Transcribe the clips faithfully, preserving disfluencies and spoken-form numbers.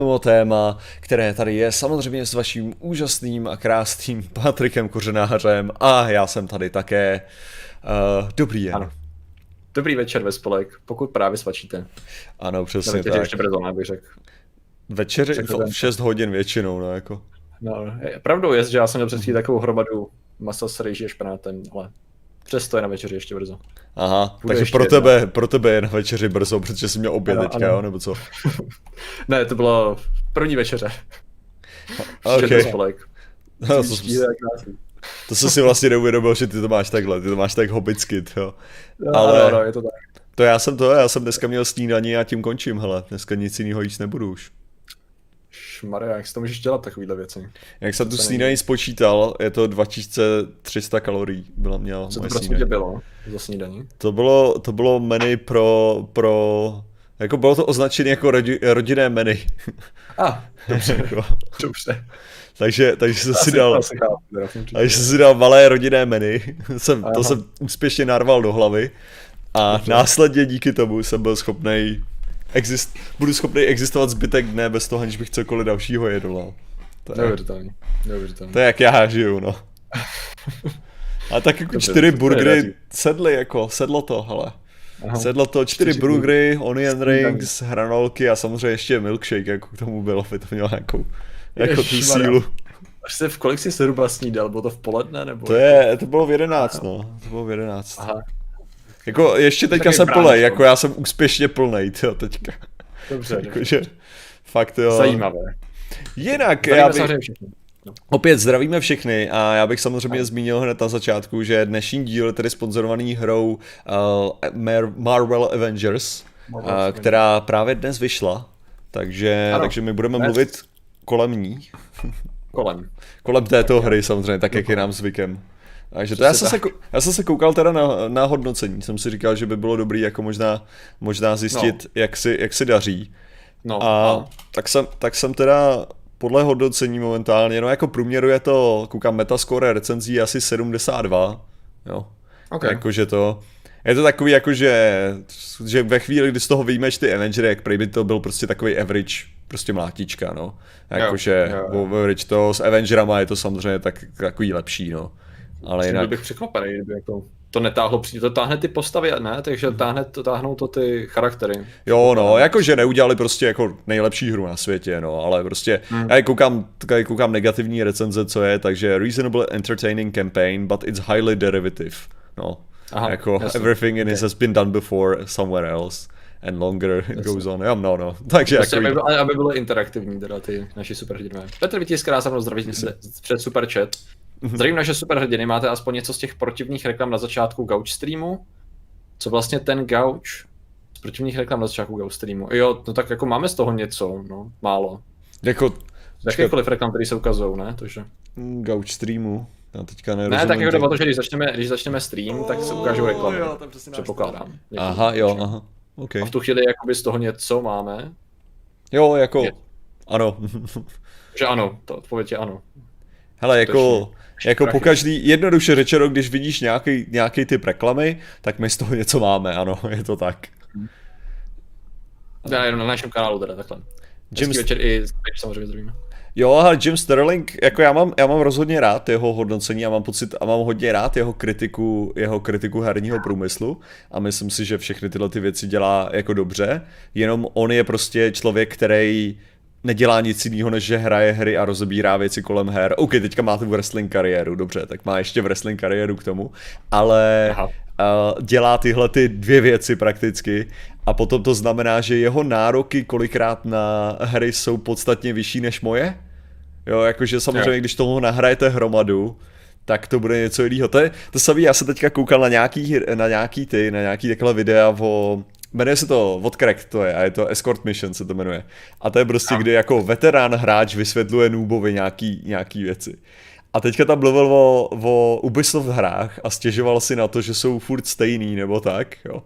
téma, které tady je samozřejmě s vaším úžasným a krásným Patrikem Kořenářem a já jsem tady také. Uh, dobrý den. Ano. Dobrý večer ve spolek, pokud právě svačíte. Ano, přesně tak. Ještě brzo, bych řekl. Večeři v šest hodin většinou, no jako. No, pravdou je, že já jsem měl před chvílí takovou hromadu masa s rejží a špenátem, ale přesto je na večeři ještě brzo. Aha, Bude takže pro tebe, pro tebe je na večeři brzo, protože jsi měl oběd teďka, jo, nebo co? Ne, to bylo první večeře. Okay. Spolek. No, to, to jsem si vlastně neuvědomil, že ty to máš takhle, ty to máš tak hobbitsky, jo. No, ale ano, ano, je to tak. To já jsem to, já jsem dneska měl snídaní a tím končím, hele, dneska nic jiného jíst nebudu už. Šmarja, jak si to můžeš dělat takovýhle věci? Jak jsem tu snídaní spočítal, je to dva tisíce tři sta kalorií, byla měla Co to prostě tě bylo za snídaní? To bylo, to bylo menu pro, pro, jako bylo to označené jako rodi, rodinné menu. A, ah, dobře, dobře. Takže, takže jsem si dal, takže jsem si dal malé rodinné menu, jsem, to jsem úspěšně narval do hlavy a dobře. Následně díky tomu jsem byl schopnej Exist, budu schopný existovat zbytek dne bez toho, aniž bych cokoliv dalšího jedl. To je, to je jak já žiju, no. A tak jako dobře, čtyři burgery sedly, jako, sedlo to, hele. Aha. Sedlo to, čtyři burgery, onion rings, hranolky a samozřejmě ještě milkshake, jako k tomu bylo, by to mělo nějakou, jako tu sílu. Až se v kolik jsi zhruba snídal, bylo to v poledne, nebo? To je, to bylo v jedenáct, no, to bylo v jedenáct. Aha. Jako ještě teďka jsem plnej, jako já jsem úspěšně plnej, tyjo, teďka. Dobře, jakože, fakt jo. Zajímavé. Jinak, já bych... No. Opět zdravíme všechny a já bych samozřejmě no. zmínil hned na začátku, že dnešní díl je tedy sponzorovaný hrou uh, Marvel Avengers, Marvel uh, která právě dnes vyšla, takže, takže my budeme dnes. mluvit kolem ní. Kolem. Kolem této hry samozřejmě, tak jak je nám zvykem. Takže to já jsem, se, já jsem se koukal teda na, na hodnocení, jsem si říkal, že by bylo dobrý jako možná, možná zjistit, no. jak, si, jak si daří. No, a no. Tak, jsem, tak jsem teda podle hodnocení momentálně, no jako průměru je to, koukám metascore recenzí asi sedmdesát dva, jo. Okay. Jakože to, je to takový jako, že, že ve chvíli, kdy z toho vyjmeš ty Avengery, jak prý by to byl prostě takový average, prostě mlátička, no. Jakože average to s Avengerama je to samozřejmě tak, takový lepší, no. Ale jinak... bych překvapený, kdyby jako to netáhlo přijde, to táhne ty postavy, ne? Takže táhne, to, táhnou to ty charaktery. Jo, no, jakože neudělali prostě jako nejlepší hru na světě, no, ale prostě, hmm. já koukám, koukám negativní recenze, co je, takže reasonable entertaining campaign, but it's highly derivative, no. Aha, jako jasný. Everything in okay. it has been done before somewhere else. And longer it jasný. Goes on. Ja, no, no. Takže prostě jako... aby, bylo, aby bylo interaktivní teda ty naši superhrdinové. Petr Vytisk, krásně mnou zdraví před super chat. Zdravím naše superhrdiny, máte aspoň něco z těch protivných reklam na začátku Gauch streamu? Co vlastně ten Gauch z protivných reklam na začátku Gauch streamu? Jo, no tak jako máme z toho něco, no, málo. Jako... Jakýkoliv reklam, který se ukazují, ne? Takže... Gauch streamu? Já teďka nerozumím. Ne, tak jako jde o to, že když začneme, když začneme stream, oh, tak se ukážou reklamy, jo, předpokládám. Aha, jo, aha, okay. A v tu chvíli jakoby z toho něco máme. Jo, jako, je. Ano. Že ano, to odpověď je ano. Hele, jako... Jako pokaždý, jednoduše řečeno, když vidíš nějaký, nějaký typ reklamy, tak my z toho něco máme, ano, je to tak. Já jenom na našem kanálu teda takhle. Hezký večer i samozřejmě zdravíme. Jo, ale Jim Sterling, jako já mám, já mám rozhodně rád jeho hodnocení a mám pocit a mám hodně rád jeho kritiku, jeho kritiku herního průmyslu a myslím si, že všechny tyhle ty věci dělá jako dobře, jenom on je prostě člověk, který nedělá nic jiného, než že hraje hry a rozebírá věci kolem her. OK, teďka má tu wrestling kariéru, dobře, tak má ještě wrestling kariéru k tomu, ale uh, dělá tyhle ty dvě věci prakticky a potom to znamená, že jeho nároky kolikrát na hry jsou podstatně vyšší než moje. Jo, jakože samozřejmě, když toho nahrajete hromadu, tak to bude něco jiného. To je to samé, já jsem teďka koukal na nějaký, na nějaký ty, na nějaký takhle videa o... Jmenuje se to Vodcrack, to je, a je to Escort Mission se to jmenuje. A to je prostě, kdy jako veterán hráč vysvětluje noobovi nějaký, nějaký věci. A teďka tam mluvil o, o Ubisoft hrách a stěžoval si na to, že jsou furt stejný nebo tak, jo.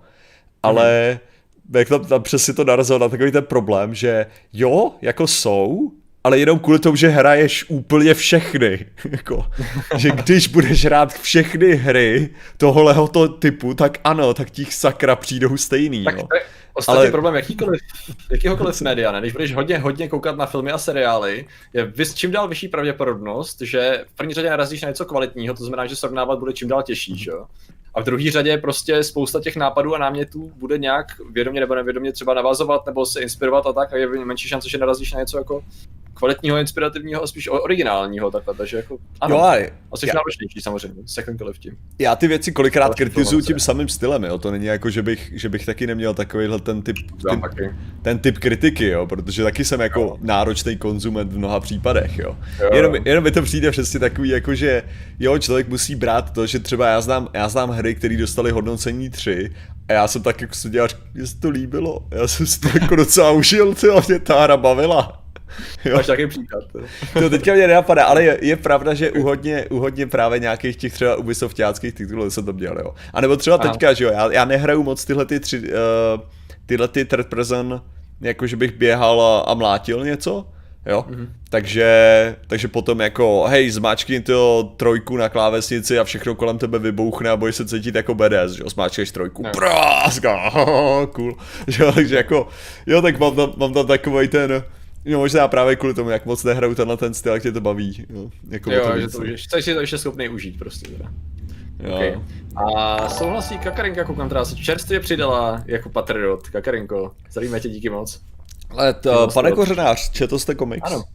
Ale mm. jak tam, tam přesně to narazil na takový ten problém, že jo, jako jsou, ale jenom kvůli tomu, že hraješ úplně všechny. Jako, že když budeš hrát všechny hry tohoto typu, tak ano, tak ti sakra přijdou stejný. Tak jo. to je ostatně ale... problém jakýkoliv, jakýhokoliv média, ne? Když budeš hodně, hodně koukat na filmy a seriály, je vys, čím dál vyšší pravděpodobnost, že v první řadě narazíš na něco kvalitního, to znamená, že srovnávat bude čím dál těžší, že jo? A v druhé řadě prostě spousta těch nápadů a námětů bude nějak vědomě nebo nevědomě třeba navazovat nebo se inspirovat a tak, a je menší šance, že narazíš na něco jako kvalitního, inspirativního a spíš originálního takhle, takže jako ano, jo, ale, a jsi náročnější samozřejmě, s jakýmkoliv tím. Já ty věci kolikrát kritizuju tím samým stylem, jo, to není jako, že bych, že bych taky neměl takovýhle ten typ, typ ten typ kritiky, jo, protože taky jsem jako jo. náročný konzument v mnoha případech, jo. jo. Jenom, jenom mi to přijde přesně takový, jako že jo, člověk musí brát to, že třeba já znám, já znám hry, které dostaly hodnocení tři a já jsem tak jako studěl, že se to líbilo, já jsem si to jako docela užil, tyjo, mě ta hra bavila. Jo. Máš takový příklad. To teďka mě nenapadá, ale je, je pravda, že u hodně, u hodně právě nějakých těch třeba Ubisoftáckých titulů jsem to měl, jo. A nebo třeba Aha. teďka, že jo, já, já nehraju moc tyhle ty tři, uh, tyhle ty third person, jako že bych běhal a, a mlátil něco, jo. Mm-hmm. Takže, takže potom jako, hej, zmáčkni to trojku na klávesnici a všechno kolem tebe vybouchne a budeš se cítit jako badass, že jo, zmáčkneš trojku, no. Práska, cool, že jo, takže jako, jo, tak mám tam, mám tam takovej ten, no možná právě kvůli tomu, jak moc nehraju tenhle ten styl, jak tě to baví. Jo, jako jo to že to užiješ. Chceš si to ještě schopný užít prostě teda. Jo. Okay. A souhlasí Kakarinka, koukám teda se čerstvě přidala jako patriot. Kakarinko, zdravíme tě, díky moc. Ale to, pane Kořenář, četl jste komiks? Ano.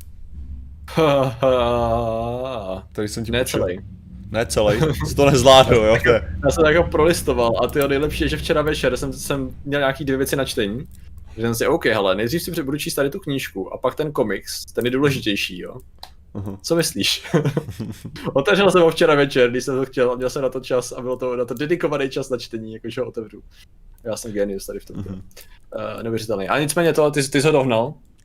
Tady jsem ti ne celý. Ne celý, jsi to nezvládl, jo? Já jsem tak jako prolistoval a tyjo, nejlepší je, že včera večer jsem, jsem měl nějaký dvě věci na čtení. Že jsem si, OK, hele, nejdřív si budu číst tady tu knížku a pak ten komiks, ten je důležitější, jo. Uh-huh. Co myslíš? Otevřel jsem ho včera večer, když jsem to chtěl, měl jsem na to čas a bylo to na to dedikovaný čas na čtení, jakože ho otevřu. Já jsem genius tady v tom. Uh-huh. Uh, neuvěřitelný. A nicméně to, ty, ty jsi ho dohnal?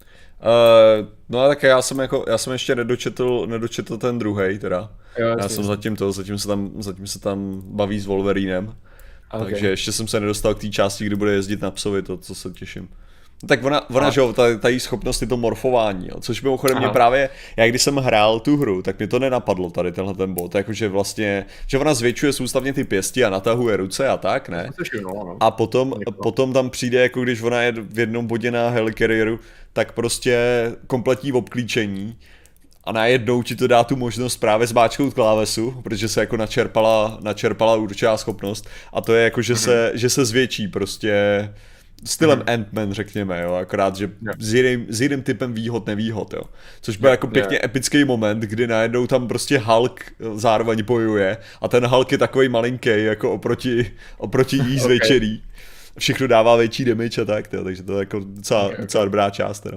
Uh, no tak já jsem jako, já jsem ještě nedočetl, nedočetl ten druhej teda. Jo, já jsem zatím to, zatím se tam, zatím se tam baví s Wolverinem. Okay. Takže ještě jsem se nedostal k té části, kdy bude jezdit na psovi, to co se těším. No tak ona, ona že jo, ta, ta jí schopnost je to morfování, jo, což mimochodem mě právě, já když jsem hrál tu hru, tak mě to nenapadlo tady tenhle ten bod, jakože vlastně, že ona zvětšuje soustavně ty pěsti a natahuje ruce a tak, ne? A potom, potom tam přijde, jako když ona je v jednom bodě na helicarrieru, tak prostě kompletní obklíčení. A najednou ti to dá tu možnost právě zmáčknout klávesu, protože se jako načerpala, načerpala určitá schopnost a to je jako, že, mm-hmm. se, že se zvětší prostě stylem mm-hmm. Ant-Man, řekněme, jo, akorát, že yeah. s, jiným, s jiným typem výhod, nevýhod, jo. Což byl yeah. jako pěkně yeah. epický moment, kdy najednou tam prostě Hulk zároveň bojuje a ten Hulk je takovej malinký, jako oproti, oproti jí zvětšený. Okay. Všechno dává větší damage a tak, jo, takže to je jako docela, okay, okay. docela dobrá část, teda.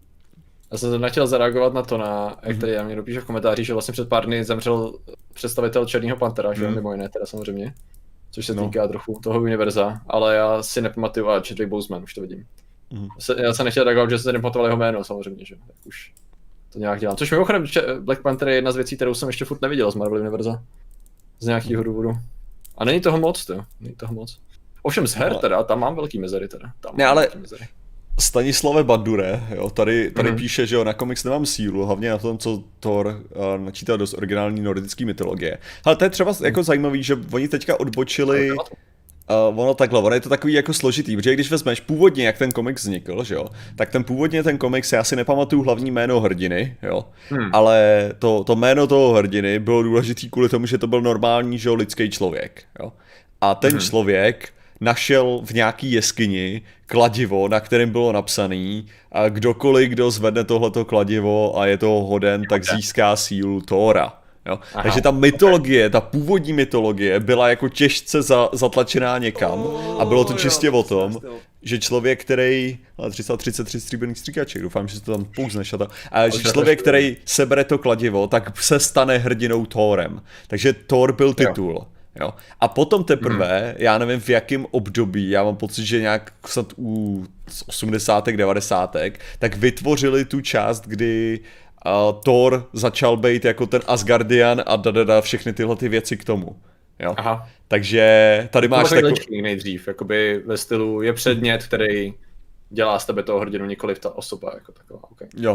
Já jsem nechtěl zareagovat na to, na, jak tady já mě dopíše v komentářích, že vlastně před pár dny zemřel představitel Černého Pantera, že mm. mimo jiné teda samozřejmě, což se no. týká trochu toho univerza, ale já si nepamatuju, a Chadwick Boseman, už to vidím. Mm. Já jsem nechtěl reagovat, že se nepamatoval jeho jméno samozřejmě, že tak už to nějak dělám. Což mimochodem Black Panther je jedna z věcí, kterou jsem ještě furt neviděl z Marvel univerza. Z nějakého důvodu. A není toho moc, to, není toho moc. Ovšem z her teda, tam mám velký mezery teda. Tam ne, ale... Stanislave Bandure, jo, tady, tady mm-hmm. píše, že jo, na komiks nemám sílu, hlavně na tom, co Thor uh, načítal dost originální nordické mytologie. Ale to je třeba jako zajímavý, že oni teďka odbočili, uh, ono takhle, ono je to takový jako složitý, protože když vezmeš původně, jak ten komiks vznikl, že jo, tak ten původně ten komiks, já si nepamatuju hlavní jméno hrdiny, jo, hmm. ale to, to jméno toho hrdiny bylo důležitý kvůli tomu, že to byl normální, že jo, lidský člověk, jo. A ten hmm. člověk našel v nějaký jeskyni kladivo, na kterém bylo napsaný a kdokoliv, kdo zvedne tohleto kladivo a je toho hoden, tak získá sílu Thora. Jo? Takže ta mytologie, ta původní mytologie byla jako těžce za, zatlačená někam a bylo to čistě o tom, že člověk, který, tři sta třicet tři stříbrných stříkaček, doufám, že si to tam pouzneš, a, to, a že člověk, který sebere to kladivo, tak se stane hrdinou Thorem. Takže Thor byl titul. Jo. Jo. A potom teprve, hmm. já nevím v jakém období, já mám pocit, že nějak snad u osmdesátek, devadesátek, tak vytvořili tu část, kdy uh, Thor začal být jako ten Asgardian a dadada všechny tyhle ty věci k tomu. Jo. Aha. Takže tady máš takový... nejdřív, jakoby ve stylu je předmět, který dělá z tebe toho hrdinu, nikoliv ta osoba jako taková. Okay. Jo.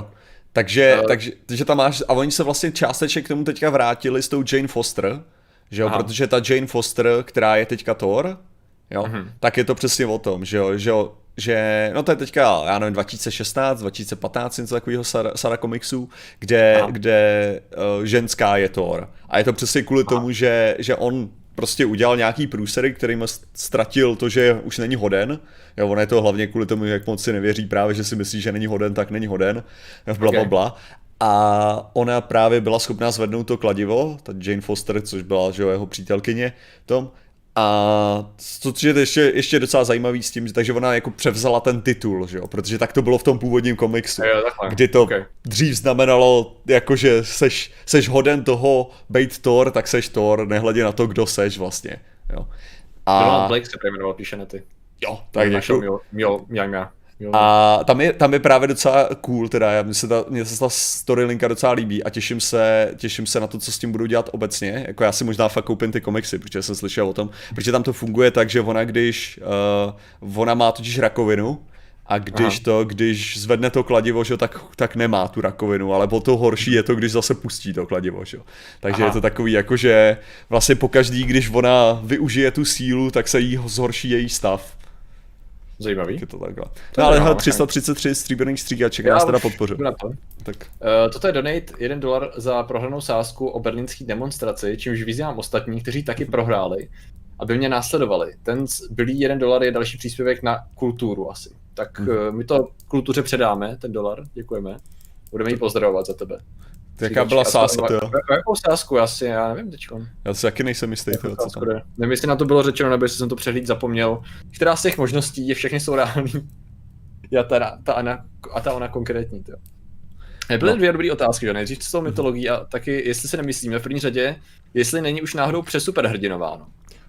Takže, Uh, takže, takže tam máš, a oni se vlastně částečně k tomu teďka vrátili s tou Jane Foster, že jo, aha. protože ta Jane Foster, která je teďka Thor, jo, uh-huh. tak je to přesně o tom, že jo, že jo, že, no to je teďka, já nevím, dva tisíce šestnáct, dva tisíce patnáct, něco takového Sara Comicsů, kde, kde uh, ženská je Thor. A je to přesně kvůli aha. tomu, že, že on prostě udělal nějaký průsery, kterým ztratil to, že už není hoden. Jo, on je to hlavně kvůli tomu, jak moc si nevěří právě, že si myslí, že není hoden, tak není hoden. Bla, bla, bla. A ona právě byla schopná zvednout to kladivo, ta Jane Foster, což byla, že jo, jeho přítelkyně, tom. A což je ještě, ještě docela zajímavý s tím, takže ona jako převzala ten titul, že jo, protože tak to bylo v tom původním komiksu, jo, kdy to okay. dřív znamenalo, jako že seš, seš hoden toho být Thor, tak seš Thor, nehledě na to, kdo seš vlastně, jo. A Donald Blake se pojmenoval, píše na ty. Jo, tak děkuji. Jo. A tam je, tam je právě docela cool, teda mně se ta, mně se ta storylinka docela líbí a těším se, těším se na to, co s tím budou dělat obecně, jako já si možná fakt koupím ty komiksy, protože jsem slyšel o tom, protože tam to funguje tak, že ona když, uh, ona má totiž rakovinu a když Aha. to, když zvedne to kladivo, že, tak, tak nemá tu rakovinu, ale po to horší je to, když zase pustí to kladivo, že. Takže Aha. je to takový, jakože vlastně pokaždý, když ona využije tu sílu, tak se jí zhorší její stav. Zajímavý. Je to takhle. No ale hele, tři sta třicet tři stříbrných střík a čeká nás teda podpořit. Tak. Uh, toto je donate jeden dolar za prohranou sázku o berlínský demonstraci, čímž vyzývám ostatní, kteří taky prohráli, aby mě následovali. Ten zbylý jeden dolar je další příspěvek na kulturu asi. Tak hmm. uh, my to kultuře předáme, ten dolar, děkujeme. Budeme jí pozdravovat za tebe. Jaká byla sázka, to jo? Jakou sázku, asi, já nevím teďkon. Já si taky nejsem jistý, to, co tam. Nevím, jestli na to bylo řečeno, nebo jestli jsem to přehlíd zapomněl. Která z těch možností je, všechny jsou reální. Já ta, ta ona, a ta ona konkrétní, to jo. Byly no. dvě dobré otázky, že nejdřív s tou mytologií a taky, jestli si nemyslíme v první řadě, jestli není už náhodou přesuperhrdinováno.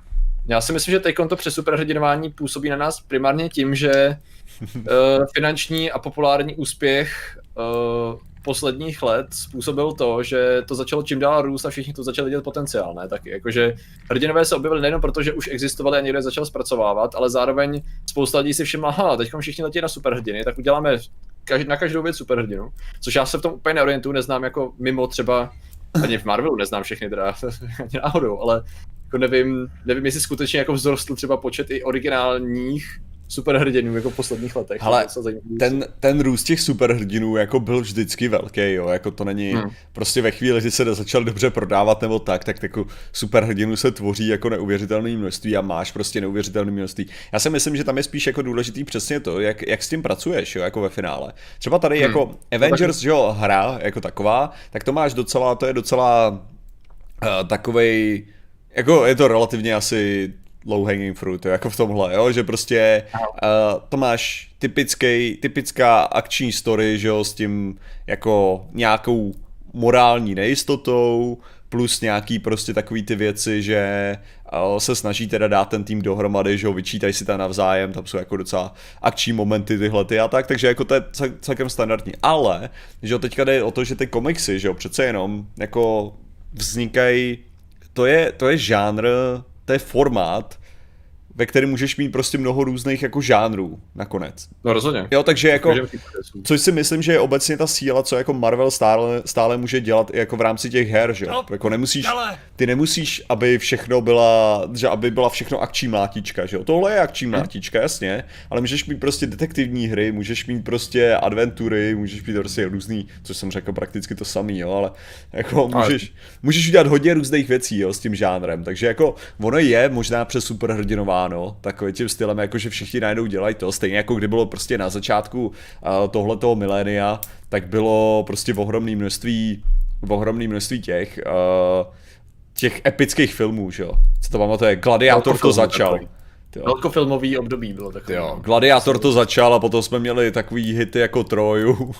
Já si myslím, že teďkon to přesuperhrdinování působí na nás primárně tím, že uh, finanční a populární úspěch uh, posledních let způsobil to, že to začalo čím dál růst a všichni to začali vidět potenciál, ne? Taky jakože hrdinové se objevily nejenom proto, že už existovali a někdo je začal zpracovávat, ale zároveň spousta lidí si všimla, aha, teď všichni letí na superhrdiny, tak uděláme kaž- na každou věc superhrdinu, což já se v tom úplně neorientuju, neznám jako mimo třeba, ani v Marvelu neznám všechny teda, ani náhodou, ale jako nevím, nevím, jestli skutečně jako vzrostl třeba počet i originálních superhrdinů jako v posledních letech. Ale ten, ten růst těch superhrdinů jako byl vždycky velký, jo, jako to není, hmm. prostě ve chvíli, kdy se začal dobře prodávat nebo tak, tak jako superhrdinů se tvoří jako neuvěřitelné množství a máš prostě neuvěřitelné množství. Já si myslím, že tam je spíš jako důležitý přesně to, jak, jak s tím pracuješ, jo, jako ve finále. Třeba tady hmm. jako Avengers, že jo, hra jako taková, tak to máš docela, to je docela uh, takovej, jako je to relativně asi low hanging fruit, jako v tomhle, jo, že prostě uh, to máš typický, typická akční story, že jo, s tím jako nějakou morální nejistotou, plus nějaký prostě takový ty věci, že uh, se snaží teda dát ten tým dohromady, že jo, vyčítají si tam navzájem, tam jsou jako docela akční momenty tyhle ty a tak, takže jako to je celkem standardní, ale, že jo, teďka jde o to, že ty komiksy, že jo, přece jenom jako vznikají, to je, to je žánr, to je formát, ve kterém můžeš mít prostě mnoho různých jako žánrů nakonec. No rozhodně. Jo, takže jako, což si myslím, že je obecně ta síla, co jako Marvel stále, stále může dělat i jako v rámci těch her, že jo. Jako nemusíš, ty nemusíš, aby všechno byla, že aby byla všechno akční mlátička, že jo. Tohle je akční mlátička, jasně, ale můžeš mít prostě detektivní hry, můžeš mít prostě adventury, můžeš mít prostě různý, což jsem řekl prakticky to samý, jo, ale jako můžeš, můžeš udělat hodně různých věcí, jo, s tím žánrem, takže jako ono je možná přes superhrdinová no, takovým tím stylem, jako že všichni najednou dělají to, stejně jako kdy bylo prostě na začátku uh, tohletoho milénia, tak bylo prostě v ohromné množství, v ohromné množství těch, uh, těch epických filmů, že jo, co to pamatuje, Gladiátor to začal. Velkofilmový období bylo takové. Jo, Gladiátor to začal a potom jsme měli takový hity jako Troju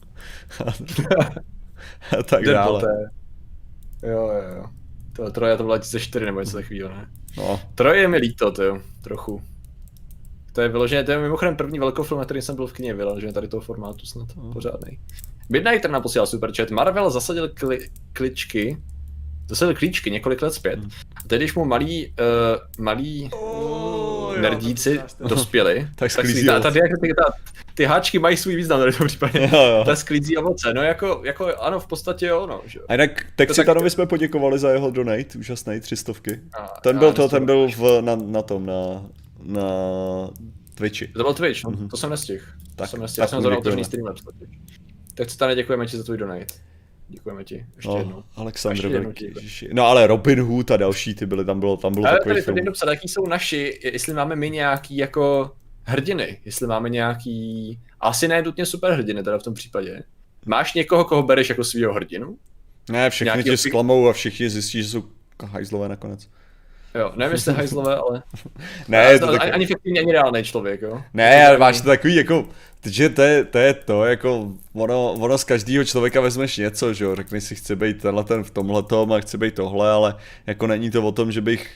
a tak dále. Jo, jo, jo. To Troja to bylo dva tisíce čtyři nebo něco takového, ne? No. Troje je mi líto, to jo, trochu. To je vyloženě, to je mimochodem první velkofilm, na který jsem byl v kině, vyloženě tady toho formátu snad, no. Pořádnej. Midnighter nám posílal superchat, Marvel zasadil kli, kličky, zasadil klíčky několik let zpět. A teď když mu malý, uh, malý, oh, nerdíci dospěli, tak sklízí ta, tady jako ty, ta, ty háčky mají svůj význam tady v tom případě. Jo, jo. Ta sklízí ovoce, no jako, jako ano, v podstatě jo, no. Že? A jinak Texitanovi jsme poděkovali za jeho donate, úžasný, tři stovky. A, ten byl to, ten byl v, na, na tom, na, na Twitchi. To byl Twitch, mm-hmm. to jsem nestihl. Tak, to jsem nestihl, já jsem zrovna otevřený stream. Tak co tady děkujeme ti za tvůj donate. Děkujeme ti, ještě no, jednou. Aleksandr Velký, no ale Robin Hood a další ty byly, tam bylo, tam bylo takový film. Ale tady jaký jsou naši, jestli máme my nějaký jako hrdiny, jestli máme nějaký, asi ne nutně superhrdiny teda v tom případě. Máš někoho, koho bereš jako svýho hrdinu? Ne, všichni nějaký tě sklamou a všichni zjistí, že jsou hajzlové nakonec. Jo, nevím, jestli hajzlové, ale... ne, to ani, tak... ani fiktivní, ani reálný člověk, jo? Ne, ale máš to takový jako, že to je to, je to jako, ono, ono z každého člověka vezmeš něco, že jo, řekneš si, chci být tenhle ten v tomhletom a chci být tohle, ale jako není to o tom, že bych,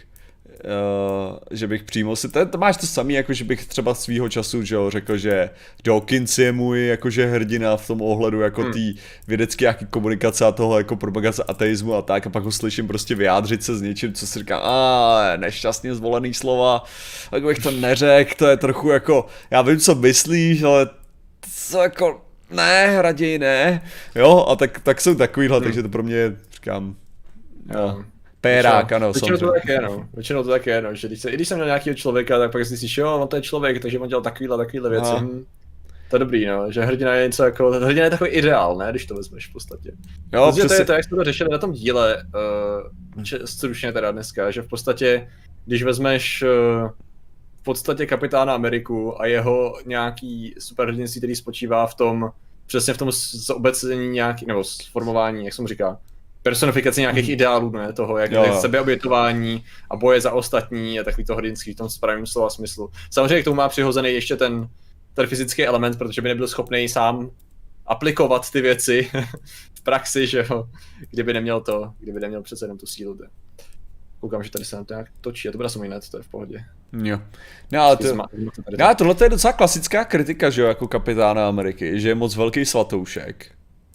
uh, že bych přímo si, to, to máš to samý, jako že bych třeba svýho času, že jo, řekl, že Dawkins je můj jakože hrdina v tom ohledu jako hmm. tý vědecký jaký komunikace a toho jako propagace ateismu a tak a pak ho slyším prostě vyjádřit se s něčím, co si říkám, a nešťastně zvolený slova, tak bych to neřekl, to je trochu jako, já vím, co myslíš, ale co jako, ne, raději ne, jo, a tak, tak jsou takovýhle, hmm. takže to pro mě, říkám, no. Pérák, ano, většinou to tak je, no. Většinou to tak je, no, že když, se, i když jsem měl nějakého člověka, tak pak si myslíš, jo, on to je člověk, takže on dělal takovýhle, takovýhle věci. Hm. To je dobrý, no, že hrdina je něco jako, hrdina je takový ideál, ne, když to vezmeš v podstatě. Jo, přesně. To je to, jak jsme to řešili na tom díle, uh, če, stručně teda dneska, že v podstatě, když vezmeš uh, v podstatě Kapitána Ameriku a jeho nějaký superhrdinství, který spočívá v tom, přesně v tom zobecnění nějaký, nebo sformování, jak se mu říká, personifikaci nějakých hmm. ideálů, ne, toho, jak je sebeobětování a boje za ostatní a takový to hrdinský v tom správném slova smyslu. Samozřejmě k tomu má přihozený ještě ten, ten fyzický element, protože by nebyl schopný sám aplikovat ty věci v praxi, že jo, kdyby neměl to, kdyby neměl přece jenom tu sílu. Koukám, že tady se nám to nějak točí, a to bude samý net, to je v pohodě. Jo. No ale to, no, tohle je docela klasická kritika, že jo, jako Kapitána Ameriky, že je moc velký svatoušek.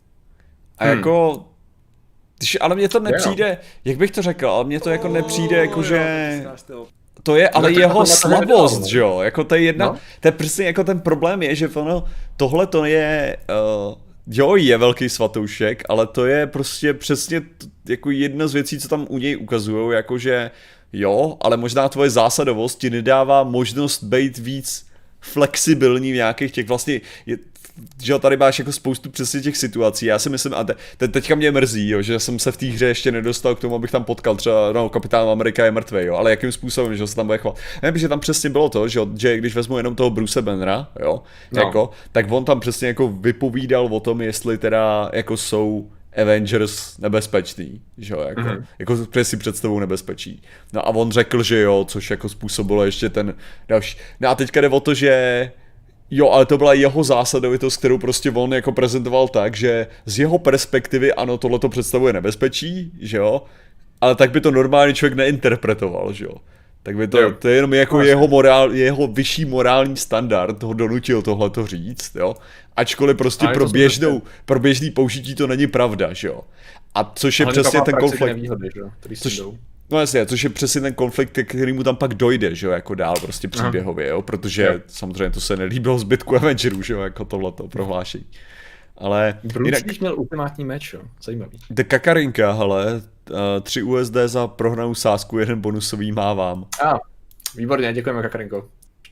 A hmm. jako... Ale mně to nepřijde, jak bych to řekl, ale mně to jako nepřijde, jako že... To je ale jeho slabost, že jo, jako to je jedna, no? To je přesně jako ten problém je, že ono, tohle to je, uh, jo, je velký svatoušek, ale to je prostě přesně t- jako jedna z věcí, co tam u něj ukazujou, jakože jo, ale možná tvoje zásadovost ti nedává možnost být víc flexibilní v nějakých těch vlastně, je, že tady máš jako spoustu přesně těch situací, já si myslím, a te, te, teďka mě mrzí, jo, že jsem se v té hře ještě nedostal k tomu, abych tam potkal třeba, no, Kapitán Amerika je mrtvej, jo, ale jakým způsobem, že se tam bude chovat. Ne, protože tam přesně bylo to, že, že když vezmu jenom toho Bruce Bannera, jo, no. jako, tak on tam přesně jako vypovídal o tom, jestli teda jako jsou Avengers nebezpečný, že jo, jako, mm-hmm. jako si představou nebezpečí. No a on řekl, že jo, což jako způsobilo ještě ten další. No a teďka jde o to, že jo, ale to byla jeho zásadovitost, kterou prostě on jako prezentoval tak, že z jeho perspektivy ano, tohleto představuje nebezpečí, že jo, ale tak by to normální člověk neinterpretoval, že jo. Tak by to, jo. to je jenom jako no, jeho, morál, jeho vyšší morální standard ho donutil tohleto říct, jo. Ačkoliv prostě pro běžnou, pro běžný použití to není pravda, že jo. A což je ale přesně ten konflikt. Nevýhody, což, no jasně, což je přesně ten konflikt, který mu tam pak dojde, že jo, jako dál prostě příběhově, jo, protože jo. samozřejmě to se nelíbilo zbytku Avengerů, že jo, jako tohleto prohlášení. Ale Bruce jinak... měl ultimátní meč, jo, zajímavý. The Kakarinka, hele, uh, tři U S D za prohranou sázku, jeden bonusový mávám. A, výborně, děkujeme Kakarinko.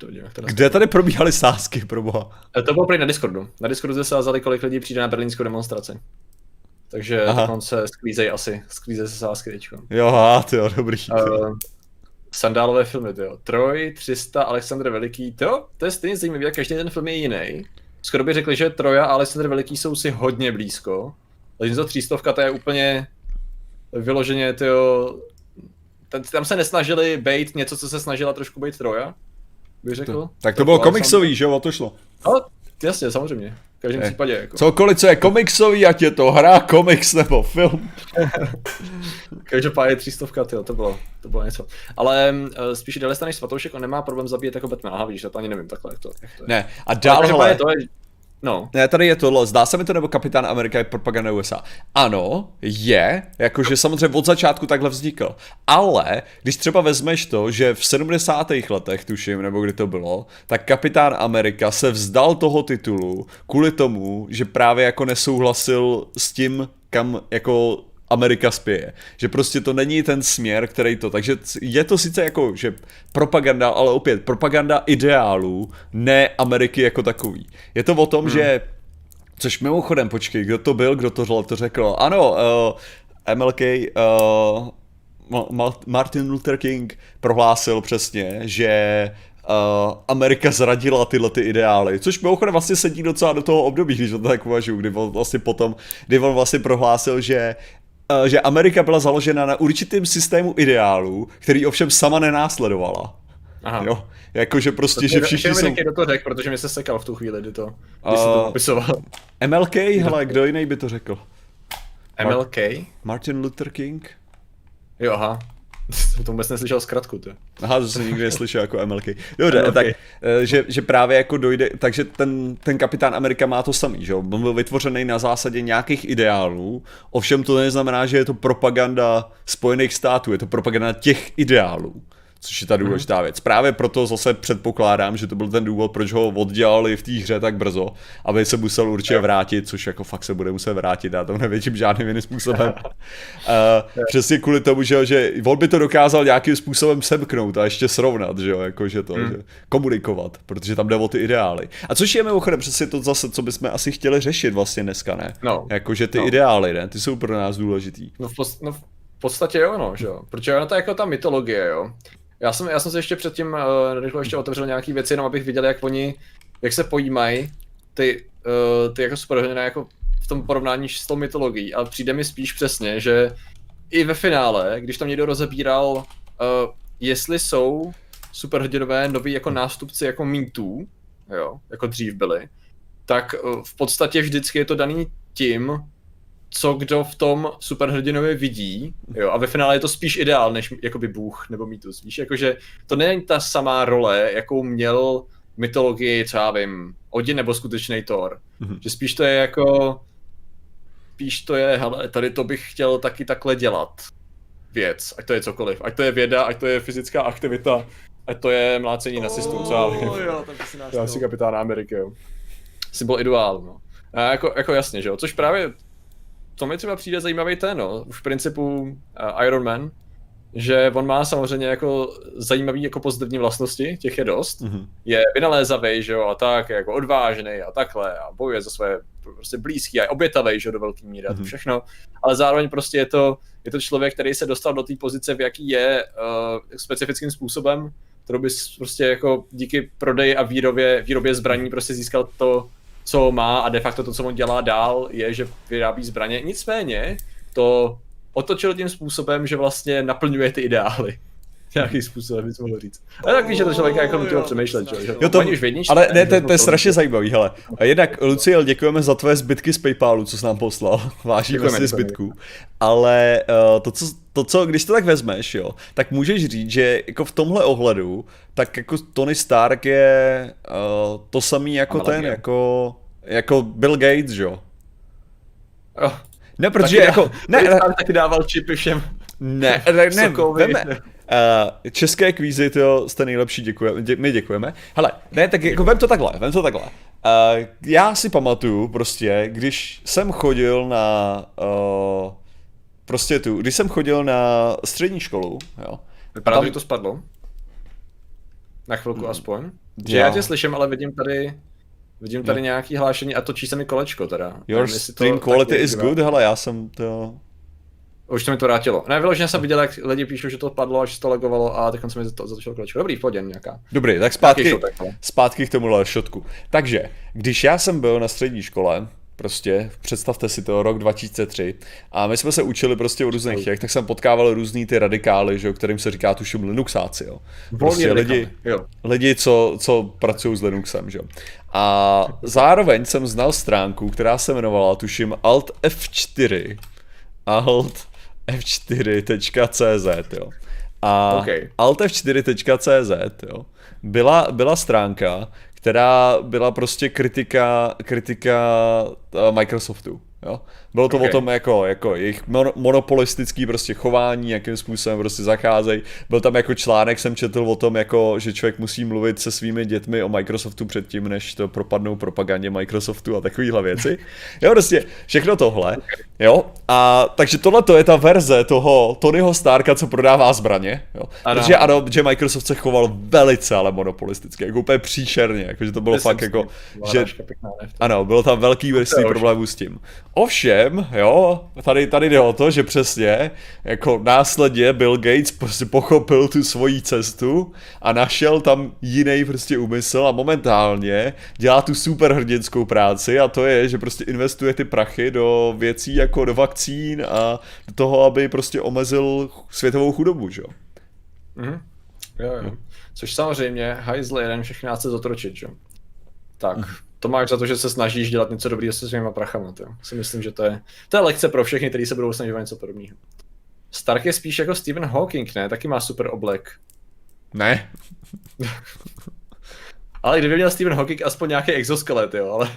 Kde tady probíhaly sázky, proboha? To bylo prý na Discordu. Na Discordu se sázali, kolik lidí přijde na berlínskou demonstraci. Takže tam se sklízej asi, sklízej se sázky teďko. Jo, aha, tyjo, dobrý. Uh, sandálové filmy, tyjo. Troj, tři sta, Alexandr Veliký, tyjo, to je stejně zajímavý, jak každý ten film je jiný. Skoro by řekli, že Troja a Alexandr Veliký jsou si hodně blízko. Ale to třístovka, to je úplně vyloženě, tyjo, tam se nesnažili bejt něco, co se snažila trošku bejt Troja, bych řekl. To, tak to bylo komiksový, že jo, o to šlo. No, jasně, samozřejmě, v každém je. případě. Jako. Cokoliv, co je komiksový, ať je to hra, komiks nebo film. Každopádně třístovka, tyjo, to bylo, to bylo něco. Ale uh, spíš idealista než Svatoušek, on nemá problém zabíjet jako Batman, aha, vidíš, to ani nevím takhle, jak to, jak to je. Ne, a dál, hele. To je, No. Ne, tady je tohle, zdá se mi to, nebo Kapitán Amerika je propaganda U S A. Ano, je, jakože samozřejmě od začátku takhle vznikl. Ale, když třeba vezmeš to, že v sedmdesátých letech, tuším, nebo kdy to bylo, tak Kapitán Amerika se vzdal toho titulu kvůli tomu, že právě jako nesouhlasil s tím, kam jako Amerika spěje. Že prostě to není ten směr, který to, takže je to sice jako, že propaganda, ale opět propaganda ideálů, ne Ameriky jako takový. Je to o tom, hmm. že, což mimochodem, počkej, kdo to byl, kdo to, to řekl, ano, uh, M L K, uh, Martin Luther King prohlásil přesně, že Uh, Amerika zradila tyhle ty ideály, což mimochodem vlastně sedí docela do toho období, když to tak uvažuji, kdy on vlastně potom, kdy on vlastně prohlásil, že uh, že Amerika byla založena na určitém systému ideálů, který ovšem sama nenásledovala. Aha. Jo, jakože prostě, to že všichni jsou... do toho řekl, protože mi se sekal v tu chvíli, kdy to, když uh, se to popisoval. M L K, hele, kdo jiný by to řekl? M L K? Martin Luther King? Jo, aha. Jsem to vůbec neslyšel zkratku, to. Aha, to jsem nikdy neslyšel jako M L K. Dobře, M L K. Tak, že, že právě jako dojde, takže ten, ten Kapitán Amerika má to samý, že jo? On byl vytvořený na zásadě nějakých ideálů, ovšem to neznamená, že je to propaganda Spojených států, je to propaganda těch ideálů. Což je ta důležitá věc. Právě proto zase předpokládám, že to byl ten důvod, proč ho oddělali v té hře tak brzo, aby se musel určitě vrátit, což jako fakt se bude muset vrátit, já to nevěřím žádným jiným způsobem. uh, přesně kvůli tomu, že, že on by to dokázal nějakým způsobem semknout a ještě srovnat, že jo, jako, že to, hmm. že komunikovat, protože tam jde o ty ideály. A což je mimochodem přesně to zase, co bychom asi chtěli řešit vlastně dneska, ne? No. Jakože ty no. ideály, ne? Ty jsou pro nás důležitý. No v, post- no v podstatě jo, no, že jo, protože ono to je jako ta mytologie, jo. Já jsem, já jsem se ještě předtím uh, rychle ještě otevřel nějaký věci, jenom abych viděl, jak oni, jak se pojímají ty, uh, ty jako superhrdinové jako v tom porovnání s tou mytologií, ale přijde mi spíš přesně, že i ve finále, když tam někdo rozebíral, uh, jestli jsou superhrdinové noví jako nástupci jako mýtů, jo, jako dřív byli, tak uh, v podstatě vždycky je to daný tím, co kdo v tom superhrdinovi vidí, jo, a ve finále je to spíš ideál, než jakoby bůh nebo mýtus, víš, jakože to není ta samá role, jakou měl v mytologii, třeba vím, Odin nebo skutečný Thor, mm-hmm. že spíš to je jako, spíš to je, hele, tady to bych chtěl taky takhle dělat, věc, ať to je cokoliv, ať to je věda, ať to je fyzická aktivita, ať to je mlácení oh, nacistů, třeba vím, jo, já si Kapitána Ameriky, jo, symbol ideálu, no, a jako, jako jasně, že jo, což právě to mi třeba přijde zajímavý ten, no, už v principu uh, Iron Man, že on má samozřejmě jako zajímavý jako pozitivní vlastnosti, těch je dost, mm-hmm. je vynalézavej, že jo, a tak, je jako odvážný a takhle a bojuje za své prostě blízký a je obětavej, že jo, do velký míry a to všechno, ale zároveň prostě je to, je to člověk, který se dostal do té pozice, v jaký je uh, specifickým způsobem, kterou bys prostě jako díky prodeji a výrobě, výrobě zbraní prostě získal to, co má a de facto to, co on dělá dál, je, že vyrábí zbraně. Nicméně to otočil tím způsobem, že vlastně naplňuje ty ideály. Nějakým způsobem bys mohl říct. Ale tak víš, že to člověka jako nutilo přemýšlet, že jo? To, už vědničtě, ale ne, to, to je strašně zajímavý, hele. Jednak, Luciel, děkujeme za tvoje zbytky z PayPalu, co jsi nám poslal. Vážíme si zbytků. Ale uh, to, co, to, co, když to tak vezmeš, jo, tak můžeš říct, že jako v tomhle ohledu, tak jako Tony Stark je uh, to samý jako Amalek, ten, jako, jako Bill Gates, jo. Oh. Ne, protože taky jako... Ne, ne, taky dával čipy všem. Ne, ne, ne, veme, uh, české kvízy, to jste nejlepší, děkujeme, dě, my děkujeme. Hele, ne, tak jako vem to takhle, vem to takhle. Uh, já si pamatuju prostě, když jsem chodil na, uh, prostě tu, když jsem chodil na střední školu, jo. Vypadá tam... že to spadlo? Na chvilku hmm. aspoň. Že já tě slyším, ale vidím tady... Vidím tady no. nějaký hlášení a točí se mi kolečko teda. Your nevím, stream quality is good, hele, já jsem to... Už to mi to vrátilo. Ne, vyloženě jsem viděl, jak lidi píšou, že to padlo a že to legovalo a teď jsem mi to zatočilo kolečko. Dobrý, v pohodě nějaká. Dobrý, tak zpátky, zpátky k tomu shotku. Takže, když já jsem byl na střední škole, prostě, představte si to, rok dva tisíce tři, a my jsme se učili prostě o různých těch, tak jsem potkával různý ty radikály, že, kterým se říká tuším Linuxáci, jo. Prostě lidi, jo. lidi, co, co pracují s Linuxem, že jo. A zároveň jsem znal stránku, která se jmenovala tuším alt F čtyři, alt F čtyři tečka cé zet, jo. A okay. alt F čtyři tečka cé zet, jo, byla, byla stránka, která byla prostě kritika, kritika uh, Microsoftu. Jo? Bylo to okay. o tom jako, jako jejich monopolistický prostě chování, jakým způsobem prostě zacházejí. Byl tam jako článek, jsem četl o tom, jako, že člověk musí mluvit se svými dětmi o Microsoftu předtím, než to propadnou propagandě Microsoftu a takovýhle věci. Jo, prostě všechno tohle. Jo, a takže tohle to je ta verze toho Tonyho Starka, co prodává zbraně. Jo. Ano. Protože ano, že Microsoft se choval velice, ale monopolisticky, jako úplně příšerně, jakože to bylo Myslím fakt jako, tím, že ano, bylo tam velký vrství problémů s tím. Ovšem, jo, tady, tady jde o to, že přesně, jako následně Bill Gates prostě pochopil tu svoji cestu a našel tam jiný prostě úmysl a momentálně dělá tu superhrdinskou práci a to je, že prostě investuje ty prachy do věcí jako do vakcín a do toho, aby prostě omezil světovou chudobu, že jo. Mhm. Jo, jo. Což samozřejmě hajzle jeden všechny nás chce zotročit, že jo. Tak. Mhm. To máš za to, že se snažíš dělat něco dobrýho se svýma prachama, to si myslím, že to je, to je lekce pro všechny, kteří se budou snažit něco podobného. Stark je spíš jako Stephen Hawking, ne? Taky má super oblek. Ne. Ale kdyby měl Stephen Hawking aspoň nějaký exoskelet, jo, ale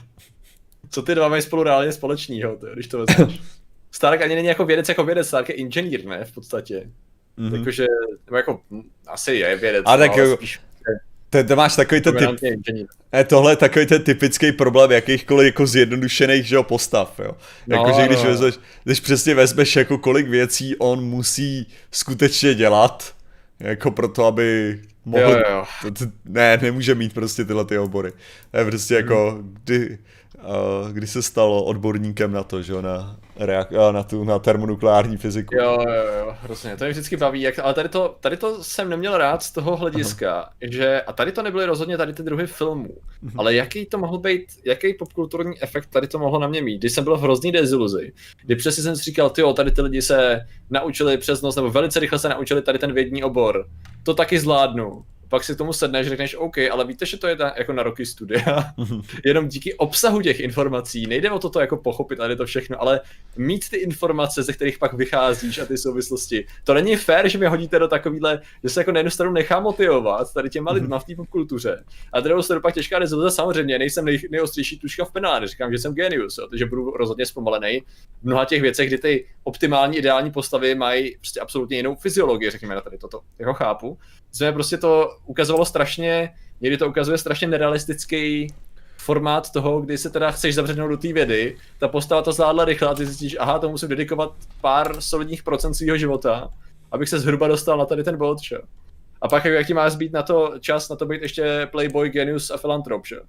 co ty dva mají spolu reálně společného, to, když to vezmeš. Stark ani není jako vědec jako vědec, Stark je inženýr, ne, v podstatě. Mm-hmm. Jakože, nebo jako, asi je vědec, a tak ale jo. spíš... To, to máš takový ten typ, ne, tohle je takový ten typický problém jakýchkoliv jako zjednodušených, že jo, postav, jo. No, Jakože když, no. vezmeš, když přesně vezmeš jako kolik věcí on musí skutečně dělat, jako proto, aby mohl, jo, jo. To, to, ne, nemůže mít prostě tyhle ty obory. To je prostě jako, kdy, uh, kdy se stalo odborníkem na to, že jo, na, reak- na tu, na termonukleární fyziku. Jo, jo, jo, hrozně, to mě vždycky baví, jak, ale tady to, tady to jsem neměl rád z toho hlediska, Aha. že, a tady to nebyly rozhodně tady ty druhy filmů, uh-huh. ale jaký to mohl být, jaký popkulturní efekt tady to mohlo na mě mít, když jsem byl v hrozný deziluzi, kdy přesně jsem si říkal, tyjo, tady ty lidi se naučili přes noc, nebo velice rychle se naučili tady ten vědní obor, to taky zvládnu. Pak si k tomu sedneš, řekneš OK, ale víte, že to je ta, jako na roky studia. Jenom díky obsahu těch informací, nejde o to, to jako pochopit, ale je to všechno, ale mít ty informace, ze kterých pak vycházíš a ty souvislosti. To není fér, že mě hodíte do takovýhle, že se jako na jednu stranu nechá motivovat tady těma lidma v té popkultuře. A druhou stranu pak těžká deziluze, samozřejmě, nejsem nej, nejostřejší tuška v penále, říkám, že jsem genius, jo, takže budu rozhodně zpomalený v mnoha těch věcech, kdy ty optimální, ideální postavy mají prostě absolutně jinou fyziologii, řekněme na tady toto, jako chápu. Jsme prostě to ukazovalo strašně, někdy to ukazuje strašně nerealistický formát toho, kdy se teda chceš zavřenout do té vědy, ta postava to zvládla rychle a ty zjistíš, aha, tomu musím dedikovat pár solidních procent svého života, abych se zhruba dostal na tady ten bod, čo? A pak jak ti má zbýt na to čas, na to být ještě playboy, genius a filantrop, čo?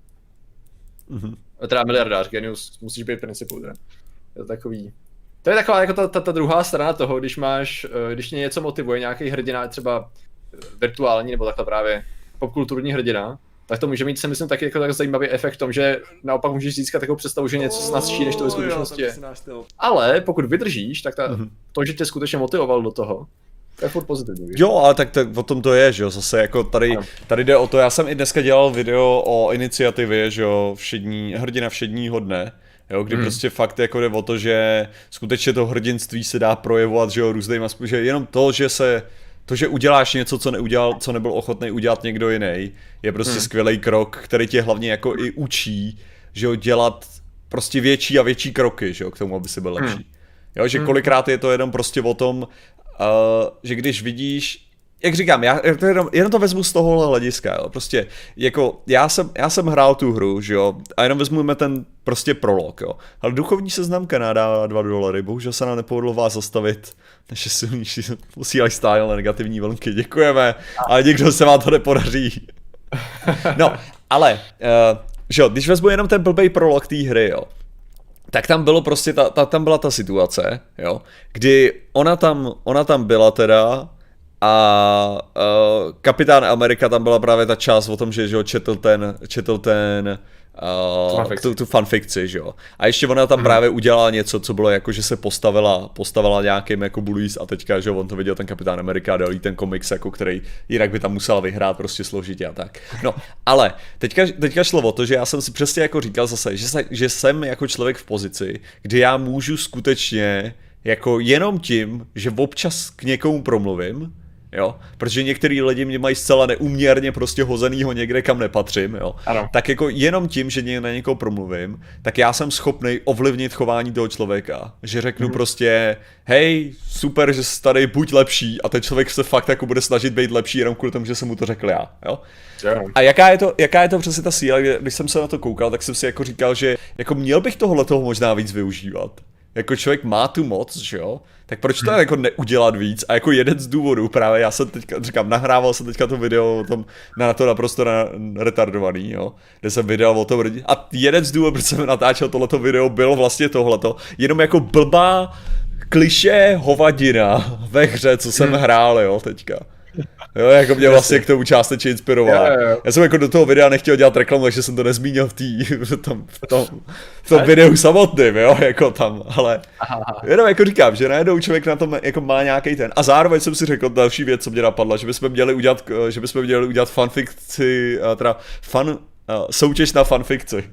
Mm-hmm. Teda miliardář, genius, musíš být v principu, teda. Je to takový... To je taková jako ta, ta, ta druhá strana toho, když máš, když tě něco motivuje, nějaký hrdina, třeba virtuální nebo takhle právě popkulturní hrdina, tak to může mít, si myslím, taky jako tak zajímavý efekt v tom, že naopak můžeš získat takovou představu, že něco snazší, než to ve skutečnosti je. Ale pokud vydržíš, tak ta, mm-hmm. to, že tě skutečně motivoval do toho, to je furt pozitivní. Jo, ale tak, tak o tom to je, že jo, zase jako tady, tady jde o to, já jsem i dneska dělal video o iniciativě, že jo, všední, hrdina všedního dne. Jo, kdy hmm. prostě fakt jako jde o to, že skutečně to hrdinství se dá projevovat, že jo, různýma způsoby, že jenom to, že se To, že uděláš něco, co neudělal, co nebyl ochotný udělat někdo jiný, je prostě hmm. skvělý krok, který tě hlavně jako i učí, že jo, dělat prostě větší a větší kroky, že jo, k tomu, aby si byl lepší. Hmm. Jo, že kolikrát je to jenom prostě o tom, uh, že když vidíš, jak říkám, já to jenom, jenom to vezmu z tohohle hlediska, jo, prostě jako já jsem, já jsem hrál tu hru, že jo, a jenom vezmeme ten prostě prolog, jo, ale duchovní seznam Kanada dva dolary, bohužel se nám nepovedlo vás zastavit, naše silnější posílají style na negativní vlnky, děkujeme, ale někdo se vám to nepodaří. No, ale, uh, že jo, když vezmu jenom ten blbej prolog té hry, jo, tak tam bylo prostě, ta, ta, tam byla ta situace, jo, kdy ona tam, ona tam byla teda, a uh, Kapitán Amerika, tam byla právě ta část o tom, že, že jo, četl ten, četl ten uh, tu, tu fanfikci, že jo. A ještě ona tam mm. právě udělala něco, co bylo jako, že se postavila, postavila nějakým jako bullies a teďka, že jo, on to viděl ten Kapitán Amerika a dal jí ten komiks, jako který jinak by tam musela vyhrát prostě složitě a tak. No, ale teďka, teďka šlo o to, že já jsem si přesně jako říkal zase, že, se, že jsem jako člověk v pozici, kdy já můžu skutečně jako jenom tím, že občas k někomu promluvím, jo, protože některý lidi mě mají zcela neúměrně prostě hozenýho někde, kam nepatřím, jo, ano. tak jako jenom tím, že na někoho promluvím, tak já jsem schopný ovlivnit chování toho člověka, že řeknu mm. prostě, hej, super, že jsi tady, buď lepší, a ten člověk se fakt jako bude snažit být lepší jenom kvůli tomu, že jsem mu to řekl já, jo. A jaká je to, jaká je to přesně ta síla, když jsem se na to koukal, tak jsem si jako říkal, že jako měl bych tohle toho možná víc využívat. Jako člověk má tu moc, že jo, tak proč to jako neudělat víc? A jako jeden z důvodů, právě já jsem teďka, říkám, nahrával jsem teďka to video o tom, na to naprosto na, retardovaný, jo, kde jsem vydal o tom, a jeden z důvodů, proč jsem natáčel tohleto video, bylo vlastně tohleto, jenom jako blbá klišé hovadina ve hře, co jsem hrál, jo, teďka. Jo, jako mě vlastně k tomu částečně inspirovala. Jo, jo, jo. Já jsem jako do toho videa nechtěl dělat reklamu, takže jsem to nezmínil v, tý, v tom, v tom, v tom videu samotným, jo, jako tam, ale aha. Jenom jako říkám, že najednou člověk na tom jako má nějaký ten. A zároveň jsem si řekl další věc, co mě napadla, že bychom měli udělat, že bychom měli udělat fanfikci, teda fan, soutěž na fanfikci.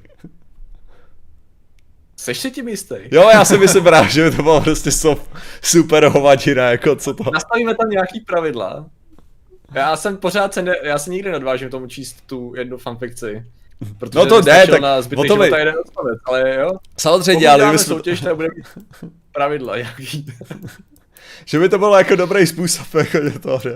Seš si tím jistý? Jo, já si myslím právě, že by to bylo prostě super hovadina, jako co to. Nastavíme tam nějaký pravidla. Já jsem pořád se, ne, já se nikdy nedvážím tomu číst tu jednu fanfikci. Protože no to ne, tak na zbytek to života jeden odstavec, ale jo. Samozřejmě, ale kdyby jsme... soutěž, tak bude mít pravidla nějaký. Že by to bylo jako dobrý způsob, jako to, že?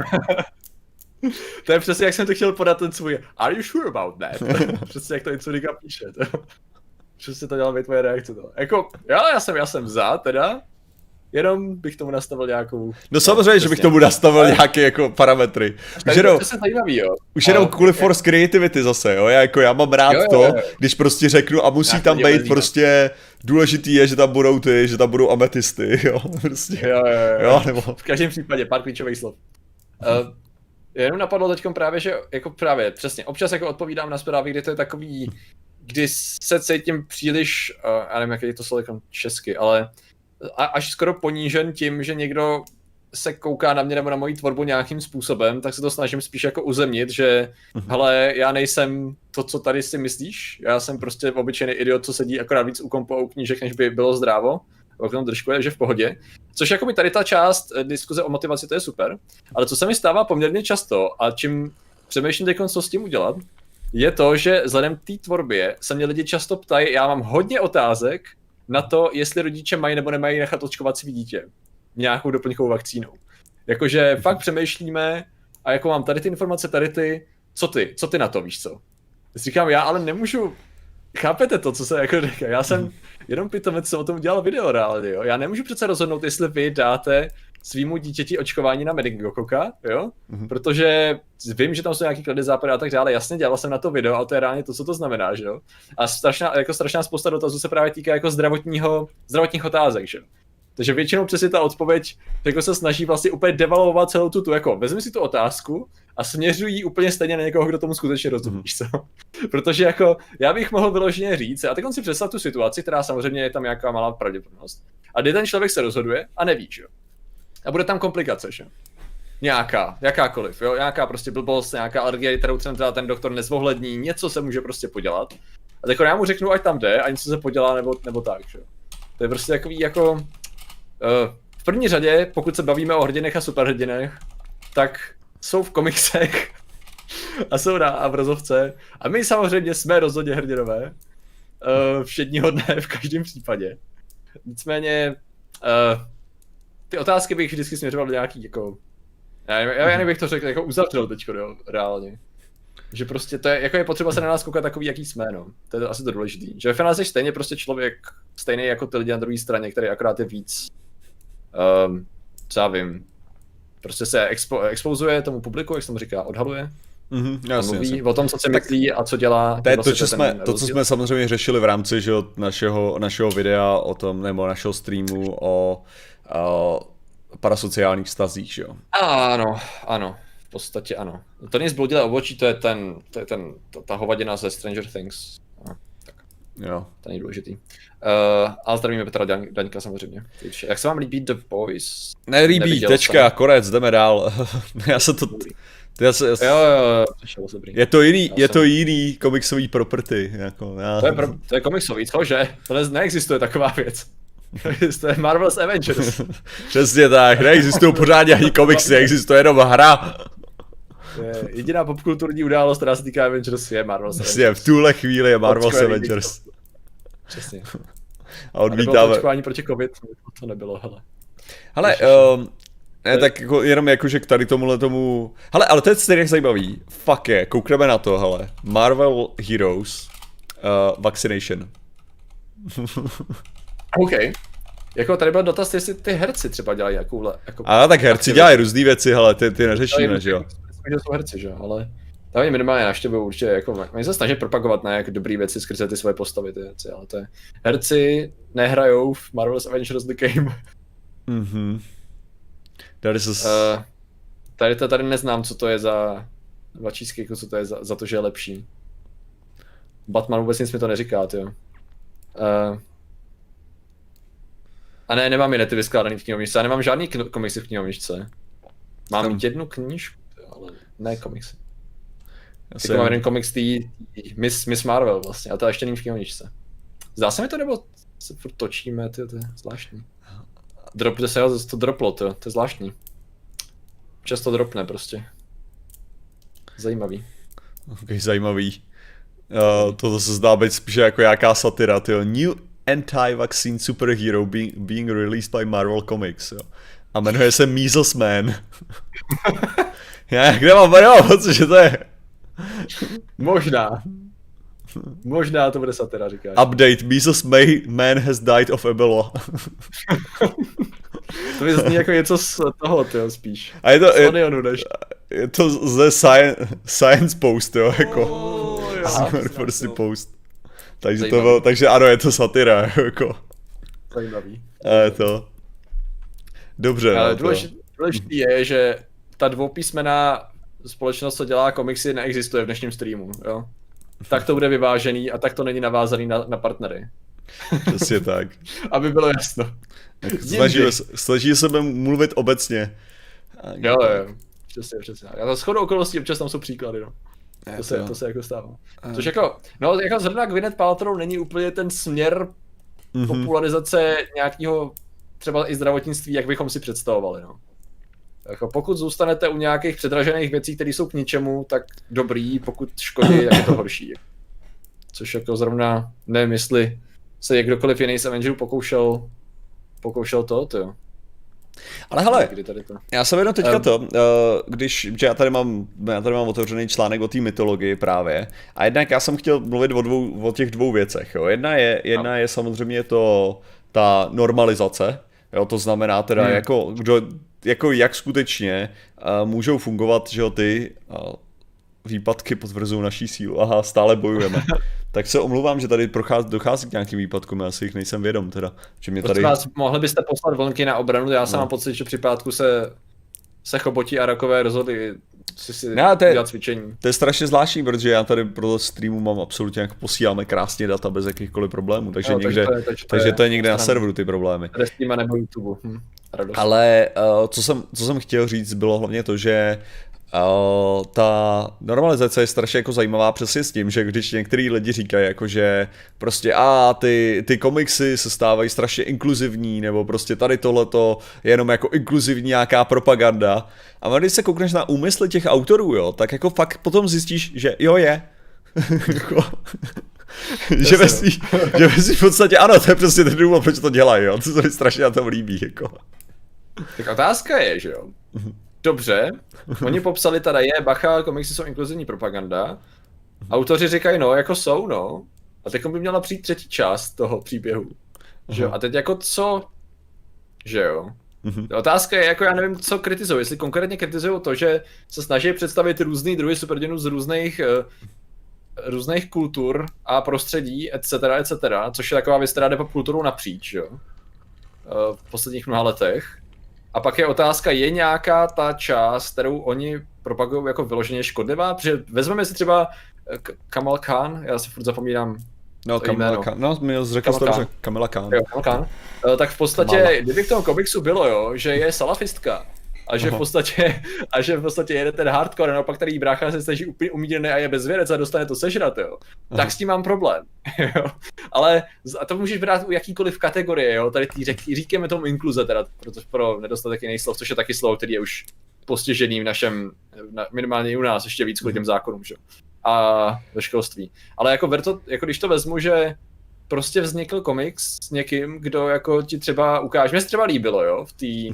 To je přesně, jak jsem to chtěl podat ten svůj Are you sure about that? Přesně jak to Icurika píše. To. Přesně to dělá být tvoje reakce. To. Jako, jo, já jsem, já jsem za, teda. Jenom bych tomu nastavil nějakou... No samozřejmě, no, že bych tomu nastavil ale... nějaké jako parametry. Už jenom, to je zajímavý, jo. Už jenom ale... kvůli force creativity zase, jo. Já, jako, já mám rád jo, jo, jo. to, když prostě řeknu a musí nějak tam být prostě... Důležitý je, že tam budou ty, že tam budou ametisty, jo. Prostě. Jo, jo, jo. jo nebo... V každém případě pár klíčových slov. Uh, jenom napadlo teďkom právě, že jako právě přesně, občas jako odpovídám na zprávy, kdy to je takový, kdy se cítím příliš, uh, já nevím, jaký je to slovo jako česky, ale a, až skoro ponížen tím, že někdo se kouká na mě nebo na moji tvorbu nějakým způsobem, tak se to snažím spíš jako uzemnit, že mm-hmm. hele, já nejsem to, co tady si myslíš, já jsem prostě obyčejný idiot, co sedí akorát víc u kompu a u knížek, než by bylo zdrávo, o tom držku je, že v pohodě. Což jako by tady ta část diskuze o motivaci, to je super, ale co se mi stává poměrně často a čím přemýšlím teď, co s tím udělat, je to, že vzhledem k té tvorbě se mě lidi často ptají, já mám hodně otázek na to, jestli rodiče mají nebo nemají nechat očkovat svý dítě nějakou doplňkovou vakcínou. Jakože fakt přemýšlíme a jako mám tady ty informace, tady ty, co ty, co ty na to, víš co? Říkám, já ale nemůžu, chápete to, co se jako říká, já jsem jenom pitomec, co o tom udělal video reálně, jo? Já nemůžu přece rozhodnout, jestli vy dáte svýmu dítěti očkování na meningokoka, jo? Mm-hmm. Protože vím, že tam jsou nějaký klady západy a tak dále, jasně, dělal jsem na to video, ale to je reálně to, co to znamená, že jo? A strašná, jako strašná spousta dotazů se právě týká jako zdravotního, zdravotních otázek, že jo? Takže většinou přesně ta odpověď jako se snaží vlastně úplně devalvovat celou tu, tu jako vezmi si tu otázku a směřují úplně stejně na někoho, kdo tomu skutečně rozumí, mm. Protože jako já bych mohl vyloženě říct, a teď on si představ tu situaci, která samozřejmě je tam nějaká malá pravděpodobnost. A kdy ten člověk se rozhoduje a neví, že jo. A bude tam komplikace, že jo. Nějaká, jakákoliv, jo, nějaká prostě blbost, nějaká alergie, kterou třeba ten doktor nezvohlední, něco se může prostě podělat. A tak já mu řeknu, ať tam jde a něco se podělá nebo, nebo tak, že jo. To je prostě takový jako... Uh, v první řadě, pokud se bavíme o hrdinech a superhrdinech, tak jsou v komiksech a jsou na obrazovce a my samozřejmě jsme rozhodně hrdinové uh, všedního dne v každém případě. Nicméně uh, ty otázky bych vždycky směřoval do nějaký jako, já, já, já bych to řekl, jako uzavřel teďko, jo, reálně. Že prostě to je, jako je potřeba se na nás koukat takový, jaký jsme, no. To je asi to důležitý. Že ve finále jsi stejně prostě člověk, stejný jako ty lidi na druhé straně, který akorát je víc, um, co já vím, prostě se expo, expozuje tomu publiku, jak se tomu říká, odhaluje. Mm-hmm, jasně, mluví jasně. o tom, co si myslí a co dělá. To je to, co jsme, to, co jsme samozřejmě řešili v rámci že, našeho, našeho videa o tom, nebo našeho streamu o, o parasociálních vztazích, že jo? Ano, ano. V podstatě ano. To není zbloudilé obočí, to je ten, to je ten, ta, ta hovadina ze Stranger Things. No, tak. Jo. To není důležitý. Uh, ale zdravíme Petra Dan, Daňka samozřejmě. Jak se vám líbí The Boys? Nelíbí, tečka, konec, jdeme dál. Já se to... Já se, já se... Jo, jo, jo. Je to jiný, je to jiný komiksový property. Jako, já... to, je pro, to je komiksový, cože? To ne, neexistuje taková věc. to je Marvel's Avengers. Přesně tak, neexistují pořádně ani komiksy, existuje jenom hra. Je jediná popkulturní událost, která se týká Avengers, je Marvel's Avengers. Přesně, v tuhle chvíli je Marvel's Avengers. Přesně. A odmítáme. A očkování proti covid, to nebylo, hele. Hele, um, ne, tak jako, jenom jakože k tady tomuhle tomu... Hele, ale to je stejně zajímavý. Fuck je, koukneme na to, hele. Marvel Heroes uh, Vaccination. OK. Jako tady byl dotaz, jestli ty herci třeba dělají jakouhle... Jako, a tak herci dělají různý věci, hele, ty, ty neřešíme, že jo? Myslím, že jsou herci, že jo, ale... Tam oni minimálně naštěvují určitě, jako, oni se snaží propagovat na jak dobrý věci skrze ty svoje postavy, ty věci, ale to je... Herci nehrajou v Marvel's Avengers The Game. Mhm. Tady se... Uh, tady to tady neznám, co to je za... Vačísky, jako co to je za, za to, že je lepší. Batman vůbec nic mi to neříká, jo. Uh, a ne, nemám jiné ty vyskládaný v knihovničce, já nemám žádný kn- komiksy v knihovničce. Mám Tam. jednu knížku, ale ne komiksy. Jako mám jeden komiks tý, tý Miss, Miss Marvel vlastně, a to ještě není v knihovničce. Zdá se mi to, nebo se furt točíme, ty, to je zvláštní. Drop, to se to droplo, to, to je zvláštní. Často dropne prostě. Zajímavý. Ok, zajímavý. Uh, to se zdá být spíš jako jaká satira, tyjo. New anti-vaccine superhero being, being released by Marvel Comics, jo. A jmenuje se Measles Man. Já kde mám, nemám pocit, že to je. Možná. Možná to bude satira, říkáš. Update, Measles Man has died of Ebola. To mi zní jako něco z toho, tyjo, spíš. A je to, z Onionu, než. Je to ze science, science Post, jo, jako. Oh, jo, prostě Post. Takže, to bylo, takže ano, je to satira, jako. Zajímavý. A je to. Dobře, ale no, důležitý, důležitý je, že ta dvoupísmená společnost, co dělá komiksy, neexistuje v dnešním streamu, jo. Tak to bude vyvážený a tak to není navázaný na, na partnery. Přesně tak. Aby bylo jasno. Snažíme, snaží se mluvit obecně. Jo, jo. Přesně, přesně. A to shodou okolností občas tam jsou příklady, no. To, to, se, to se jako stává. Což jako, no jako zrovna Gwyneth Paltrow není úplně ten směr mm-hmm. popularizace nějakého třeba i zdravotnictví, jak bychom si představovali, no. Jako pokud zůstanete u nějakých předražených věcí, které jsou k ničemu, tak dobrý, pokud škodí, tak je to horší. Což jako zrovna, nevím, jestli se je kdokoliv jiný z Avengerů pokoušel, pokoušel to, to jo. Ale hele, já jsem jenom teďka um, to, když, že já tady mám, já tady mám otevřený článek o té mytologii právě, a jednak já jsem chtěl mluvit o, dvou, o těch dvou věcech, jo. Jedna je, jedna je samozřejmě to, ta normalizace, jo, to znamená teda hmm. jako, kdo, jako jak skutečně uh, můžou fungovat, že jo, ty uh, výpadky potvrzují naší sílu, aha, stále bojujeme. Tak se omlouvám, že tady prochází, dochází k nějakým výpadkům, já si jich nejsem vědom teda. Že mě tady... vás, mohli byste poslat vlnky na obranu, já jsem no. mám pocit, že při pátku se, se chobotí a rakové rozhodli si, si no, to je, dělat cvičení. To je strašně zvláštní, protože já tady pro streamu mám absolutně, jak posíláme krásně data bez jakýchkoliv problémů, takže, no, někde, takže, to, je, takže, takže to je někde na serveru ty problémy. Tady s nebo YouTube. Hm, ale uh, co, jsem, co jsem chtěl říct, bylo hlavně to, že Uh, ta normalizace je strašně jako zajímavá přesně s tím, že když některý lidi říkají jako, že prostě a ty, ty komiksy se stávají strašně inkluzivní, nebo prostě tady tohleto je jenom jako inkluzivní nějaká propaganda, a když se koukneš na úmysly těch autorů, jo, tak jako fakt potom zjistíš, že jo je. že ve svý, že ve svý v podstatě ano, to je přesně ten důvod, proč to dělají, jo, to se mi strašně na tom líbí, jako. Tak otázka je, že jo. Dobře, oni popsali teda je, bacha, komiksy jsou inkluzivní propaganda. Autoři říkají no, jako jsou, no. A teď by měla přijít třetí část toho příběhu. Že jo? A teď jako co? Že jo? Otázka je, jako já nevím, co kritizují. Jestli konkrétně kritizují to, že se snaží představit různý druhy superděnů z různých, uh, různých kultur a prostředí, et cetera, et cetera, což je taková věc, která jde po kulturu napříč, jo? Uh, v posledních mnoha letech. A pak je otázka, je nějaká ta část, kterou oni propagují jako vyloženě škodlivá? Protože vezmeme si třeba Kamal Khan, já si furt zapomínám no, Kamala Khan, no, mi řekl to dobře, Kamala Khan. Jo, Kamal Khan. Tak v podstatě, Kamala. Kdyby v tom komiksu bylo, jo, že je salafistka a že v podstatě, a že v podstatě jede ten hardcore, no pak tady brácha se snaží úplně umíněný a je bezvěrec a dostane to sežrat, jo. Tak s tím mám problém, jo. Ale a to můžeš brát u jakýkoliv kategorie, jo. Tady tý, řek, říkáme tomu inkluze teda, protože pro nedostatek jiných slov, což je taky slovo, který je už postižený v našem, minimálně i u nás ještě víc kvůli těm zákonům, že? A ve školství. Ale jako, to, jako když to vezmu, že prostě vznikl komiks s někým, kdo jako ti třeba ukáže, mě se třeba líbilo, jo, v té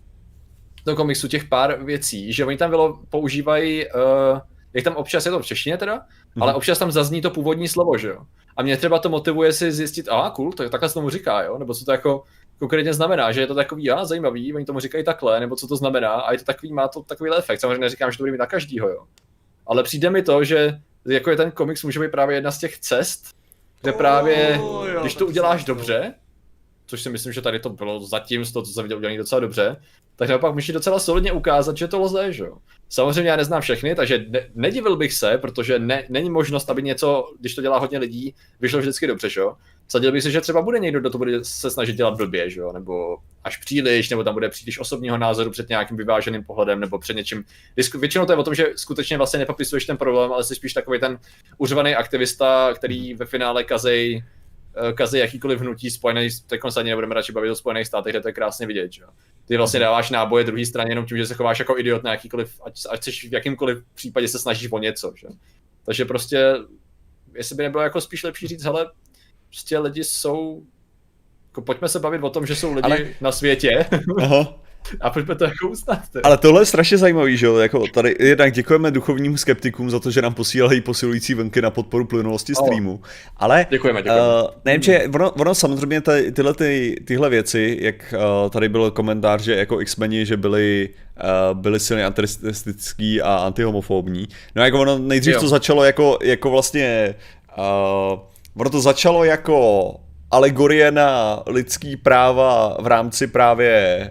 v tom komiksu těch pár věcí, že oni tam bylo, používají, uh, jak tam občas je to v češtině teda, mm-hmm. ale občas tam zazní to původní slovo, že jo. A mě třeba to motivuje si zjistit, a cool, to takhle se tomu říká, jo, nebo co to jako konkrétně znamená, že je to takový, a zajímavý, oni tomu říkají takhle, nebo co to znamená, a je to takový, má to takový efekt, samozřejmě neříkám, že to bude mít na každýho, jo. Ale přijde mi to, že jako je ten komiks může být právě jedna z těch cest, kde právě, oh, jo, když to uděláš dobře, což si myslím, že tady to bylo zatím z toho, co jsem viděl, udělaný docela dobře, tak naopak můžeš docela solidně ukázat, že to lze, že jo. Samozřejmě já neznám všechny, takže ne, nedivil bych se, protože ne, není možnost, aby něco, když to dělá hodně lidí, vyšlo vždycky dobře, že jo. Sadil bych si, že třeba bude někdo, kdo to bude se snažit dělat blbě, že jo, nebo až příliš, nebo tam bude příliš osobního názoru před nějakým vyváženým pohledem, nebo před něčím. Většinou to je o tom, že skutečně vlastně nepopisuješ ten problém, ale jsi spíš takový ten uřvaný aktivista, který ve finále kazej kazej jakýkoliv hnutí spojený, teď se ani nebudeme radši bavit o Spojených státech, kde to je krásně vidět, že jo. Ty vlastně dáváš náboje druhé straně jenom tím, že se chováš jako idiot na jakýkoliv, ať, ať jsi v jakýmkoliv případě se snažíš o něco, že. Takže prostě, jestli by nebylo jako spíš lepší říct, hele, prostě lidi jsou, jako pojďme se bavit o tom, že jsou lidi ale... na světě. Aha. A pojďme to jako uznat. Ale tohle je strašně zajímavý, že jo, jako tady jednak děkujeme duchovním skeptikům za to, že nám posílají posilující vlnky na podporu plynulosti streamu, ale děkujeme, děkujeme. Uh, nevím, že ono, ono samozřejmě ty, tyhle, ty, tyhle věci, jak uh, tady byl komentář, že jako X-meni, že byli, uh, byli silně antirasistický a antihomofobní, no jako ono nejdřív jo. to začalo jako, jako vlastně, uh, ono to začalo jako alegorie na lidský práva v rámci právě,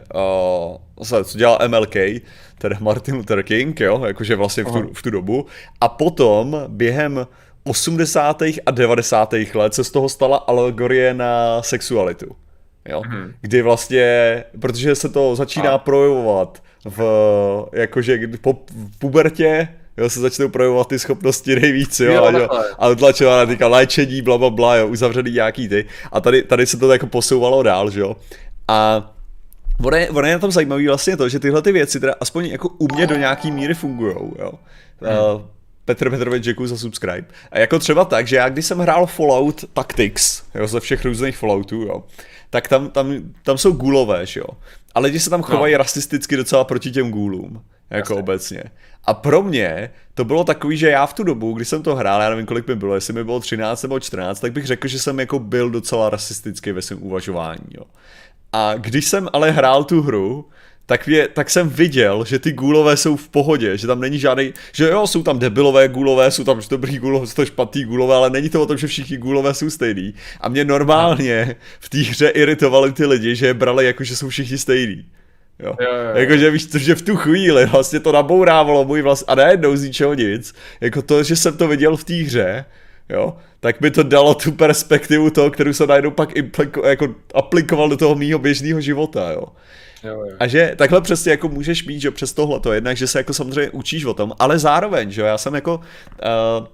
uh, co dělal M L K, tedy Martin Luther King, jo, jakože vlastně v tu, v tu dobu. A potom během osmdesátých a devadesátých let se z toho stala alegorie na sexualitu. Jo? Mm. Kdy vlastně, protože se to začíná a. projevovat v, jakože po v pubertě, jo, se začnou projevovat ty schopnosti nejvíc, jo, jo a, a utlačovaná týka léčení, blablabla, bla, jo, uzavřený nějaký ty. A tady, tady se to jako posouvalo dál, že jo. A ono je, ono je na tom zajímavý vlastně to, že tyhle ty věci teda aspoň jako u mě do nějaký míry fungujou, jo. Hmm. Uh, Petr Petrovič, děkuji za subscribe. A jako třeba tak, že já když jsem hrál Fallout Tactics, jo, ze všech různých Falloutů, jo, tak tam, tam, tam jsou ghoulové, že jo. A lidi se tam chovají no. rasisticky docela proti těm ghoulům. Jako Jasně. obecně. A pro mě to bylo takový, že já v tu dobu, když jsem to hrál, já nevím, kolik mi bylo, jestli mi bylo třináct nebo čtrnáct, tak bych řekl, že jsem jako byl docela rasistický ve svém uvažování, jo. A když jsem ale hrál tu hru, tak, je, tak jsem viděl, že ty ghoulové jsou v pohodě, že tam není žádný, že jo, jsou tam debilové ghoulové, jsou tam dobrý ghoulové, jsou to špatný ghoulové, ale není to o tom, že všichni ghoulové jsou stejný. A mě normálně v té hře iritovali ty lidi, že je brali jako, že jsou všichni stejný. Jo. Jo, jo, jo. Jakože víš to, že v tu chvíli vlastně to nabourávalo můj vlast a najednou z ničeho nic, jako to, že jsem to viděl v té hře, jo, tak mi to dalo tu perspektivu toho, kterou jsem najednou pak impliko, jako aplikoval do toho mýho běžného života, jo. Jo, jo. A že takhle přesně jako můžeš mít, že přes tohle to jednak, že se jako samozřejmě učíš o tom, ale zároveň, že jo, já jsem jako uh,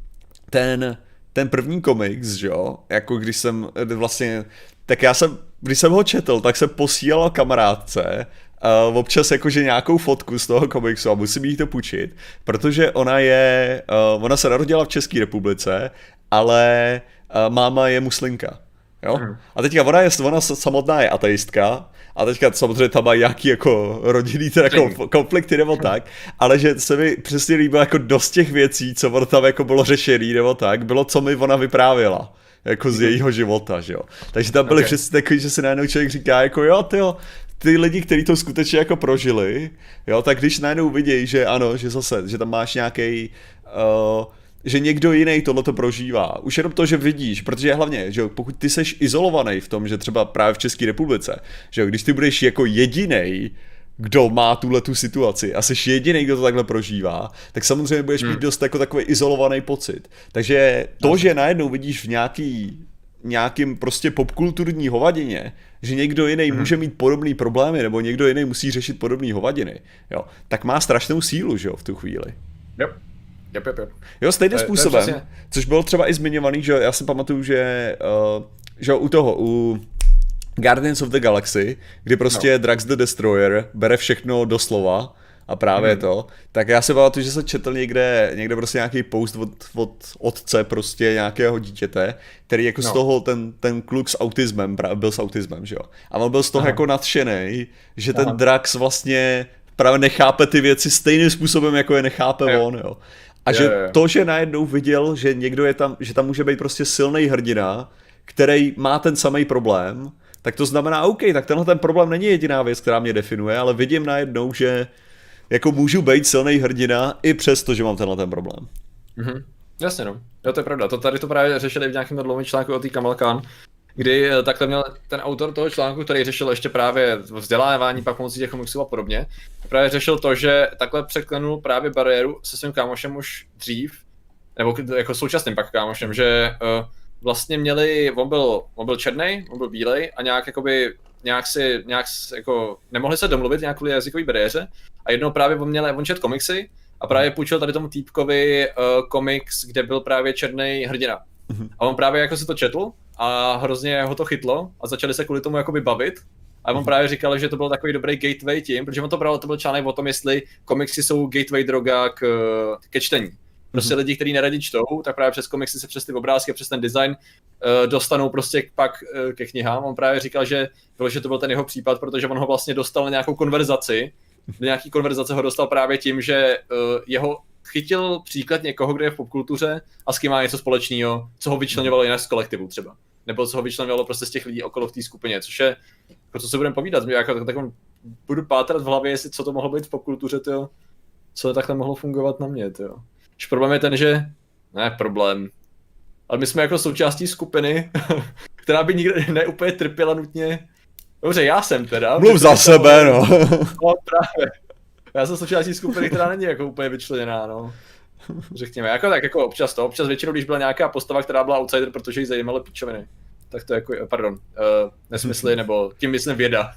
ten, ten první komiks, že jo, jako když jsem vlastně, tak já jsem, když jsem ho četl, tak jsem posílal kamarádce uh, občas jakože nějakou fotku z toho komiksu a musím jí to půjčit, protože ona je, uh, ona se narodila v České republice, ale uh, máma je muslimka. Jo? Mm. A teďka ona, je, ona samotná je ateistka a teďka samozřejmě tam má nějaký jako rodinný teda konflikty nebo tak, ale že se mi přesně líbilo jako dost těch věcí, co ono tam jako bylo řešený nebo tak, bylo co mi ona vyprávěla. Jako z jejího života, že jo. Takže tam byly okay. přesně takový, že si najednou člověk říká jako jo, tyjo, ty lidi, kteří to skutečně jako prožili, jo, tak když najednou vidějí, že ano, že zase, že tam máš nějaký, uh, že někdo jiný tohleto prožívá. Už jenom to, že vidíš, protože hlavně, že jo, pokud ty seš izolovaný v tom, že třeba právě v České republice, že jo, když ty budeš jako jedinej, kdo má tuhle tu situaci a jsi jediný, kdo to takhle prožívá, tak samozřejmě budeš mít hmm. dost jako takový izolovaný pocit. Takže to, že najednou vidíš v nějaký nějakým prostě popkulturní hovadině, že někdo jiný hmm. může mít podobný problémy, nebo někdo jiný musí řešit podobný hovadiny, jo, tak má strašnou sílu, že jo, v tu chvíli. Yep. Yep, yep, yep. Jo, stejným způsobem, přesně... což bylo třeba i zmiňovaný, že já si pamatuju, že, uh, že u toho, u Guardians of the Galaxy, kdy prostě no. Drax the Destroyer bere všechno doslova, a právě hmm. to, tak já si pamatuju, že jsem četl někde, někde prostě nějaký post od, od otce prostě nějakého dítěte, který jako no. z toho ten, ten kluk s autismem, byl s autismem, že jo. A on byl z toho Aha. jako nadšenej, že Aha. ten Drax vlastně právě nechápe ty věci stejným způsobem, jako je nechápe jo. on, jo. A je, že je. to, že najednou viděl, že někdo je tam, že tam může být prostě silný hrdina, který má ten samý problém, tak to znamená, OK, tak tenhle ten problém není jediná věc, která mě definuje, ale vidím najednou, že jako můžu být silný hrdina i přesto, že mám tenhle ten problém. Mhm. Jasně no, jo, to je pravda, to tady to právě řešili v nějakém dlouhém článku o té Kamal Khan, kdy takhle měl ten autor toho článku, který řešil ještě právě vzdělávání pak pomocí těch komiksů a podobně, právě řešil to, že takhle překlenul právě bariéru se svým kámošem už dřív, nebo jako současným pak kámošem, že uh, vlastně měli, on byl, on byl černej, on byl bílej a nějak jakoby, nějak si, nějak jako, nemohli se domluvit nějak kvůli jazykový bariéře a jednou právě on měl, on čet komiksy a právě půjčil tady tomu týpkovi uh, komiks, kde byl právě černý hrdina. A on právě jako si to četl a hrozně ho to chytlo a začali se kvůli tomu jakoby bavit. A on právě říkal, že to byl takový dobrý gateway tím, protože on to bral, to byl článek o tom, jestli komiksy jsou gateway droga k, ke čtení. Prostě mm-hmm. lidi, kteří neradi čtou, tak právě přes komiksy se přes ty obrázky a přes ten design uh, dostanou prostě pak uh, ke knihám. On právě říkal, že, bylo, že to byl ten jeho případ, protože on ho vlastně dostal na nějakou konverzaci. Do nějaký konverzace ho dostal právě tím, že uh, jeho chytil příklad někoho, kdo je v popkultuře a s kým má něco společného, co ho vyčleňovalo jinak z kolektivu třeba. Nebo co ho vyčleňovalo prostě z těch lidí okolo v té skupině, což je, jako co se budeme povídat, mě jako tak budu pátrat v hlavě, jestli co to mohlo být v popkultuře, tyjo, co takhle mohlo fungovat na mě, tyjo. Už problém je ten, že, ne problém, ale my jsme jako součástí skupiny, která by nikdy neúplně trpěla nutně, dobře, já jsem teda. Mluv za sebe, no. No právě. Já jsem součástí skupiny, která není jako úplně vyčleněná, no. Řekněme, jako tak jako občas to, občas většinou, když byla nějaká postava, která byla outsider, protože jí zajímaly pičoviny. Tak to jako, pardon, uh, nesmysly, nebo tím myslím věda.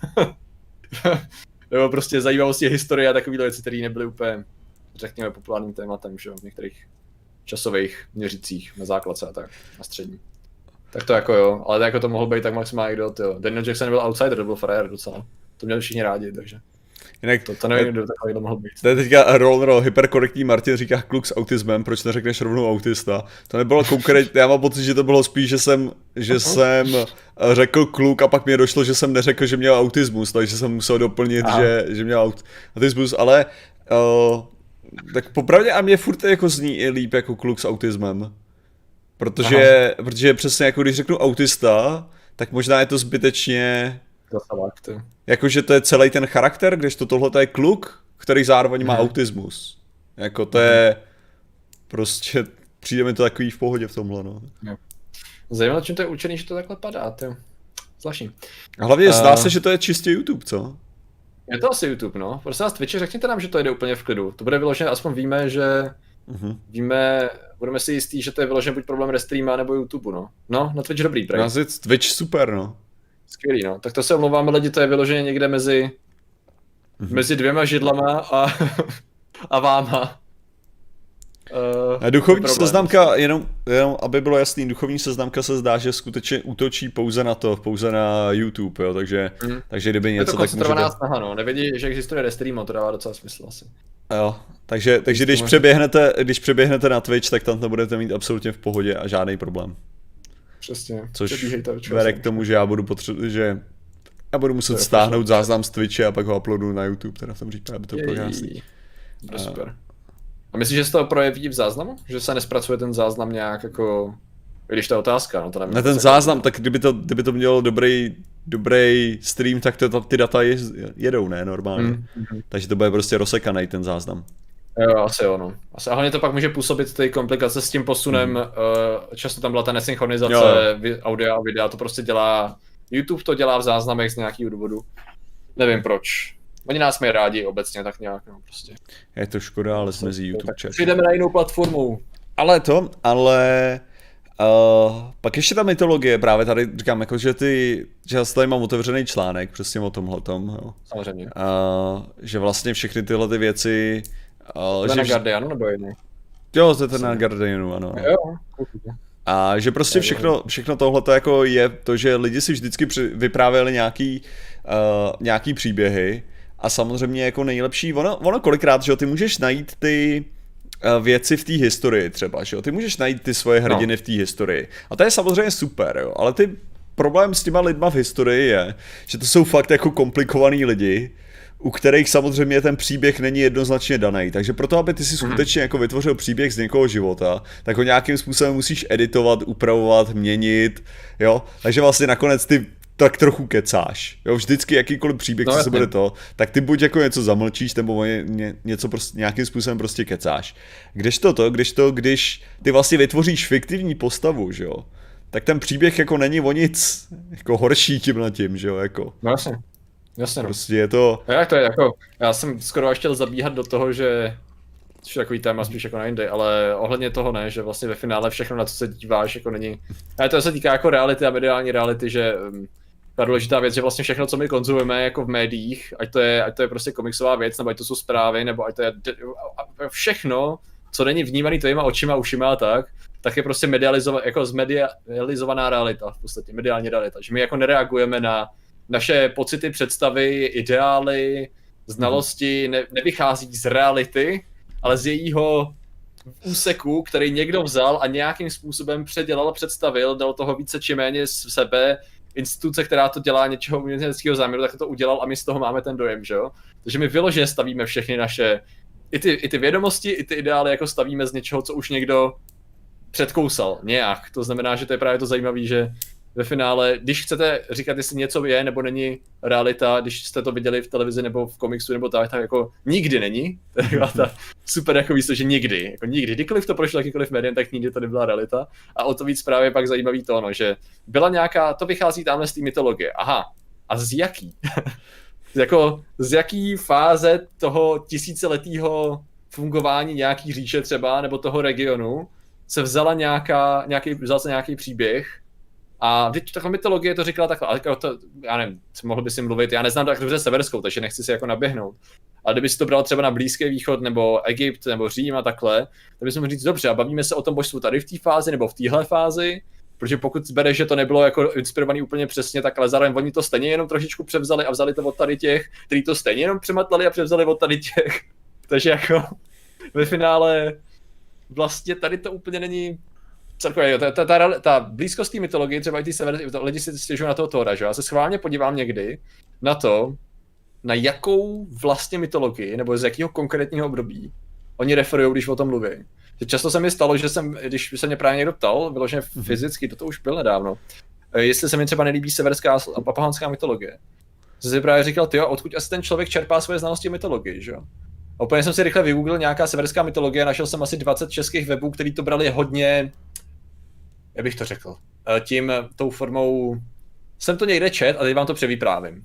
Nebo prostě zajímavosti historie a takovýhle věci, které nebyly úplně, řekněme, populárním tématem, že jo, v některých časových měřicích na základce a tak, na střední. Tak to jako jo, ale jako to mohl být tak maximálně kdo, jo. Daniel Jackson byl outsider, to byl frajer docela. To měli všichni rádi, takže. Jinak, to, to nevím, kdo takový to mohl být. To je teďka roll, roll, hyperkorektní Martin říká kluk s autismem, proč neřekneš rovnou autista? To nebylo konkrétně, já mám pocit, že to bylo spíš, že jsem, že uh-huh. jsem řekl kluk a pak mi došlo, že jsem neřekl, že měl autismus, takže jsem musel doplnit, že, že měl aut, autismus, ale uh, tak popravdě a mě furt jako zní i líp jako kluk s autismem. Protože, protože přesně jako když řeknu autista, tak možná je to zbytečně... Jakože to je celý ten charakter, kdežto tohle je kluk, který zároveň má hmm. autismus. Jako to je... Prostě přijde mi to takový v pohodě v tomhle, no. Zajímavé, čím to je určený, že to takhle padá, to zvláštní. A hlavně zdá uh... se, že to je čistě YouTube, co? Je to asi YouTube, no. Prosím vás, Twitchi, řekněte nám, že to jde úplně v klidu. To bude vyložené, aspoň víme, že... Uh-huh. Víme, budeme si jistí, že to je vyložené buď problém Restreama nebo YouTube, no. No, na Twitch dobrý, pravda. Na Twitch super, no. Skvělý, no. Tak to se omlouváme lidi, to je vyloženě někde mezi... Uh-huh. Mezi dvěma židlama a... a váma. Uh, a duchovní seznamka, jenom, jenom aby bylo jasný, duchovní seznamka se zdá, že skutečně útočí pouze na to, pouze na YouTube, jo, takže, mm. takže kdyby něco, tak můžete... Je to koncentrovaná snaha, no, nevědí, že existuje Restream, to dává docela smysl asi. Jo, takže, takže když přeběhnete, když přeběhnete na Twitch, tak tam to budete mít absolutně v pohodě a žádný problém. Přesně. Což vede k tomu, že já budu potřebovat, že já budu muset stáhnout záznam z Twitche a pak ho uploadu na YouTube, teda v tom případě, aby to bylo krásný. Super. A myslíš, že se to projeví v záznamu? Že se nespracuje ten záznam nějak jako... Když to je otázka, no to nevím. Na ten záznam, tak kdyby to, kdyby to mělo dobrý, dobrý stream, tak to, ty data jedou, ne, normálně. Mm, mm. Takže to bude prostě rozsekaný ten záznam. Jo, asi jo, no. Asi, a hlavně to pak může působit ty komplikace s tím posunem, mm. uh, často tam byla ta nesynchronizace jo. audia a videa, to prostě dělá... YouTube to dělá v záznamech z nějakého důvodu. Nevím proč. Oni nás mají rádi obecně, tak nějak, no prostě. Je to škoda, ale jsme z YouTube chat. Přijdeme na jinou platformu. Ale to, ale... Uh, pak ještě ta mytologie, právě tady říkám, jako, že ty, že já tady mám otevřený článek přesně o tomhletom, jo. Samozřejmě. Uh, že vlastně všechny tyhle ty věci... Uh, to je na Guardianu nebo jiný? Jo, to je ten na Guardianu, ano. Jo, a že prostě všechno, všechno tohle jako je to, že lidi si vždycky vyprávěli nějaký, uh, nějaký příběhy a samozřejmě jako nejlepší, ono, ono kolikrát, že jo, ty můžeš najít ty věci v té historii třeba, že jo, ty můžeš najít ty svoje hrdiny no. v té historii a to je samozřejmě super, jo, ale ty problém s těma lidma v historii je, že to jsou fakt jako komplikovaný lidi, u kterých samozřejmě ten příběh není jednoznačně daný. Takže proto, aby ty si skutečně jako vytvořil příběh z někoho života, tak ho nějakým způsobem musíš editovat, upravovat, měnit, jo. Takže vlastně nakonec ty tak trochu kecáš. Jo, vždycky jakýkoliv příběh, no, co se bude to, tak ty buď jako něco zamlčíš, nebo ně, něco prostě, nějakým způsobem prostě kecáš. Kdežto to, když to, když ty vlastně vytvoříš fiktivní postavu, že jo, tak ten příběh jako není o nic jako horší tím na tím, že jo, jako. No jasně. Jasně, no. Prostě je to... Jak to je, jako, já jsem skoro až chtěl zabíhat do toho, že, což je takový téma spíš jako na jindy, ale ohledně toho ne, že vlastně ve finále všechno, na co se díváš, jako není, ale to se týká jako reality a mediální reality, že um, ta důležitá věc, že vlastně všechno, co my konzumujeme jako v médiích, ať to je, ať to je prostě komiksová věc, nebo ať to jsou zprávy, nebo ať to je všechno, co není vnímaný tvojima očima, ušima a tak, tak je prostě medializovaná, jako zmedializovaná realita, v podstatě mediální realita, že my jako nereagujeme na naše pocity, představy, ideály, znalosti ne, nevychází z reality, ale z jejího úseku, který někdo vzal a nějakým způsobem předělal, představil, dal toho více či méně z sebe, instituce, která to dělá něčeho uměleckého záměru, tak to udělal a my z toho máme ten dojem, že jo? Takže my vyloženě stavíme všechny naše, i ty, i ty vědomosti, i ty ideály jako stavíme z něčeho, co už někdo předkousal nějak. To znamená, že to je právě to zajímavé, že ve finále, když chcete říkat, jestli něco je nebo není realita, když jste to viděli v televizi nebo v komiksu nebo tak, tak jako nikdy není. To je ta super jako výsledek, že nikdy, jako nikdy. Kdykoliv to prošlo jakýkoliv médium, tak nikdy to nebyla realita. A o to víc právě pak zajímavý to, no, že byla nějaká, to vychází tamhle z té mytologie. Aha, a z jaký? Jako z jaký fáze toho tisíciletého fungování nějaký říše třeba, nebo toho regionu, se vzala nějaká, nějaký, vzal se nějaký příběh. A teď takhle mytologie to říkala takhle, ale to, já nevím, mohl by si mluvit, já neznám tak dobře severskou, takže nechci si jako naběhnout. Ale kdyby si to bral třeba na Blízký východ, nebo Egypt, nebo Řím a takhle, tak bychom mohli říct, dobře, a bavíme se o tom božstvu tady v té fázi, nebo v téhle fázi, protože pokud bereš, že to nebylo jako inspirovaný úplně přesně, tak ale zároveň oni to stejně jenom trošičku převzali a vzali to od tady těch, kteří to stejně jenom přematlali a převzali od tady těch. Takže jako ve finále vlastně tady to úplně není celkově, ta, ta, ta, ta blízkost té mytologie, třeba i ty sever, lidi si stěžují na toho Thora, že já se schválně podívám někdy na to, na jakou vlastně mytologii, nebo z jakého konkrétního období oni referují, když o tom mluví. Často se mi stalo, že jsem, když se mě právě někdo ptal, vyloženě fyzicky, to už bylo nedávno, jestli se mi třeba nelíbí severská a papahanská mytologie. Jsem si právě říkal, tyjo, odkud asi ten člověk čerpá svoje znalosti o mytologii, že jo? A úplně jsem si rychle vygooglil nějaká severská mytologie, našel jsem asi dvacet českých webů, který to brali hodně, jak bych to řekl, tím, tou formou, jsem to někde čet a teď vám to převyprávím.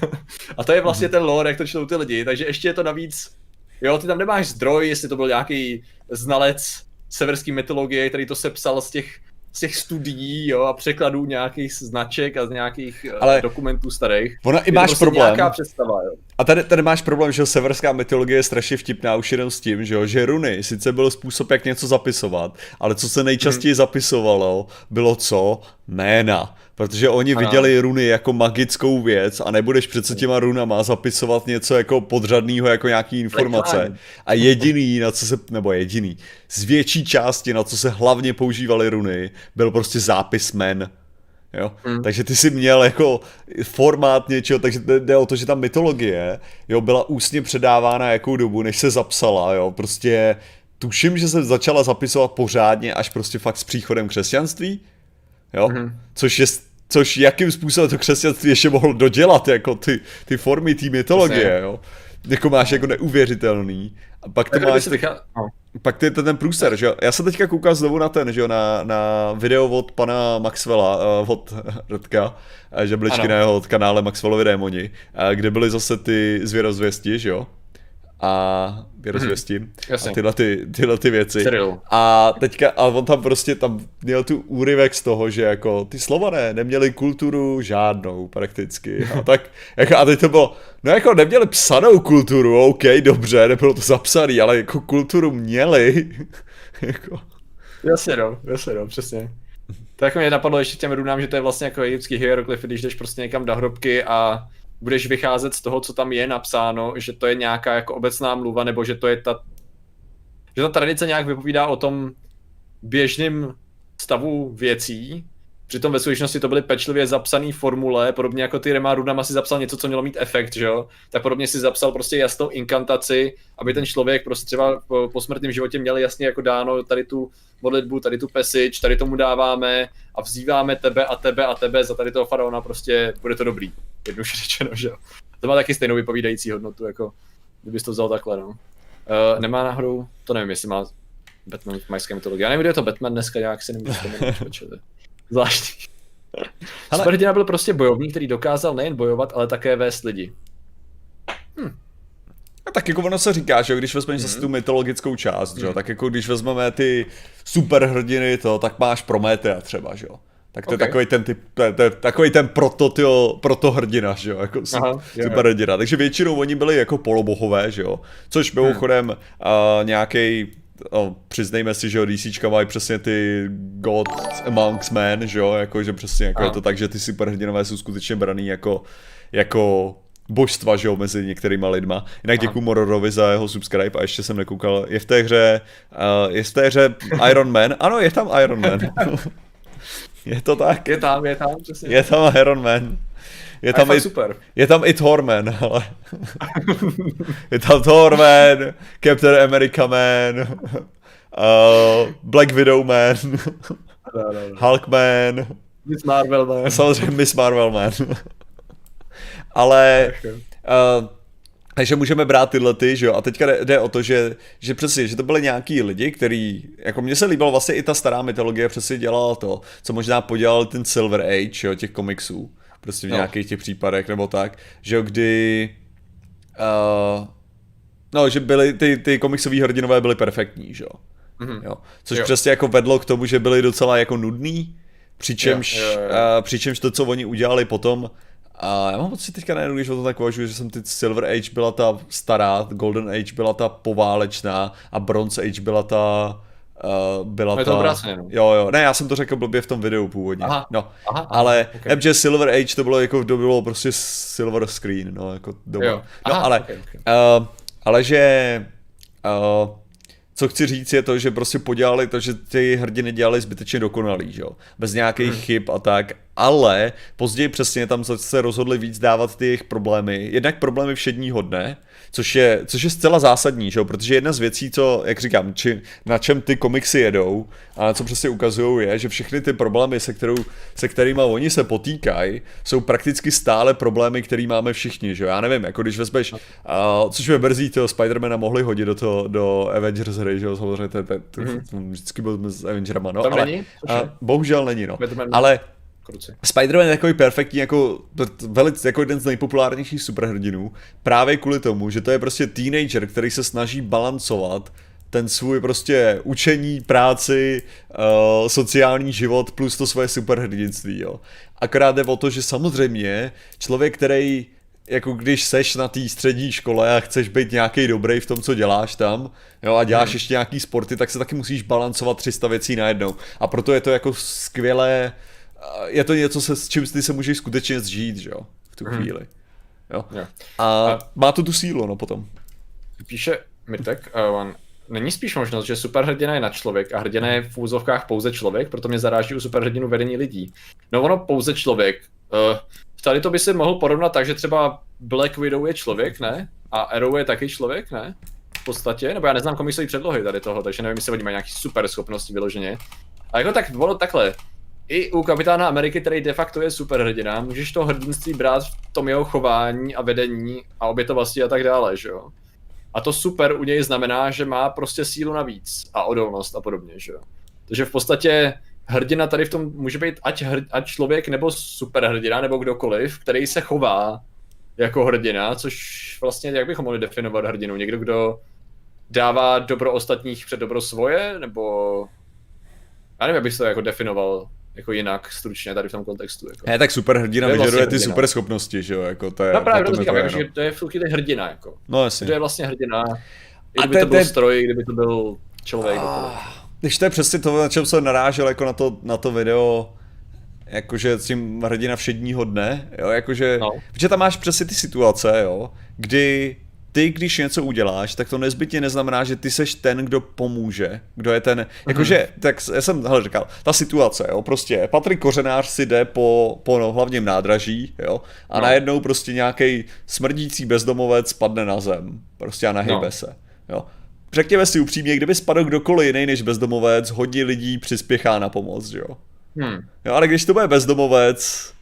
A to je vlastně ten lore, jak to čtou ty lidi, takže ještě je to navíc, jo, ty tam nemáš zdroj, jestli to byl nějaký znalec severské mytologie, který to sepsal z těch, z těch studií, jo, a překladů nějakých značek a z nějakých ale dokumentů starých. Ona i máš prostě problém. Nějaká představa, jo. A tady, tady máš problém, že severská mytologie je strašně vtipná už jenom s tím, že, jo, že runy sice byl způsob, jak něco zapisovat, ale co se nejčastěji hmm. zapisovalo, bylo co? Jména. Protože oni ano. viděli runy jako magickou věc a nebudeš přece těma runama zapisovat něco jako podřadného, jako nějaký informace. A jediný, na co se, nebo jediný, z větší části, na co se hlavně používaly runy, byl prostě zápis jmen. Jo? Hmm. Takže ty si měl jako formát něčeho, takže jde o to, že ta mytologie, jo, byla ústně předávána jakou dobu, než se zapsala, jo, prostě tuším, že se začala zapisovat pořádně až prostě fakt s příchodem křesťanství, jo, hmm. což je, což jakým způsobem to křesťanství ještě mohlo dodělat, jako ty, ty formy té mytologie, jo, jako máš jako neuvěřitelný, a pak to máš, tak, pak ty ten průser, že jo, já jsem teďka koukal znovu na ten, že jo, na, na video od pana Maxwella, uh, od Radka, žebličky na jeho kanále Maxwellovi démoni, uh, kde byly zase ty zvěrozvěsti, že jo, a věrozvěstím hmm. a tyhle, ty, tyhle ty věci. Cyril. A teďka, a on tam prostě tam měl tu úryvek z toho, že jako ty Slované neměli kulturu žádnou prakticky. A tak, jako, a teď to bylo, no jako neměli psanou kulturu, OK, dobře, nebylo to zapsaný, ale jako kulturu měli. jako. Jasně no, jasně no, přesně. To jako mě napadlo ještě těm runám, že to je vlastně jako egyptský hieroglyfy, když jdeš prostě někam do hrobky a budeš vycházet z toho, co tam je napsáno, že to je nějaká jako obecná mluva, nebo že to je ta, že ta tradice nějak vypovídá o tom běžném stavu věcí. Přitom ve skutečnosti to byly pečlivě zapsané formule, podobně jako ty Rema Runama si zapsal něco, co mělo mít efekt, že jo? Tak podobně si zapsal prostě jasnou inkantaci, aby ten člověk prostě třeba po, po smrtném životě měl jasně jako dáno tady tu modlitbu, tady tu passage, tady tomu dáváme a vzýváme tebe a tebe a tebe za tady toho faraona, prostě bude to dobrý. Jednoduše řečeno, že jo? To má taky stejnou vypovídající hodnotu, jako kdybys to vzal takhle, no. Uh, nemá náhodou, to nevím, jestli má Batman v majské mytologii. Já nevím, kde je to Batman dneska, nějak si nemůžu vzpomenout, zvláštní. Superhrdina byl prostě bojovník, který dokázal nejen bojovat, ale také vést lidi. Hm. A tak jako ono se říká, že když vezmeš mm. zase tu mytologickou část, mm. že? Tak jako když vezmeme ty superhrdiny, to, tak máš Prometea třeba, že jo. Tak to okay. je takový ten typ, to je, to je takový ten proto, tyjo, proto hrdina, že jo, jako superhrdina. Takže většinou oni byli jako polobohové, že jo. Což mimochodem hmm. uh, nějaký, oh, přiznejme si, že jo, DCčka mají přesně ty God amongst men, že jo, jako že přesně jako je to tak, že ty superhrdinové jsou skutečně braný jako, jako božstva, že jo, mezi některýma lidma. Jinak děkuju Mororovi za jeho subscribe a ještě jsem nekoukal, je v té hře, uh, je v té hře Iron Man, ano, je tam Iron Man. Je to tak? Je tam, je tam, přesně. Je tam Iron Man. Je tam, i, super. je tam i Thor Man, ale... je tam Thor Man, Captain America Man, uh, Black Widow Man, no, no, no. Hulk Man. Miss Marvel Man. Samozřejmě Miss Marvel Man. ale... Uh, takže můžeme brát tyhle ty, že jo, a teďka jde, jde o to, že, že přesně, že to byly nějaký lidi, který, jako mně se líbilo vlastně i ta stará mytologie přesně dělala to, co možná podělal ten Silver Age, jo, těch komiksů, prostě v no. nějakých těch případech, nebo tak, že jo, kdy, uh, no, že byly, ty, ty komiksový hrdinové byly perfektní, že jo, mm-hmm. jo, což jo. přesně jako vedlo k tomu, že byly docela jako nudný, přičemž, jo, jo, jo. Uh, přičemž to, co oni udělali potom, a já mám pocit teďka najednou, když o to tak uvažuji, že jsem ty Silver Age byla ta stará, Golden Age byla ta poválečná a Bronze Age byla ta... Uh, byla je ta... to obráceně, no. Jo, jo, ne, já jsem to řekl blbě v tom videu původně. Aha. No, aha, ale okay. M J Silver Age to bylo jako, to bylo prostě silver screen, no, jako doba. Jo. Aha, no, ale, okay, okay. Uh, ale že... Uh, co chci říct je to, že prostě podělali to, že ty hrdiny dělali zbytečně dokonalý, že jo, bez nějakých hmm. chyb a tak, ale později přesně tam se rozhodli víc dávat ty jejich problémy, jednak problémy všedního dne, což je, což je zcela zásadní, že jo, protože jedna z věcí, co, jak říkám, či, na čem ty komiksy jedou a na co přesně ukazují je, že všechny ty problémy, se, kterou, se kterýma oni se potýkají, jsou prakticky stále problémy, který máme všichni, že jo, já nevím, jako když vezmeš, uh, což mě brzí, toho Spidermana mohli hodit do toho, do Avengers hry, že jo, samozřejmě to, to, to, to vždycky byl s Avengerama, no, tam ale není? Uh, bohužel není, no, Batman. ale Kruci. Spider-Man je takový perfektní, jako, velice, jako jeden z nejpopulárnějších superhrdinů, právě kvůli tomu, že to je prostě teenager, který se snaží balancovat ten svůj prostě učení, práci, uh, sociální život plus to svoje superhrdinství, jo. Akorát jde o to, že samozřejmě člověk, který jako když seš na té střední škole a chceš být nějaký dobrý v tom, co děláš tam, jo, a děláš hmm. ještě nějaký sporty, tak se taky musíš balancovat tři sta věcí najednou. A proto je to jako skvělé, je to něco, se, s čím ty se můžeš skutečně zžít, že jo, v tu chvíli. Jo. Jo. A, a má to tu sílu, no potom. Píše Mitek, uh, není spíš možnost, že superhrdina je na člověk a hrdina je v úzovkách pouze člověk, proto mě zaráží u superhrdinu vedení lidí. No ono pouze člověk. Uh, tady to by se mohl porovnat tak, že třeba Black Widow je člověk, ne? A Arrow je taky člověk, ne? V podstatě, nebo já neznám komiksové předlohy tady toho, takže nevím, jestli oni mají nějaký super schopnosti vyloženě. A jako tak, ono takhle. I u Kapitána Ameriky, který de facto je superhrdina, můžeš to hrdinství brát v tom jeho chování a vedení a obětovosti a tak dále, že jo. A to super u něj znamená, že má prostě sílu navíc a odolnost a podobně, že jo. Takže v podstatě hrdina tady v tom může být ať, hrd, ať člověk nebo superhrdina nebo kdokoliv, který se chová jako hrdina, což vlastně, jak bychom mohli definovat hrdinu? Někdo, kdo dává dobro ostatních před dobro svoje, nebo... Já nevím, jak bych to jako definoval jako jinak, stručně tady v tom kontextu. Jako. Ne, tak superhrdina To je vyžaduje vlastně ty hrdina. super schopnosti, že jo, jako to je... No právě o tom to je říkám, to, jako, no. že to je v tu chvíli hrdina, jako. No jasně. To je vlastně hrdina, i A kdyby to- to byl to- stroj, i kdyby to byl člověk. Ah, Když to je přesně to, na čem jsem narážel jako na to, na to video, jakože s tím hrdina všedního dne, jo, jakože, No. protože tam máš přesně ty situace, jo, kdy ty, když něco uděláš, tak to nezbytně neznamená, že ty seš ten, kdo pomůže, kdo je ten, jakože, tak já jsem, hele, říkal, ta situace, jo, prostě Patrik Kořenář si jde po, po no, hlavním nádraží, jo, a No. najednou prostě nějaký smrdící bezdomovec spadne na zem, prostě a nahejbe No. se, jo. Řekněme si upřímně, kdyby spadl kdokoliv jiný než bezdomovec, hodně lidí přispěchá na pomoc, jo. Hmm. Jo, ale když to bude bezdomovec,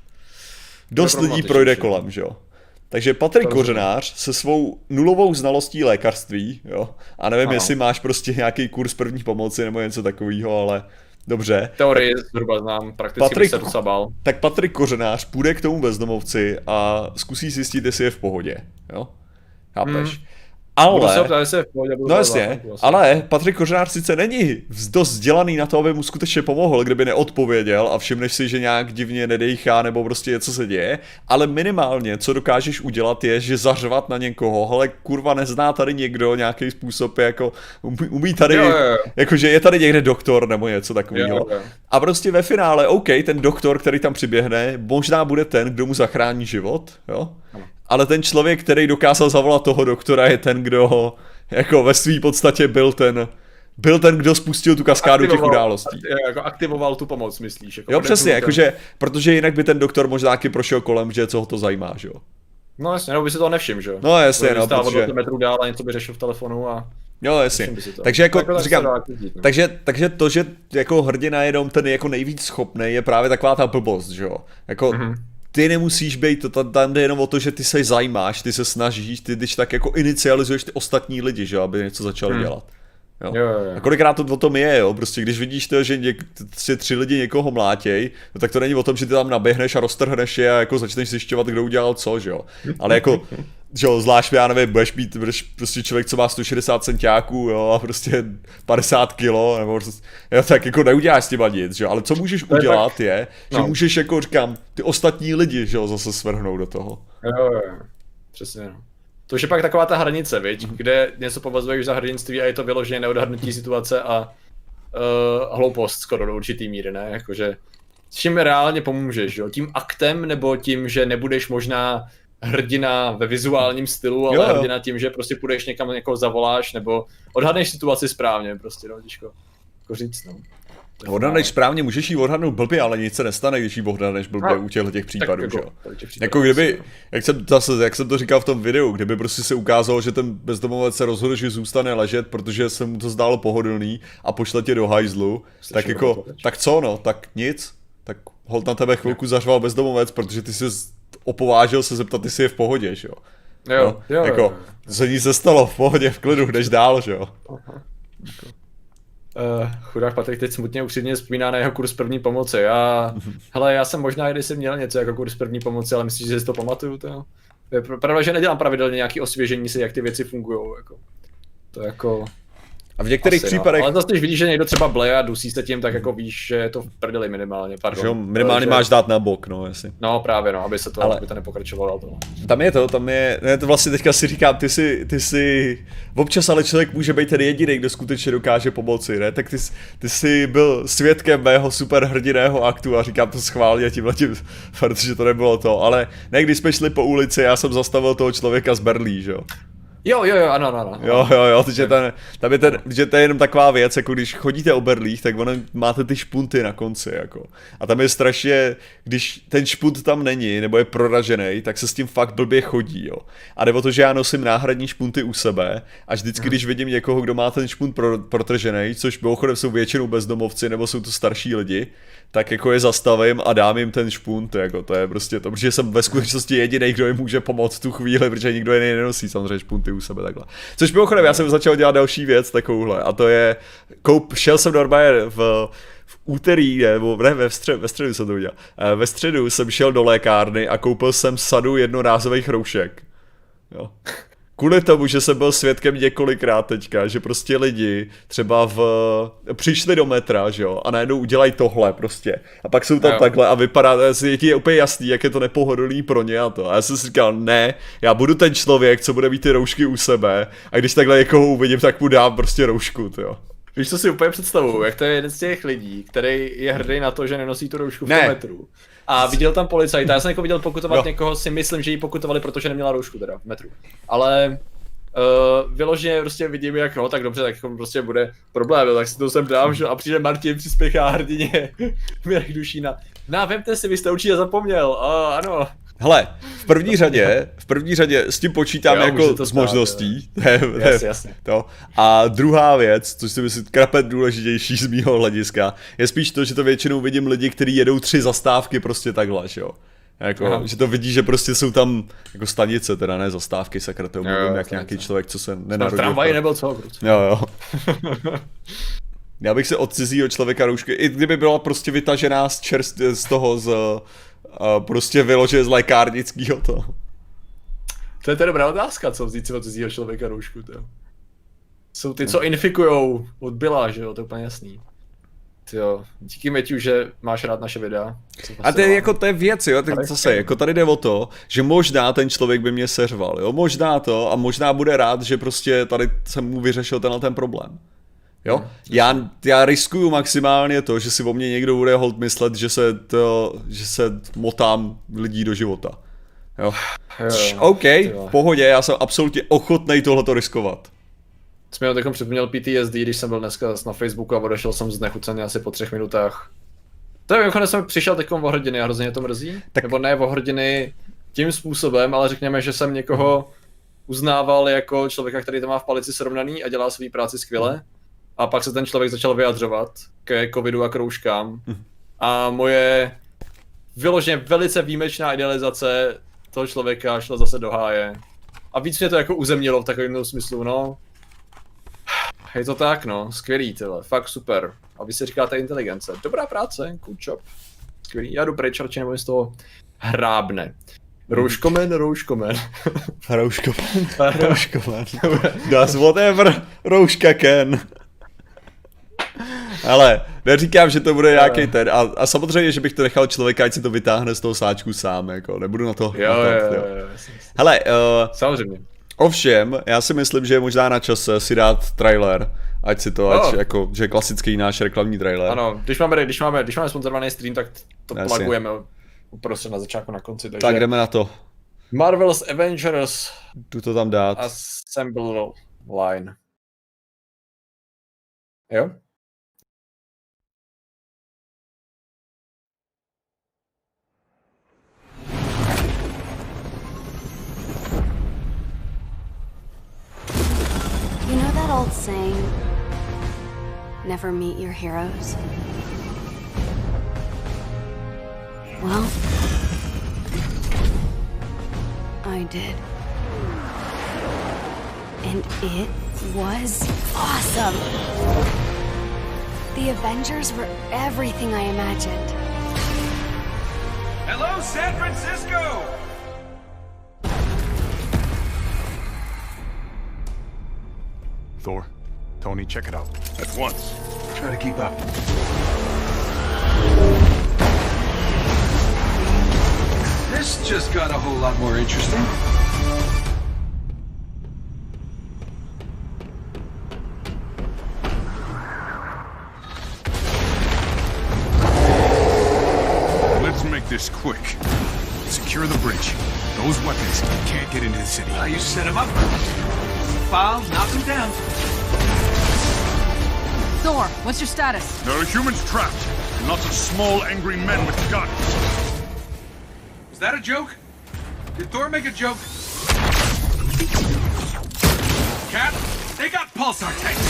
dost lidí problematičnější. projde kolem, že jo. Takže Patrik To rozumím. Kořenář se svou nulovou znalostí lékařství, jo, a nevím, Ano. jestli máš prostě nějaký kurz první pomoci nebo něco takového, ale dobře. Teorii zhruba znám, prakticky Patrik- bych se docela bál. Tak Patrik Kořenář půjde k tomu bezdomovci a zkusí zjistit, jestli je v pohodě, jo. Chápeš? Hmm. Budu se Ale... optat, jestli je v pohodě, budu No se jasně, optat, vlastně. ale Patrik Kořenář sice není dost vzdělaný na to, aby mu skutečně pomohl, kdyby neodpověděl a všimneš si, že nějak divně nedejchá nebo prostě něco se děje, ale minimálně, co dokážeš udělat je, že zařvat na někoho, hele kurva, nezná tady někdo nějaký způsob, jako umí, umí tady, Jo, jo, jo. jakože je tady někde doktor nebo něco takového. Jo, jo. A prostě ve finále, OK, ten doktor, který tam přiběhne, možná bude ten, kdo mu zachrání život, jo? Ano. Ale ten člověk, který dokázal zavolat toho doktora, je ten, kdo ho, jako ve své podstatě byl ten, byl ten, kdo spustil tu kaskádu těch Aktivoval- událostí. Jako aktivoval tu pomoc, myslíš? Jako Jo, přesně, ten- jakože, protože jinak by ten doktor možná taky prošel kolem, že co ho to zajímá, že jo. No jasně, nebo by si toho nevšiml, že jo? No jasně, no, Stál o protože, dvacet metrů dál a něco by řešil v telefonu a... jo, jasně. nevšiml by si to. Takže jako, Takhle se říkám, dá říct, no. takže, takže to, že jako hrdina je jenom ten jako nejvíc schopný, je právě taková ta blbost, že jo. Jako, Mhm. ty nemusíš být, to tam- tam jde jenom o to, že ty se zajímáš, ty se snažíš, ty když tak jako inicializuješ ty ostatní lidi, že jo, aby něco začali Hmm. dělat. Jo. Jo, jo, jo. A kolikrát to o tom je, jo, prostě když vidíš to, že něk, tři, tři lidi někoho mlátěj, no tak to není o tom, že ty tam naběhneš a roztrhneš je a jako začneš zjišťovat, kdo udělal co, že jo. Ale jako, že jo, zvlášť, já nevím, budeš mít, budeš prostě člověk, co má sto šedesát centiáků, jo, a prostě padesát kilo, nebo prostě, jo, tak jako neuděláš s těma nic, že jo, ale co můžeš To je udělat tak- je, že no. můžeš, jako říkám, ty ostatní lidi, že jo, zase svrhnout do toho. Jo, jo, jo. Přesně, no. To už je pak taková ta hranice, viď? Kde něco považuješ za hrdinství a je to vyloženě neodhadnutí situace a uh, hloupost skoro do určitý míry, ne? Jakože s čím reálně pomůžeš, jo? Tím aktem nebo tím, že nebudeš možná hrdina ve vizuálním stylu, ale Jo, jo. hrdina tím, že prostě půjdeš někam, někoho zavoláš nebo odhadneš situaci správně, prostě, no, těžko jako říct, no. Odhadneš správně, můžeš jí odhadnout blbě, ale nic se nestane, když jí odhadneš blbě No, u těchto těch případů, tak že jako, jo. tady těch případů Jako kdyby, prostě, jak jsem, zase, jak jsem to říkal v tom videu, kdyby prostě se ukázalo, že ten bezdomovec se rozhodl, že zůstane ležet, protože se mu to zdálo pohodlný a pošle tě do hajzlu, Slyším tak jako, to teď. tak co no, tak nic, tak hold na tebe chvilku zařval bezdomovec, protože ty jsi opovážil se zeptat, jestli je v pohodě, že jo. Jo, jo, jo, jako, jo. co ní se stalo, v pohodě, v klidu, jdeš dál, že jo. Uh, chudák Patrik teď smutně upřímně vzpomíná na jeho kurz první pomoci. Já, hele, já jsem možná kdysi měl něco jako kurz první pomoci, ale myslíš, že si to pamatuju? To je pr- pravda, že nedělám pravidelně nějaký osvěžení si, jak ty věci fungují. Jako. To jako... A v některých asi, případech, no. Ale zase, když vidíš, že někdo třeba bleje a dusí se tím, tak jako víš, že je to v prdeli minimálně, pardon. že jo, minimálně že... máš dát na bok, no, jasně. No právě, no, aby se to, Ale- aby to nepokračovalo. To. Tam je to, tam je, ne, to vlastně teďka si říkám, ty si, ty si, občas ale člověk může být ten jediný, kdo skutečně dokáže pomoci, ne, tak ty, jsi- ty jsi byl svědkem mého superhrdinného aktu a říkám to schválně tímhletím, protože to nebylo to, ale ne, když jsme šli po ulici, já jsem zastavil toho člověka z Berlí, že jo. Jo, jo, jo, ano, ano. ano. Jo, jo, jo, takže ten, tam je ten, že to je jenom taková věc, jako když chodíte o berlích, tak ono, máte ty špunty na konci, jako. A tam je strašně, když ten špunt tam není, nebo je proražený, tak se s tím fakt blbě chodí, jo. A nebo to, že já nosím náhradní špunty u sebe a vždycky, když vidím někoho, kdo má ten špunt pro, protržený, což mimochodem jsou většinou bezdomovci, nebo jsou to starší lidi, tak jako je zastavím a dám jim ten špunt, jako to je prostě to, protože jsem ve skutečnosti jediný, kdo jim může pomoct v tu chvíli, protože nikdo jiný nenosí samozřejmě špunty u sebe takhle. Což mimochodem, já jsem začal dělat další věc takovouhle a to je, koup, šel jsem normálně v, v úterý, nebo ne, ve, střed, ve středu jsem to udělal. Ve středu jsem šel do lékárny a koupil jsem sadu jednorázových roušek. Jo. Kvůli tomu, že jsem byl svědkem několikrát teďka, že prostě lidi třeba v... přišli do metra, že jo, a najednou udělají tohle prostě. A pak jsou tam jo. takhle a vypadá, je ti je úplně jasný, jak je to nepohodlný pro ně a to. A já jsem si říkal, ne, já budu ten člověk, co bude mít ty roušky u sebe a když takhle někoho uvidím, tak mu dám prostě roušku, jo. Víš, co si úplně představuju, jak to je jeden z těch lidí, který je hrdý na to, že nenosí tu roušku v ne. tom metru. A viděl tam policajta, já jsem jako viděl pokutovat no. někoho, si myslím, že ji pokutovali, protože neměla roušku teda v metru. Ale uh, vyloženě prostě vidím, jak no, tak dobře, tak jako prostě bude problém, tak si to sem dám, že? A přijde Martin, přispěchá hrdině, Mirek Dušína. No, vemte si, vy jste určitě zapomněl, a ano. Hele, v první řadě, v první řadě s tím počítám jo, jako s možností. Jasně, jasně. To. A druhá věc, což si myslím krapet důležitější z mýho hlediska, je spíš to, že to většinou vidím lidi, kteří jedou tři zastávky prostě takhle, že jo. Jako, že to vidí, že prostě jsou tam jako stanice, teda ne zastávky, sakra, to mluvím jak nějaký člověk, co se nenarodil. Tramvaj nebo co? Jo, jo. Já bych se od cizího člověka roušky, i kdyby byla prostě vytažená z čerst, z toho, z, a prostě vyloženě z lékárnického to. To je teda dobrá otázka, co vzít si od cizího člověka roušku, to. Jsou ty, co infikujou od Billa, že jo, to je úplně jasný. Jo, díky Matthew, že máš rád naše videa. A to je jako to je věc, jo, tak zase, jako tady jde o to, že možná ten člověk by mě seřval, jo, možná to a možná bude rád, že prostě tady jsem mu vyřešil tenhle ten problém. Jo, já, já riskuju maximálně to, že si o mě někdo bude hold myslet, že se to, že se motám lidí do života. Jo. Jo, OK, v pohodě, já jsem absolutně ochotnej tohleto riskovat. Jsem měl takom připomněl P T S D, když jsem byl dneska na Facebooku a odešel jsem znechucený asi po třech minutách. To je, jako jsem přišel takom o hrdiny a hrozně to mrzí. Tak... Nebo ne o hrdiny tím způsobem, ale řekněme, že jsem někoho uznával jako člověka, který to má v palici srovnaný a dělá svou práci skvěle. A pak se ten člověk začal vyjadřovat ke covidu a k rouškám. A moje vyloženě velice výjimečná idealizace toho člověka šla zase do háje. A víc mě to jako uzemnilo v takovém smyslu, no. Je to tak, no, skvělý, tyhle, fakt super. A vy si říkáte inteligence. Dobrá práce, good job. Skvělý, já jdu pryč, radši nebojím z toho hrábne. Rouškomen, rouškomen. Rouškomen, rouškomen. Das whatever, rouška Ken. Ale neříkám, že to bude nějaký ten, a, a samozřejmě, že bych to nechal člověka, ať si to vytáhne z toho sáčku sám, jako, nebudu na to jo, natat, jo, jo. jo, jo. Hele, uh, samozřejmě. Ovšem, já si myslím, že je možná na čase si dát trailer, ať si to, oh. ať, jako, že je klasický náš reklamní trailer. Ano, když máme, když máme, když máme sponzorovaný stream, tak to Jasně. plagujeme uprostřed na začátku, na konci, takže... Tak jdeme na to. Marvel's Avengers. Jdu to tam dát. Assemble line. Jo? You know that old saying, never meet your heroes? Well, I did. And it was awesome! The Avengers were everything I imagined. Hello, San Francisco! Thor, Tony, check it out. At once. Try to keep up. This just got a whole lot more interesting. Let's make this quick. Secure the bridge. Those weapons can't get into the city. Uh, you set him up. File, knock him down. Thor, what's your status? There are humans trapped, and lots of small, angry men with guns. Was that a joke? Did Thor make a joke? Cap, they got pulsar tanks.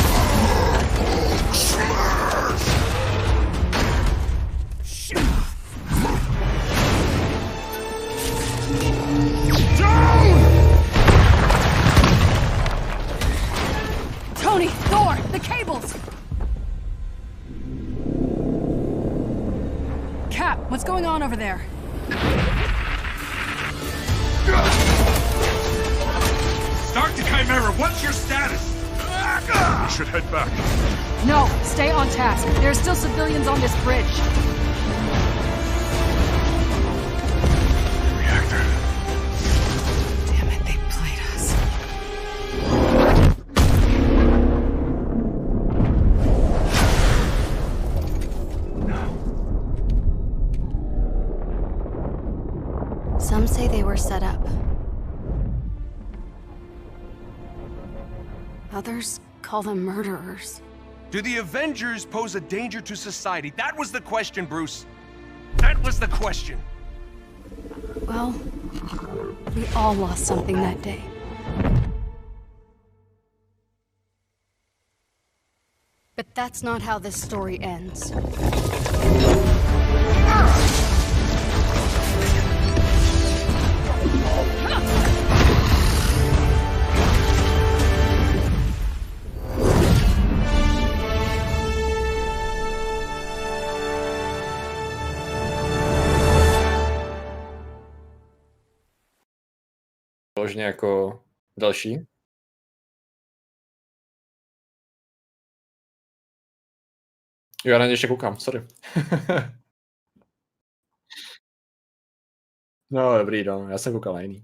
Tony, Thor, the cables! going on over there? Start the Chimera. What's your status? We should head back. No, stay on task. There are still civilians on this bridge. Reactor. Damn it, they played us. Some say they were set up. Others call them murderers. Do the Avengers pose a danger to society? That was the question, Bruce. That was the question. Well, we all lost something that day. But that's not how this story ends. Vložně jako další. Jo, já na ně ještě koukám, sorry. No, dobrý, no, já jsem koukal na jiný.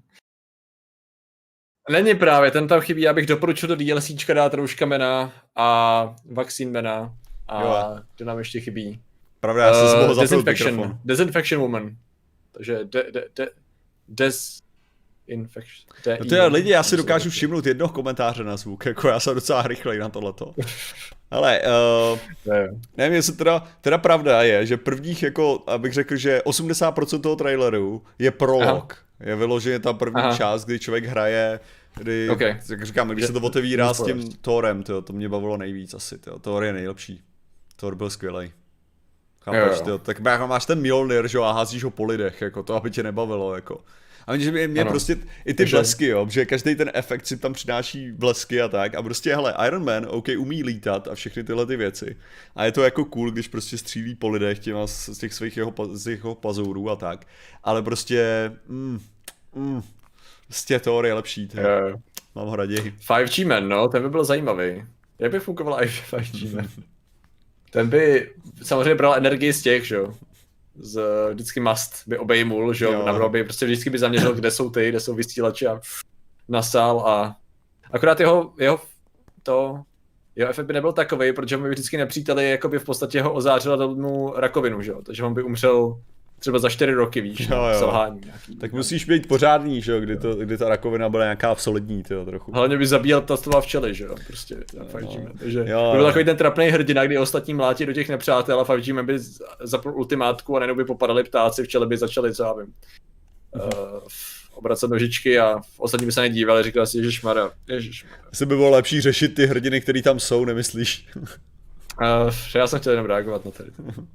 Není právě, ten tam chybí, já bych doporučil do DLCčka dát Rouška Mana a Vaccine Mana a Jo. kdo nám ještě chybí? Pravda, já jsem si mohl Uh, zapnout Disinfection, mikrofon. Disinfection Woman. Takže de, de, de, des... Infection. De, No to je lidi, já si dokážu všimnout jednoho komentáře na zvuk, jako já jsem docela rychlej na tohleto. Ale, uh, nevím, jestli teda, teda pravda je, že prvních jako, abych řekl, že osmdesát procent toho traileru je prolog. Aha. Je vyloženě ta první Aha. část, kdy člověk hraje, kdy, okay. jak říkám, když se to otevírá s tím Thorem, tyjo, to mě bavilo nejvíc asi, tyjo. Thor je nejlepší. Thor byl skvělej. Chápeš, tyjo, tak máš ten Mjolnir, že jo, a házíš ho po lidech, jako to, aby tě nebavilo, jako. A mě, mě prostě i ty Takže... blesky, jo, že každý ten efekt si tam přináší blesky a tak a prostě hele, Iron Man, ok, umí lítat a všechny tyhle ty věci a je to jako cool, když prostě střílí po lidech těma z těch svých jeho, z jeho pazourů a tak, ale prostě mm, mm, prostě Thor je lepší, tě. Yeah. Mám ho raději. five G Man, no, ten by byl zajímavý. Jak by fungoval i five G Man? Ten by samozřejmě bral energii z těch, že jo. Z, vždycky must by obejmul, že jo, nabral by, prostě vždycky by zaměřil, kde jsou ty, kde jsou vysílači a nasál a akorát jeho, jeho, to, jeho efekt by nebyl takovej, protože by vždycky nepříteli, jakoby v podstatě ho ozářila mu rakovinu, že jo, takže on by umřel třeba za čtyři roky, víš, jo, jo. selhání nějaký. Tak musíš být pořádný, že jo, kdy, to, kdy ta rakovina byla nějaká solidní, tyjo, trochu. Hlavně by zabíjel tastoval včely, že jo, prostě, no, five G Man, takže jo, by byl takový ten trapnej hrdina, kdy ostatní mlátí do těch nepřátel a five G Man by zapl ultimátku a najednou by popadali ptáci, včely by začaly, co já vím, uh, obracet nožičky a ostatní by se nedívali, říkali si, ježišmarja, ježišmarja. Jestli by bylo lepší řešit ty hrdiny, který tam jsou, nemyslíš? uh, já jsem chtěl jenom reagovat na tady.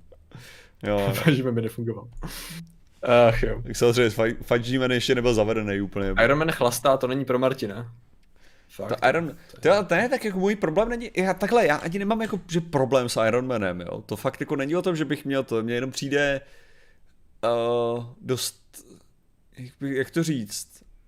Jo. five G Man by nefungoval. Ach jo. Tak samozřejmě five G Man ještě nebyl zavedený úplně. Iron Man chlastá, to není pro Martina. Fakt. To Iron, to, to je tak jako můj problém není, já takhle, já ani nemám jako, že problém s Iron Manem, jo. To fakt jako není o tom, že bych měl to, mně jenom přijde uh, dost, jak, by, jak to říct,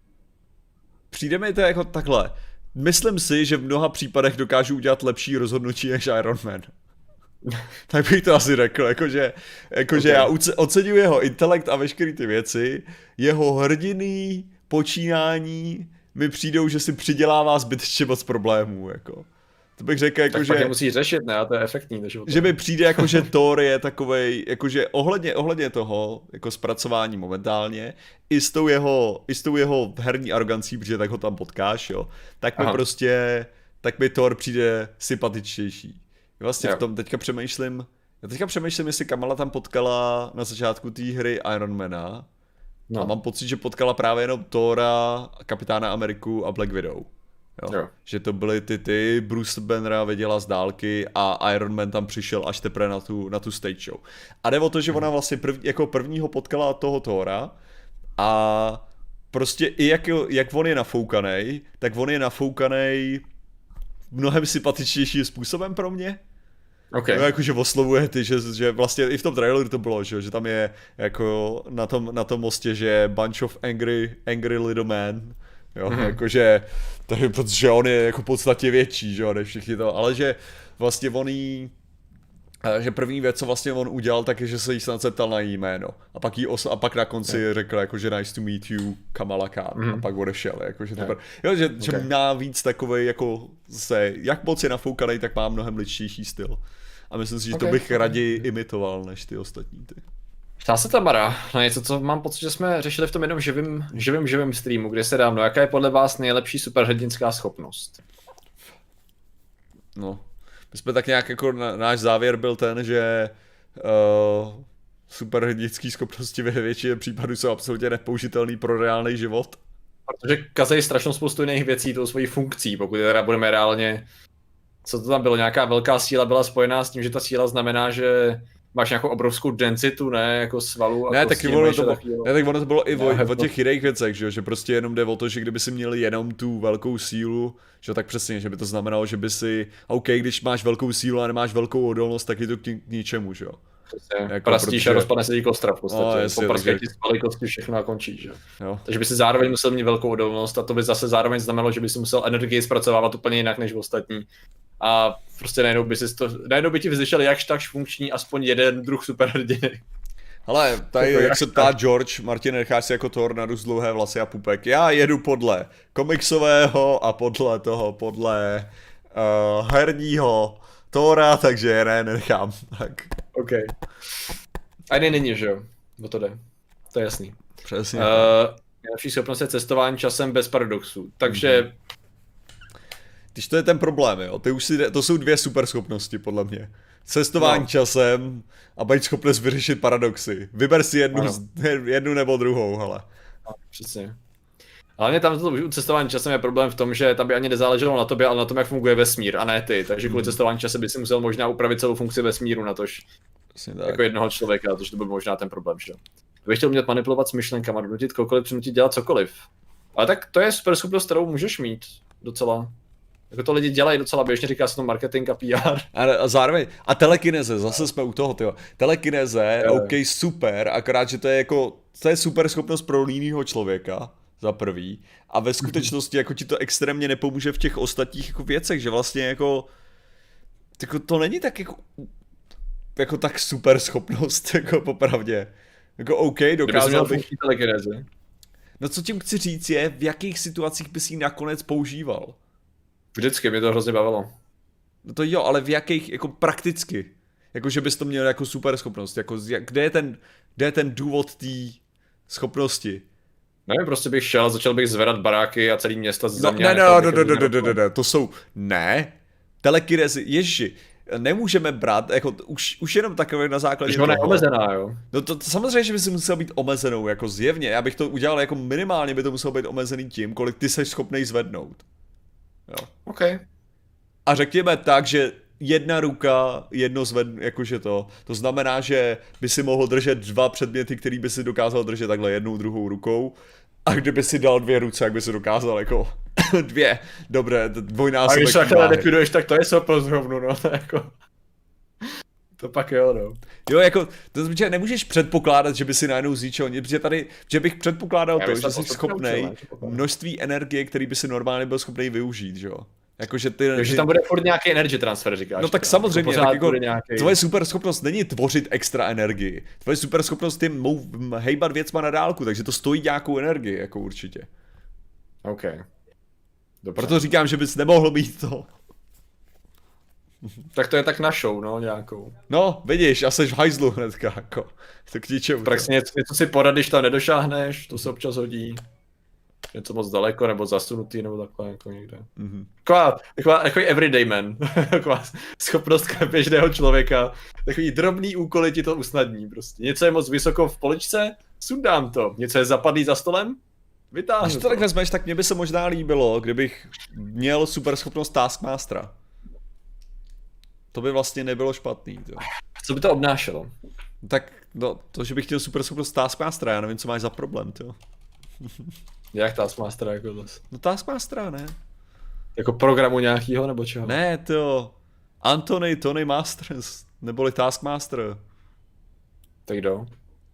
přijde mi to jako takhle. Myslím si, že v mnoha případech dokážu udělat lepší rozhodnutí než Iron Man. Tak bych to asi řekl, jakože, jakože okay. Já oceňuji jeho intelekt a veškeré ty věci, jeho hrdinný počínání mi přijdou, že si přidělává zbytečně moc problémů, jako. To bych řekl, jako, tak že... Tak musí řešit, ne? A to je efektní. Než že mi přijde, jako, že Thor je takovej, jakože ohledně, ohledně toho, jako zpracování momentálně, i s tou jeho, i s tou jeho herní arogancí, protože tak ho tam potkáš, jo, tak mi Aha. prostě, tak mi Thor přijde sympatičtější. Vlastně jo. v tom teďka přemýšlím, já teďka přemýšlím, jestli Kamala tam potkala na začátku té hry Ironmana. No. A mám pocit, že potkala právě jenom Thora, Kapitána Ameriku a Black Widow. Jo? Jo. Že to byly ty ty, Bruce Bannera viděla z dálky a Iron Man tam přišel až teprve na tu, na tu stage show. A jde o to, že ona vlastně prv, jako prvního potkala toho Thora a prostě i jak, jak on je nafoukanej, tak on je nafoukanej mnohem sympatičnějším způsobem pro mě. Okay. No, jakože oslovuje ty, že, že vlastně i v tom traileru to bylo, že, že tam je jako na tom, na tom mostě, že je bunch of angry, angry little men, jo, mm-hmm. jakože, takže, protože on je jako podstatě větší, že jo, než všichni to, ale že vlastně on jí, že první věc, co vlastně on udělal, tak je, že se jí snad zeptal na jí jméno. A pak, jí os- a pak na konci yeah. řekl, jako, že nice to meet you, Kamala Khan. Mm-hmm. A pak odešel. Jako, že, yeah. jo, že, okay. že má víc takovej, jako se, jak moc je nafoukanej, tak má mnohem lidštější styl. A myslím si, že okay. to bych okay. raději imitoval, než ty ostatní. Ty. Ptá se Tamara na něco, co mám pocit, že jsme řešili v tom jednom živým, živým, živým streamu, kde se dávno. Jaká je podle vás nejlepší superhrdinská schopnost? No. My jsme tak nějak jako, náš závěr byl ten, že uh, superhrdinské schopnosti ve většině případů jsou absolutně nepoužitelný pro reálný život. Protože kazejí strašnou spoustu jiných věcí tou svojí funkcí, pokud teda budeme reálně... Co to tam bylo, nějaká velká síla byla spojená s tím, že ta síla znamená, že máš nějakou obrovskou densitu, ne, jako svalů a ne, kostí, taky ono to bylo, takový, ne, tak ono to bylo i o, o těch jiných věcech, že, že prostě jenom jde o to, že kdyby si měli jenom tu velkou sílu, že tak přesně, že by to znamenalo, že by si, OK, když máš velkou sílu a nemáš velkou odolnost, tak je to k, k ničemu, že jo. Jako Prastíš protože... a rozpadne se jí kostra v podstatě, no, jasně, poprské takže... ti svaly kosti všechno a končí, že jo. Takže by si zároveň musel mít velkou odolnost a to by zase zároveň znamenalo, že by si musel energii zpracovávat úplně jinak než ostatní. A prostě najednou by, si to, najednou by ti vyzešel jakž takž funkční aspoň jeden druh superhrdiny. Hele, tady jak se ptá George, Martin, necháš si jako Thor narůst dlouhé vlasy a pupek. Já jedu podle komiksového a podle toho, podle uh, herního Thora, takže ne, nechám. Tak. OK. A ne, není, že jo? O to jde. To je jasný. Přesně. Uh, Nejlepší schopnost je cestování časem bez paradoxů. Takže... Mm-hmm. Když to je ten problém, jo, ty už si, to jsou dvě super schopnosti, podle mě. Cestování no. časem a být schopný vyřešit paradoxy. Vyber si jednu, jednu nebo druhou, hele. No, přesně. Hlavně tam to u cestování časem je problém v tom, že tam by ani nezáleželo na tobě, ale na tom, jak funguje vesmír, a ne ty. Takže kvůli hmm. cestování časem by si musel možná upravit celou funkci vesmíru na tož. Jako jednoho člověka, na to, že to byl možná ten problém, že? Kdybych chtěl umět manipulovat s myšlenkama, donutit kohokoliv, přinutit dělat cokoliv. Ale tak to je super schopnost, kterou můžeš mít docela. Jako to lidi dělají docela běžně, říká se to marketing a P R. A zároveň, a telekineze, zase jsme u toho, tyjo. Telekineze, jo. OK, super, akorát, že to je jako, to je super schopnost pro jinýho člověka, za prvý, a ve skutečnosti jako ti to extrémně nepomůže v těch ostatních jako věcech, že vlastně jako, jako to není tak jako, jako tak super schopnost, jako popravdě. Jako OK, dokázal bych... telekineze. No co tím chci říct je, v jakých situacích bys ji nakonec používal. Vždycky, mě to hrozně bavilo. No to jo, ale v jakých, jako prakticky. Jako, že bys to měl jako super schopnost. Jako, kde je ten, kde je ten důvod té schopnosti? Nevím, prostě bych šel, začal bych zvedat baráky a celý města z země. No, ne, no, no, no, no, no, no, no, to jsou, ne, telekinezy, ježiši, nemůžeme brát, jako, už, už jenom takové na základě toho. Už ona je omezená, jo. No to, to samozřejmě, že by si musel být omezenou, jako zjevně, já bych to udělal jako minimálně, by to muselo být omezený tím, kolik ty seš schopnej zvednout. Jo. OK. A řekněme tak, že jedna ruka, jedno zvednu, jakože to, to znamená, že by si mohl držet dva předměty, který by si dokázal držet takhle jednou, druhou rukou, a kdyby si dal dvě ruce, jak by si dokázal jako dvě, dobré, dvojnásobek. A když takhle definuješ, tak to je sopost rovnu, no, to jako... To pak jo, no. Jo, jako, to znamená, nemůžeš předpokládat, že by si najednou zničil, protože tady, že bych předpokládal já to, že jsi schopnej množství energie, který by si normálně byl schopnej využít, že jo. Jakože ty... Takže tam bude furt nějaký energy transfer, říkáš. No tak samozřejmě, tak jako, nějaký... tvoje super schopnost není tvořit extra energii. Tvoje super schopnost je mou, hejbat věcma na dálku, takže to stojí nějakou energii, jako určitě. OK. Dobře. Proto říkám, že bys nemohl mít to. Tak to je tak na show, no, nějakou. No, vidíš, a seš v hajzlu hnedka, jako. To k ničemu. Tak si něco, něco si porad, když tam nedošáhneš, to se občas hodí. Něco moc daleko, nebo zasunutý, nebo takhle jako někde. Mm-hmm. Taková, taková, takový everyday man. Taková schopnost běžného člověka. Takový drobný úkoly ti to usnadní prostě. Něco je moc vysoko v poličce, sundám to. Něco je zapadlý za stolem, vytáhnu Když to. Když to tak vezmeš, tak mě by se možná líbilo, kdybych měl super schopnost Taskmastera. To by vlastně nebylo špatný. To. Co by to obnášelo? Tak no, to, že bych chtěl super schopnost Taskmastera, já nevím, co máš za problém, to. Jak Taskmastera jako zase? No Taskmastera, ne? Jako programu nějakýho nebo čeho? Ne, to. Anthony, Tony Masters, neboli Taskmaster. Tak kdo?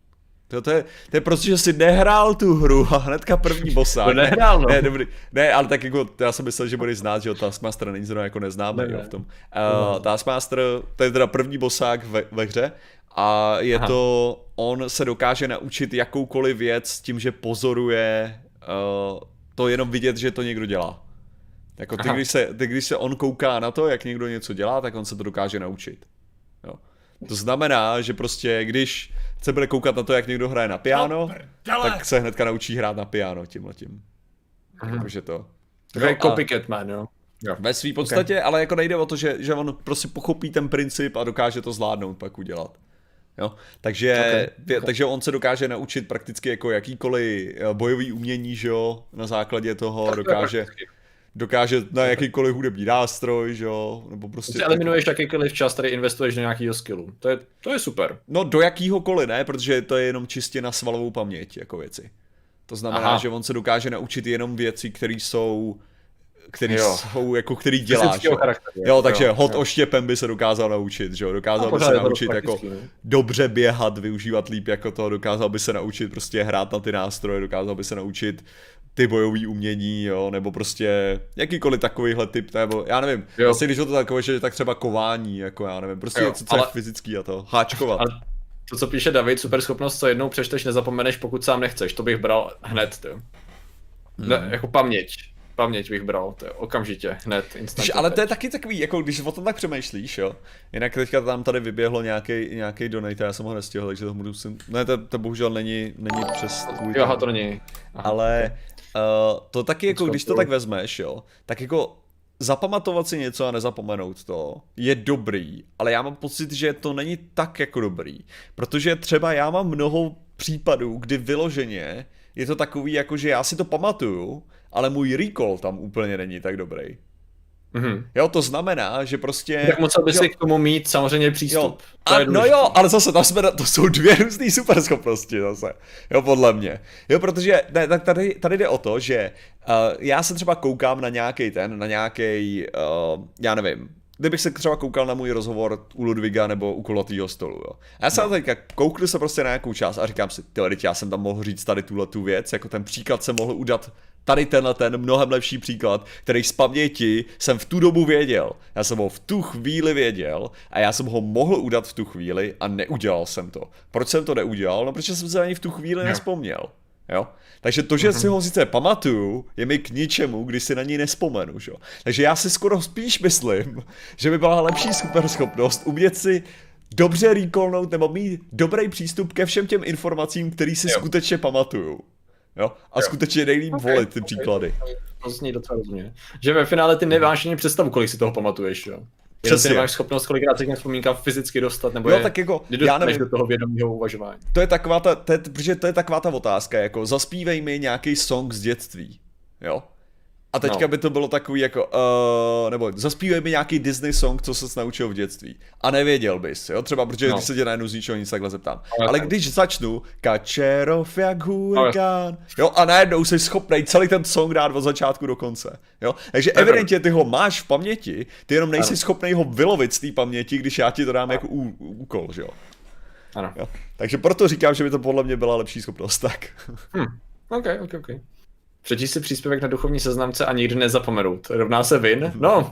To, to, je, to je prostě, že jsi nehrál tu hru a hnedka první bossák. To nehrál, no. Ne, dobrý. Ne, ale tak jako, já jsem myslel, že budeš znát, že Taskmaster není zrovna jako neznámý, ne, jo, v tom. Uh, Taskmaster, to je teda první bossák ve, ve hře a je Aha. to, on se dokáže naučit jakoukoliv věc tím, že pozoruje uh, to jenom vidět, že to někdo dělá. Jako ty když, se, ty, když se on kouká na to, jak někdo něco dělá, tak on se to dokáže naučit. Jo. To znamená, že prostě, když se bude koukat na to, jak někdo hraje na piano, no, tak se hnedka naučí hrát na piano tímhletím. Jakože to. Takový no, copycat man, jo. jo. Ve své podstatě, okay. Ale jako nejde o to, že, že on prostě pochopí ten princip a dokáže to zvládnout pak udělat. Jo? Takže, okay. Okay. takže on se dokáže naučit prakticky jako jakýkoliv bojový umění, že jo, na základě toho dokáže... dokáže na jakýkoliv hudební nástroj, že jo, nebo prostě... Ty eliminuješ jakýkoliv čas, tady investuješ do nějakého skillu, to je, to je super. No do jakýhokoliv, ne, protože to je jenom čistě na svalovou paměť, jako věci. To znamená, Aha. že on se dokáže naučit jenom věci, které jsou, které jsou, jako který děláš. Jo, jo takže jo, hod jo. oštěpem by se dokázal naučit, že jo, dokázal no, by se naučit jako dobře běhat, využívat líp jako to, dokázal by se naučit prostě hrát na ty nástroje, dokázal by se naučit ty bojový umění, jo, nebo prostě jakýkoliv takovýhle typ, nebo já nevím, jo. Asi když je to takové, že tak třeba kování, jako já nevím, prostě jo, něco, co ale... je fyzický a to, háčkovat. Ale to, co píše David, super schopnost, co jednou přečteš, nezapomeneš, pokud sám nechceš, to bych bral hned, to. Hmm. Ne, jako paměť, paměť bych bral, to okamžitě, hned, instantně. Ale to je taky takový, jako když o tom tak přemýšlíš, jo, jinak teďka tam tady vyběhlo nějaký nějaký donate, já jsem ho nestihl, takže to musím, ne, to, to bohužel není, není přes tvůj. Jo, to není. Aha, ale... Okay. Uh, to taky jako, když to tak vezmeš, jo, tak jako zapamatovat si něco a nezapomenout to je dobrý, ale já mám pocit, že to není tak jako dobrý, protože třeba já mám mnoho případů, kdy vyloženě je to takový jako, že já si to pamatuju, ale můj recall tam úplně není tak dobrý. Mm-hmm. Jo, to znamená, že prostě... Tak musel by si k tomu mít samozřejmě přístup. Jo. A, no jo, ale zase tam jsme, to jsou dvě různé superschopnosti zase, jo, podle mě. Jo, protože ne, tak tady, tady jde o to, že uh, já se třeba koukám na nějaký ten, na nějaký, uh, já nevím, kdybych se třeba koukal na můj rozhovor u Ludviga nebo u kulatýho stolu, jo. A já jsem no. teďka koukl se prostě na nějakou část a říkám si, tyhle, já jsem tam mohl říct tady tuhle tu věc, jako ten příklad jsem mohl udat tady tenhle ten mnohem lepší příklad, který z paměti jsem v tu dobu věděl. Já jsem ho v tu chvíli věděl a já jsem ho mohl udat v tu chvíli a neudělal jsem to. Proč jsem to neudělal? No, protože jsem se ani v tu chvíli no. nespomněl. Jo? Takže to, že si ho sice pamatuju, je mi k ničemu, když si na něj nespomenu. Že? Takže já si skoro spíš myslím, že by byla lepší superschopnost umět si dobře recallnout nebo mít dobrý přístup ke všem těm informacím, který si jo. skutečně pamatuju. Jo? A jo. skutečně nejlíp okay, volit ty okay, příklady. To zní docela rozumně. Že ve finále ty nemáš ani představu, kolik si toho pamatuješ, jo? Přesně. Ty nemáš schopnost kolikrát se k těm vzpomínkám fyzicky dostat, nebo jo, je, tak jako, já nevím, do toho vědomího uvažování. To je taková ta, to je, protože to je taková ta otázka, jako zaspívej mi nějaký song z dětství, jo? A teďka no. by to bylo takový jako, uh, nebo zaspívej mi nějaký Disney song, co ses naučil v dětství. A nevěděl bys, jo, třeba, protože no. když se tě najednou z ničeho nic takhle zeptám. No, ale když začnu, Kačerov jak hurikán, no. jo, a najednou jsi schopnej celý ten song dát od začátku do konce, jo. Takže no. evidentně ty ho máš v paměti, ty jenom nejsi no. schopnej ho vylovit z té paměti, když já ti to dám no. jako ú, úkol, že jo. Ano. Jo. Takže proto říkám, že by to podle mě byla lepší schopnost, tak. Hm. Ok, ok, ok. Přečíst si příspěvek na duchovní seznamce a nikdy nezapomenout. Rovná se win? No.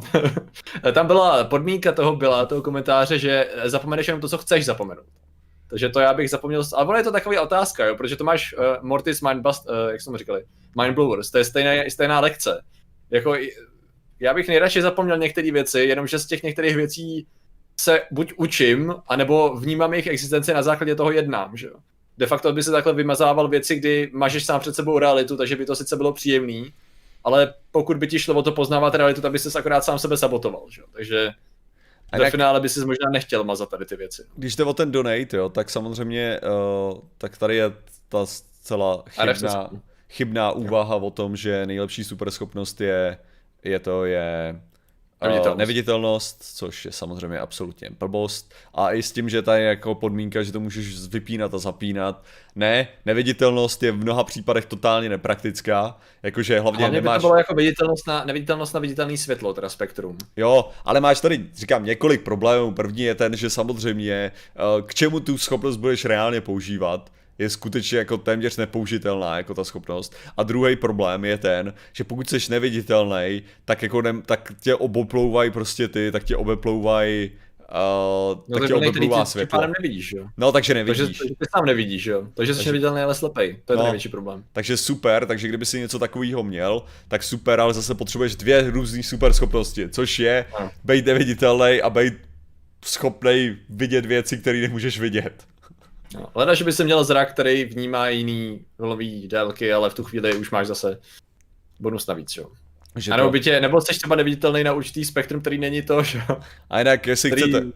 Tam byla podmínka toho byla, toho komentáře, že zapomeneš jenom to, co chceš zapomenout. Takže to já bych zapomněl, ale ono je to taková otázka, jo, protože to máš uh, Mortis Mindbust, uh, jak jsme mu říkali, Mindblowers, to je stejná, stejná lekce. Jako, já bych nejradši zapomněl některé věci, jenomže z těch některých věcí se buď učím, anebo vnímám jejich existenci na základě toho jednám, že jo. De facto by se takhle vymazával věci, kdy mažeš sám před sebou realitu, takže by to sice bylo příjemný, ale pokud by ti šlo o to poznávat realitu, tak by ses akorát sám sebe sabotoval, že jo. Takže a ve jak... finále by si možná nechtěl mazat tady ty věci. Když jde o ten donate, jo, tak samozřejmě, uh, tak tady je ta zcela chybná, chybná úvaha o tom, že nejlepší superschopnost je, je to, je Neviditelnost. neviditelnost, což je samozřejmě absolutně blbost. A i s tím, že tady je jako podmínka, že to můžeš vypínat a zapínat. Ne, neviditelnost je v mnoha případech totálně nepraktická. Jakože hlavně, hlavně nemáš... by to bylo jako viditelnost na, neviditelnost na viditelný světlo, teda spektrum. Jo, ale máš tady, říkám, několik problémů. První je ten, že samozřejmě k čemu tu schopnost budeš reálně používat, je skutečně jako téměř nepoužitelná jako ta schopnost. A druhý problém je ten, že pokud jsi neviditelný, tak jako ne, tak tě oboplouvají prostě ty, tak tě obeplouvají Uh, no, tak tě obeplouvá ty, světlo. Ty nevidíš, jo? No, takže nevidíš. Takže, takže ty sám nevidíš, jo? Takže jsi neviditelný, ale slepej. To je no, ten největší problém. Takže super, takže kdyby si něco takového měl, tak super, ale zase potřebuješ dvě různé super schopnosti, což je no. být neviditelný a být schopnej vidět věci, které nemůžeš vidět. No, leda, že by se měl zrak, který vnímá jiný vlnový délky, ale v tu chvíli už máš zase bonus navíc, jo. Že a nebo, by tě, nebo jsi třeba neviditelný na určitý spektrum, který není to, že jo. A jinak, jestli který, chcete,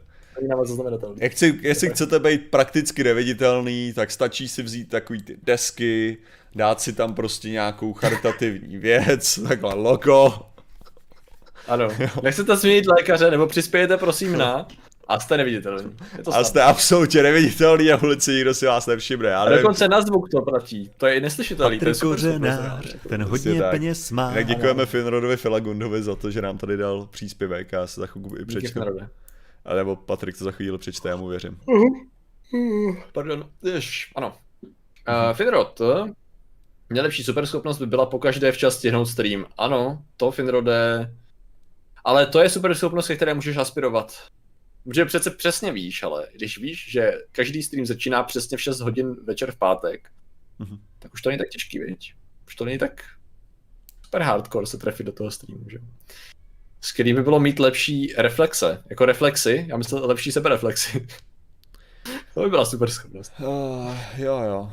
jak chci, jestli chcete být prakticky neviditelný, tak stačí si vzít takový ty desky, dát si tam prostě nějakou charitativní věc, takhle logo. Ano, nechcete změnit lékaře, nebo přispějete prosím na... A jste neviditelný. A jste absolutně neviditelný na ulici, nikdo si vás nevšimne. A dokonce na zvuk to platí. To je neslyšitelný. Patrik Kořenář, ten hodně peněz má. Tak děkujeme Finrodovi Filagundovi za to, že nám tady dal příspěvek a já se za chvíli i přečtu. A nebo Patrik to za chvíli přečte, já mu věřím. Uh-huh. Pardon, jež, ano. Uh, Finrod, nejlepší superschopnost by byla pokaždé včas stihnout stream. Ano, to Finrode... Ale to je superschopnost, ke které můžeš aspirovat. Protože přece přesně víš, ale když víš, že každý stream začíná přesně v šest hodin večer v pátek, mm-hmm. tak už to není tak těžký, viď? Už to není tak super hardcore se trefit do toho streamu, že? S kterým by bylo mít lepší reflexe, jako reflexy, já myslím lepší sebereflexy. To by byla super schopnost. Uh, jo, jo.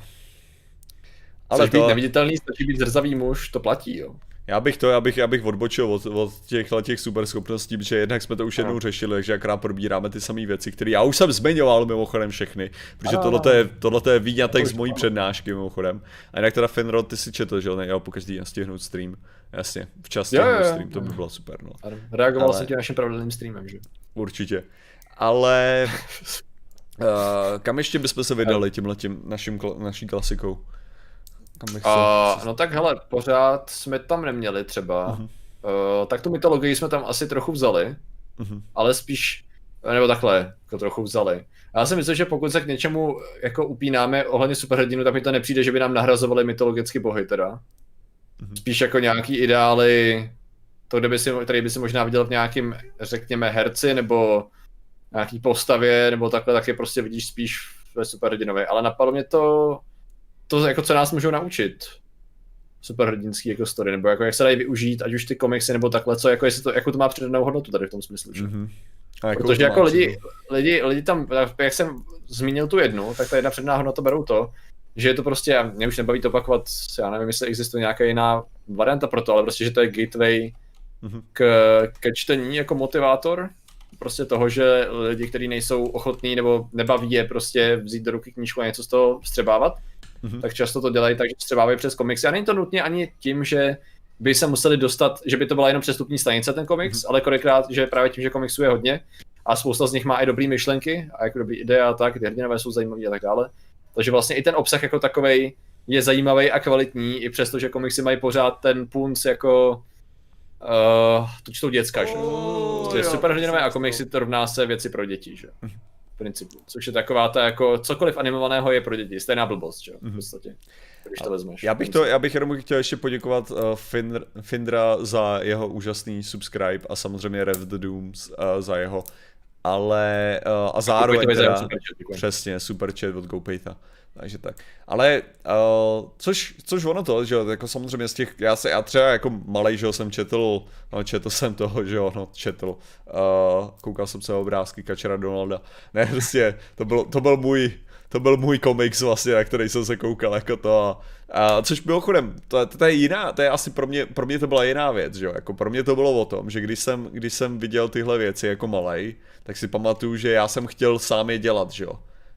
Ale Chceš to... být neviditelný, stačí být zrzavý muž, to platí, jo. Já bych to, já bych, já bych odbočil od, od těchhle těch super schopností, protože jednak jsme to už jednou řešili, takže akrát probíráme ty samé věci, které já už jsem zmiňoval mimochodem všechny, protože tohle je, tohle je výňatek z mojí přednášky mimochodem. A jinak teda Finrod, ty si četl, že jo, nejel po každý nastihnout stream, jasně, včas stihnout stream, to by bylo super, no. Reagoval jsem tím naším pravidelným streamem, že? Určitě, ale uh, kam ještě bychom se vydali tímhletím naším, naší klasikou? Uh, no tak hele, pořád jsme tam neměli třeba, uh-huh. uh, tak tu mytologii jsme tam asi trochu vzali, uh-huh. ale spíš, nebo takhle, jako trochu vzali. Já si myslím, že pokud se k něčemu jako upínáme ohledně superhrdinů, tak mi to nepřijde, že by nám nahrazovali mytologicky bohy teda. Uh-huh. Spíš jako nějaký ideály, to, kde by si, který by si možná viděl v nějakým, řekněme, herci, nebo nějaký postavě, nebo takhle, tak je prostě vidíš spíš ve superhrdinové, ale napadlo mě to... To, jako, co nás můžou naučit superhrdinský jako story, nebo jako jak se dají využít, ať už ty komiksy, nebo takhle, co, jako jestli to, jako to má přidanou hodnotu tady v tom smyslu, že? Mm-hmm. Protože jako lidi, lidi, lidi tam, jak jsem zmínil tu jednu, tak ta jedna předná hodnota berou to, že je to prostě, mě už nebaví to opakovat, já nevím, jestli existuje nějaká jiná varianta pro to, ale prostě, že to je gateway mm-hmm. k, ke čtení jako motivátor, prostě toho, že lidi, kteří nejsou ochotní nebo nebaví je prostě vzít do ruky knížku a něco z toho vstřebávat, mm-hmm. tak často to dělají tak, že vstřebávají přes komiksy. A není to nutně ani tím, že by se museli dostat, že by to byla jenom přestupní stanice ten komiks, mm-hmm. ale kolikrát, že právě tím, že komiksů je hodně a spousta z nich má i dobrý myšlenky a jako dobrý ideje a tak, ty hrdinové jsou zajímavý a tak dále. Takže vlastně i ten obsah jako takovej je zajímavý a kvalitní, i přesto, že komiksy mají pořád ten punc jako uh, to čtou děcka, že? Oh, to je superhrdinové a komiksy to rovná se věci pro děti, že? V principu, což je taková ta jako cokoliv animovaného je pro děti, stejná blbost, že? V podstatě, když to vezmeš. Já bych, to, já bych jenom chtěl ještě poděkovat uh, Fin, Findra za jeho úžasný subscribe a samozřejmě Rev the Dooms uh, za jeho, ale uh, a zároveň teda, super chat, přesně, super chat od GoPayta. Takže tak. Ale uh, což, což ono to, že jo, jako samozřejmě z těch, já se, já třeba jako malej, že jo, jsem četl, no, četl jsem toho, že jo, no, četl, uh, koukal jsem se na obrázky Kačera Donalda, ne, prostě, to byl, to byl můj, to byl můj komiks vlastně, na který jsem se koukal, jako to a, a což mimochodem, to, to, to je jiná, to je asi pro mě, pro mě to byla jiná věc, že jo, jako pro mě to bylo o tom, že když jsem, když jsem viděl tyhle věci jako malej, tak si pamatuju, že já jsem chtěl sám je dělat, že jo.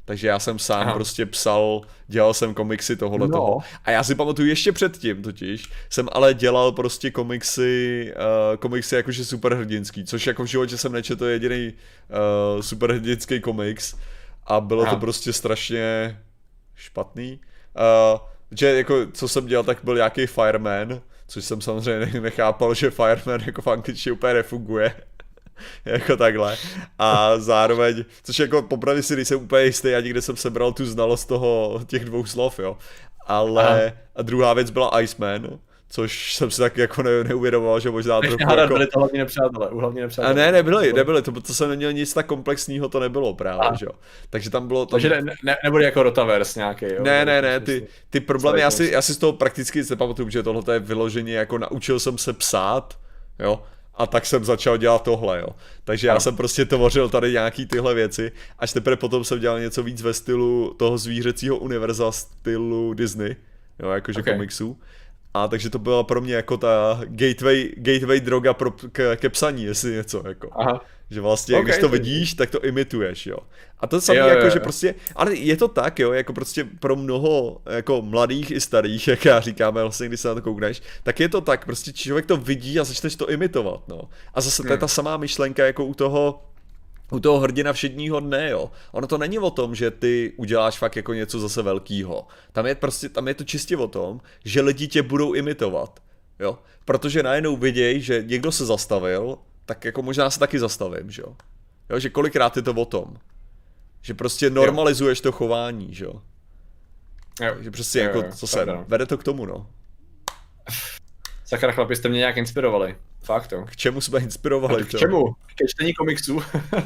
Takže já jsem sám Aha. prostě psal, dělal jsem komiksy tohohle No. toho. A já si pamatuju ještě předtím totiž, jsem ale dělal prostě komiksy, uh, komiksy jakože superhrdinský, což jako v životě jsem nečetl jediný uh, superhrdinský komiks a bylo Aha. to prostě strašně špatný. Uh, že jako co jsem dělal, tak byl nějaký Fireman, což jsem samozřejmě nechápal, že Fireman jako v angličtině úplně nefunguje. Jako takhle. A zároveň, což jako popravdě si nejsem úplně jistý, ani kde jsem sebral tu znalost toho, těch dvou slov, jo. Ale Aha. a druhá věc byla Iceman, což jsem si tak jako ne, neuvědomoval, že možná Nechci trochu hádat, jako... byli to hlavní nepřátelé, hlavní nepřátelé. A ne, nebyli, nebyli, to, to jsem neměl nic tak komplexního, to nebylo právě, A. že jo. Takže tam bylo... Tam... Takže ne, ne, nebude jako Rotaverse nějaký, jo? Ne, ne, ne, ty, ty problémy, já si, Celý já si z toho prakticky nic nepamatuju, že tohle je vyloženě jako naučil jsem se psát, jo. A tak jsem začal dělat tohle, jo. Takže já ano. jsem prostě tvořil tady nějaký tyhle věci, až teprve potom jsem dělal něco víc ve stylu toho zvířecího univerza, stylu Disney, jo, jakože Okay. komiksů. A takže to byla pro mě jako ta gateway, gateway droga pro, k, ke psaní, jestli něco, jako. Aha. Že vlastně, Okay, když to to- vidíš, tak to imituješ, jo. A to samé Jo, jako, jo, že jo. prostě, ale je to tak, jo, jako prostě pro mnoho, jako mladých i starých, jak já říkáme vlastně, když se na to koukneš, tak je to tak, prostě člověk to vidí a začneš to imitovat, no. A zase to je Hmm. ta samá myšlenka, jako u toho, u toho hrdina všedního dne, jo. Ono to není o tom, že ty uděláš fakt jako něco zase velkýho. Tam je prostě, tam je to čistě o tom, že lidi tě budou imitovat, jo. Protože najednou viděj, že někdo se zastavil, tak jako možná se taky zastavím, že jo. Jo, že kolikrát je to o tom. Že prostě normalizuješ to chování, že jo. Jo. Že prostě Jo, jako, jo, co se, pravda, no. vede to k tomu, no. Sakra chlapi, jste mě nějak inspirovali. Fakt jo. K čemu jsme inspirovali, K čemu? Ke čtení komiksů?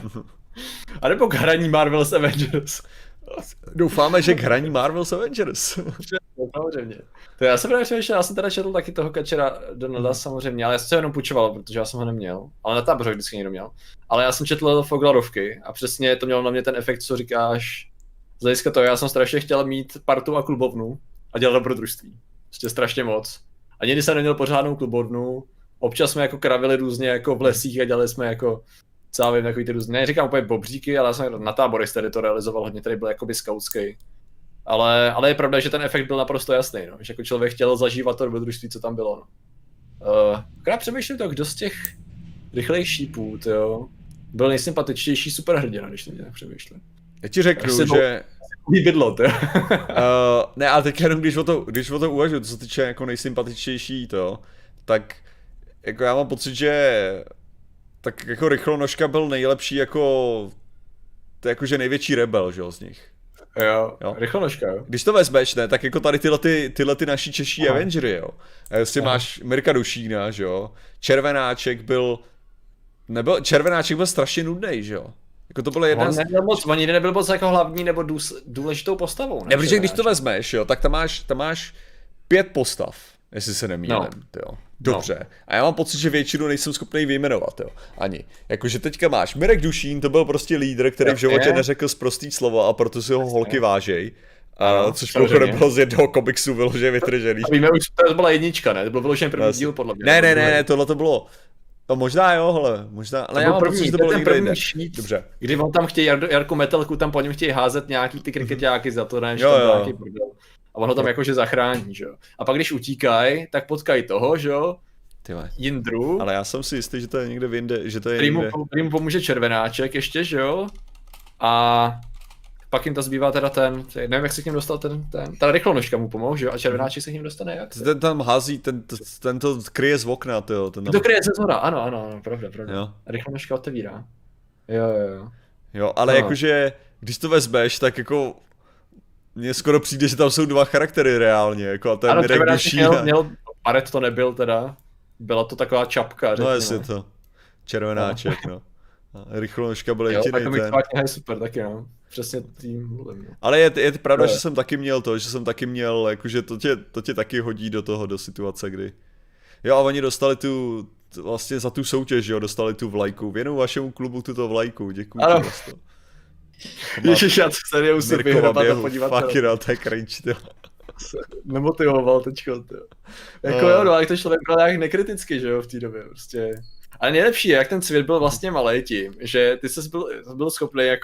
A nebo k hraní Marvel's Avengers? Doufáme, že k hraní Marvel's Avengers. No, samozřejmě. To já jsem právě přemýšlel, já jsem teda četl taky toho Kačera Donalda samozřejmě, ale já jsem se jenom půjčoval, protože já jsem ho neměl. Ale na táboře vždycky někdo měl. Ale já jsem četl Foglarovky a přesně to mělo na mě ten efekt, co říkáš. Z hlediska toho, já jsem strašně chtěl mít partu a klubovnu a dělat dobrodružství. Prostě strašně moc. A někdy jsem neměl pořádnou klubovnu. Občas jsme jako kravili různě jako v lesích a dělali jsme jako co já vím, takový ty různé, neříkám úplně bobříky, ale já jsem na táborech tady to realizoval hodně, tady byl jakoby skautský. Ale, ale je pravda, že ten efekt byl naprosto jasný, no. Že jako člověk chtěl zažívat to dobrodružství, co tam bylo. No. Uh, akorát přemýšlím to, kdo z těch rychlejch šípů, jo, byl nejsympatičtější superhrdina, když mě tak přemýšlím. Já ti řeknu, Asi to- že... Bydlo, jo. uh, ne, ale teď jenom když o to, když o to uvažuji, co se týče jako nejsympatičtější to, tak jako já mám pocit, že tak jako Rychlonožka byl nejlepší jako, to je jakože největší rebel, že jo, z nich. Jo, Jo. jo. Rychlonožka, jo. Když to vezmeš, ne, tak jako tady tyhle, ty, tyhle ty naši čeští Aha. Avengery, jo. A Prostě Aha. máš Mirka Dušína, že jo. Červenáček byl, nebyl, Červenáček byl strašně nudnej, že jo. Jako to bylo jedna On z... nebyl moc, on nikdy nebyl moc jako hlavní nebo důs, důležitou postavou. Ne, protože když to vezmeš, jo, tak tam máš, tam máš pět postav, jestli se nemýlím, No. jo. Dobře. No. A já mám pocit, že většinu nejsem schopný vyjmenovat, jo. Ani. Jakože teďka máš Mirek Dušín, to byl prostě lídr, který v životě Jasně. neřekl sprostý slovo a proto si ho holky vážej. A Ano, což samozřejmě. mimochodem bylo z jednoho komiksu vyloženě vytržený. A víme už, to byla jednička, ne? To byl vyložený první Vlastně. díl, podle mě. Ne, ne, Nebo ne, druhý. ne, tohle to bylo. No možná jo, hele, možná, ale To já byl mám první, pocit, že to to je bylo ten někde první jinde. šít. Dobře. Kdy on tam chtějí Jardu, Jarku Metelku, tam po něm chtějí házet nějaký ty krikeťáky za to, ne, že Jo, tam jo. byl nějaký bordel. A on ho tam jakože zachrání, že jo. A pak když utíkají, tak potkají toho, že jo, Tyhle. Jindru, Ale já jsem si jistý, že to je někde jinde, že to je který mu, někde. který mu pomůže Červenáček ještě, že jo. A pak jim to zbývá teda ten, nevím, jak se k ním dostal ten, ten, ta Rychlonožka mu pomohl, že jo, a Červenáček se k ním dostane jak? Ten tam hází, ten, ten to kryje z okna, tyjo. Ten tam... To kryje ze zhora, ano, ano, ano, pravda, pravda. Jo. Rychlonožka otevírá. Jo, jo, jo. Jo, ale No. jakože, když to vezmeš, tak jako mně skoro přijde, že tam jsou dva charaktery reálně, jako a to je Ano, Mirek Červenáček Dušín. měl, a- měl, Paret to nebyl teda, byla to taková čapka, No řekněme. jestli to. Červenáček, no. A Rychlonožka byl Jo, tak jediný to ten. kniha je super taky, no. Přesně tím mluvím, no. Ale je, je pravda, Jo. že jsem taky měl to, že jsem taky měl, jakože to tě, to tě taky hodí do toho, do situace, kdy... Jo a oni dostali tu, vlastně za tu soutěž, jo, dostali tu vlajku. Věnuju vašemu klubu tuto vlajku, děkuji. Ano. ti za to. To má Ježiš, já se nejdu si Mirkova vyhrabat a běhu, podívat fuck se it, no, to je cringe, tyjo. nemotivoval teďko, tyjo. Jako No. jo, no, ale to člověk byl nějak nekriticky, že jo, v té době, prostě. Ale nejlepší je, jak ten svět byl vlastně malej tím, že ty jsi byl, byl schopný jako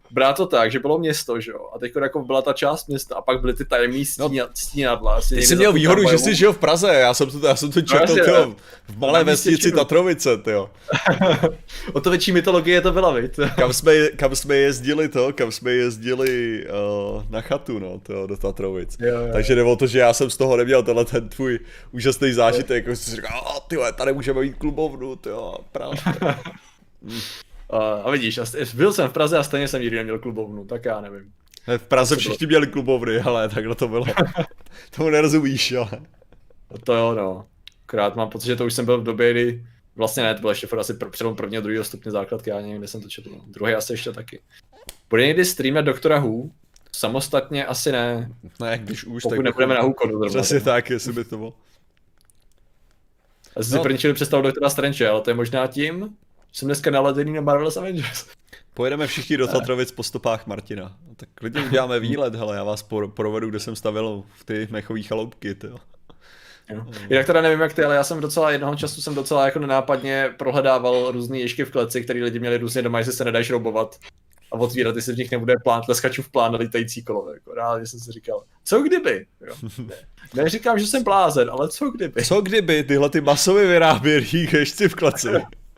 brát to tak, že bylo město, že jo, a teď jako byla ta část města a pak byly ty tajemný stínadla. stínadla Ty jsi měl výhodu, že jsi žil v Praze, já jsem to, já jsem to četl, tyjo, v malé vesnici Tatrovice, tyjo. O to větší mytologie to byla, viď? Kam jsme, kam jsme jezdili to, kam jsme jezdili uh, na chatu, no, tyjo, do Tatrovic. Jo, jo. Takže jde o to, že já jsem z toho neměl tenhle ten tvůj úžasný zážitek, jako jsi říkal, a tyjo, tady můžeme mít klubovnu, tyjo, Praze. Uh, a vidíš, byl jsem v Praze a stejně jsem nikdy neměl klubovnu, tak já nevím. V Praze všichni měli klubovny, ale takhle to bylo. Tomu nerozumíš, ale. To jo, no. Krát mám pocit, že to už jsem byl v době, kdy vlastně ne, to byl ještě asi pr- přelom prvního, druhého stupně základky, já nevím, kde jsem to četl. Druhý asi ještě taky. Bude někdy streamet Doktora Who? Samostatně asi ne. Ne, když už, pokud tak nebudeme na Who. Přesně tak, jestli by to bylo. Já jsem si první čili představil Doktora Strange, ale to je možná tím, jsem dneska naladěný na Marvel's Avengers. Pojedeme všichni do Tatrovic po stopách Martina. Tak klidně uděláme výlet, hele, já vás provedu, kde jsem stavil v ty mechové chaloupky, tyjo. Jo. Jinak teda nevím jak ty, ale já jsem docela jednoho času jsem docela jako nenápadně prohledával různý ježky v kleci, který lidi měli různě doma, jestli se nedají šroubovat a otvírat, jestli v nich nebude plán tleskačův plán na lítající kolo. Jako reálně jsem si říkal, co kdyby? Jo. Ne. Neříkám, že jsem blázen, ale co kdyby? Co kdyby tyhle ty masově vyráběný ježci v kleci?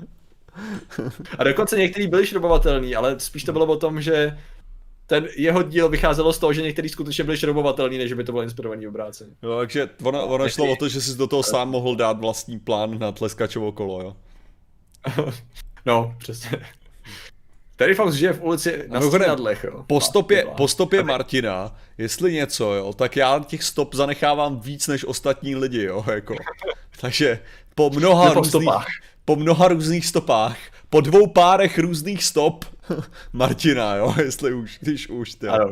A dokonce některý byli šroubovatelný, ale spíš to bylo o tom, že ten jeho díl vycházelo z toho, že některý skutečně byli šroubovatelný, než by to bylo inspirovaný obráceně. Jo, takže ono, ono šlo o to, že jsi do toho sám mohl dát vlastní plán na tleskačovo kolo, jo? No, přesně. Terry Fox žije v ulici na Stínadlech, jo. Po stopě, po stopě Martina, jestli něco, jo, tak já těch stop zanechávám víc než ostatní lidi, jo, jako. Takže po mnoha po různých... stopách. Po mnoha různých stopách, po dvou párech různých stop Martina, jo, jestli už, když už, ty. Ano.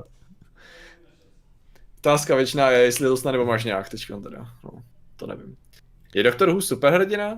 Otázka věčná je, jestli to snad nebo máš nějak teďkon teda, no, to nevím. Je Doktor Who superhrdina?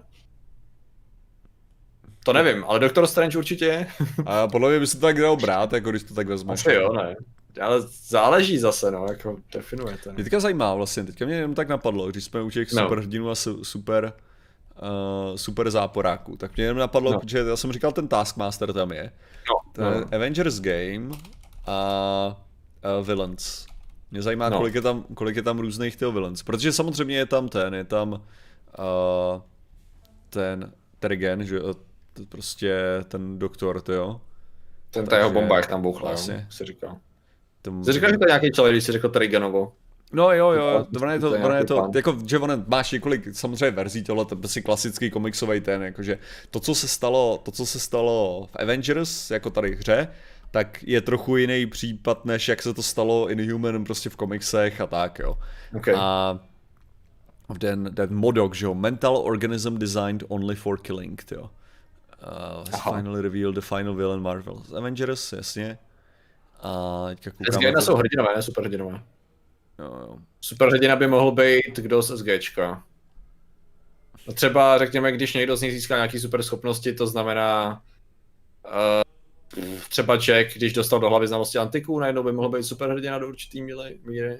To nevím, ale Doktor Strange určitě je. A podle mě by se to tak dalo brát, jako když to tak vezmeš. Asi jo, ne. Ale záleží zase, no, jako definujete. Mě teďka zajímá vlastně, teďka mě jenom tak napadlo, když jsme u těch no. superhrdinů a super... Uh, super záporáků. Tak mě jenom napadlo, no. že já jsem říkal, ten Taskmaster tam je. No. no. Avengers Game a uh, Villains. Mě zajímá, no. kolik, je tam, kolik je tam různých těch Villains. Protože samozřejmě je tam ten, je tam uh, ten Terrigen, že prostě ten doktor, to jo. Ten ta jeho bomba, jak tam bouchla, vlastně, si říkal. Tom... Jsi říkal, že to je nějaký člověk, když jsi řekl Terrigenovo. No jo, jo, to je to, to, je to jako, že on máš několik samozřejmě verzí tohle, to je klasický komiksový ten, jakože to, co se stalo, to, co se stalo v Avengers, jako tady hře, tak je trochu jiný případ, než jak se to stalo Inhuman prostě v komiksech a tak, jo. Okay. A ten, ten MODOK, že jo, Mental Organism Designed Only for Killing, jo. Uh, finally revealed the final villain Marvel. Avengers, jasně. A teďka koukám... S G jsou hrdinové, ne superhrdinové. Jo, jo. Superhrdina by mohl být kdo z SGčka. No třeba řekněme, když někdo z nich získá nějaký super schopnosti, to znamená uh, třeba Jack, když dostal do hlavy znalosti antiků, najednou by mohl být superhrdina do určitý míry.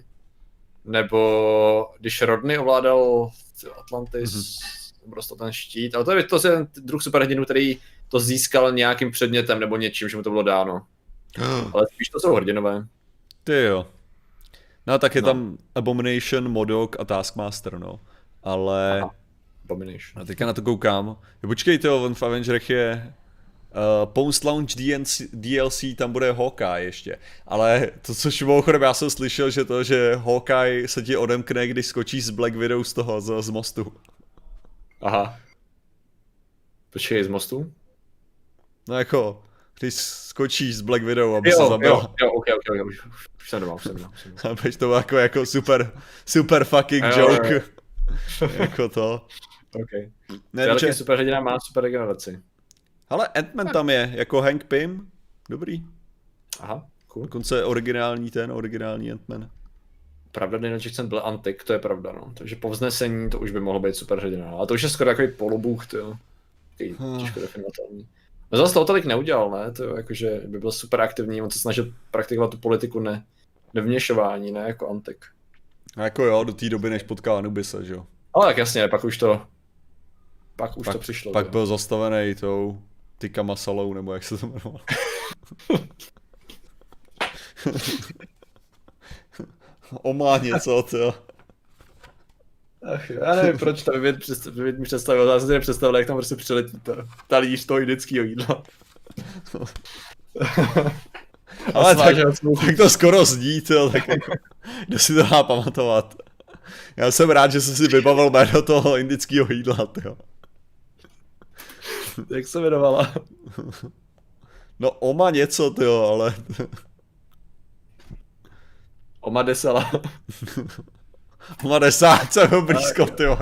Nebo když Rodney ovládal Atlantis, mm-hmm. dostal ten štít, ale to je, to je ten druh superhrdinu, který to získal nějakým předmětem nebo něčím, že mu to bylo dáno. Ale spíš to jsou hrdinové. Ty jo. No tak je no. tam Abomination, MODOK a Taskmaster, no. Ale... Aha. Abomination. A teďka na to koukám. Jo, počkejte, on v Avengerech je... Uh, Post Launch D L C, tam bude Hawkeye ještě. Ale to, což mimochodem já jsem slyšel, že to, že Hawkeye se ti odemkne, když skočíš z Black Widow z toho, z, z mostu. Aha. Počkej, z mostu? No jako, když skočíš z Black Widow, aby jo, se zabila. Jo, jo, ok, ok, ok, už, už jsem doma, už jsem doma. A peč to bylo jako, jako super, super fucking jo, joke. Jo, jo. Jako to. Ok. Další superhrdina má super regeneraci. Ale Ant-Man tam je, jako Hank Pym. Dobrý. Aha, cool. Dokonce originální ten, originální Ant-Man. Pravda, Daniel Jackson byl antik, to je pravda, no. Takže po vznesení to už by mohlo být superhrdina. A to už je skoro takový polobůh, to jo. Hmm. Těžko definovatelný. No zase toho tolik neudělal, ne? To jo, jakože by byl super aktivní, on se snažil praktikovat tu politiku ne, nevměšování, ne jako antik. A jako jo, do té doby, než potkal Anubise, že jo. Ale tak jasně, pak už to, pak už pak, to přišlo. Pak jo. byl zastavený tou Tikka Masalou, nebo jak se to jmenovalo. Omá něco, to. Ach jo, já nevím proč to Vivid, představ, Vivid mi představil, já jsem si nepředstavil, jak tam prostě přiletí ta talíř toho indického jídla. Ale tak, tak to skoro zní, to, tak jako, kdo si to dá pamatovat. Já jsem rád, že jsem si vybavil jméno toho indického jídla, tyjo. Jak se jmenovala? No Oma něco, tyjo, ale... Oma Desala. Oma Desala, co je blízko, tyjo.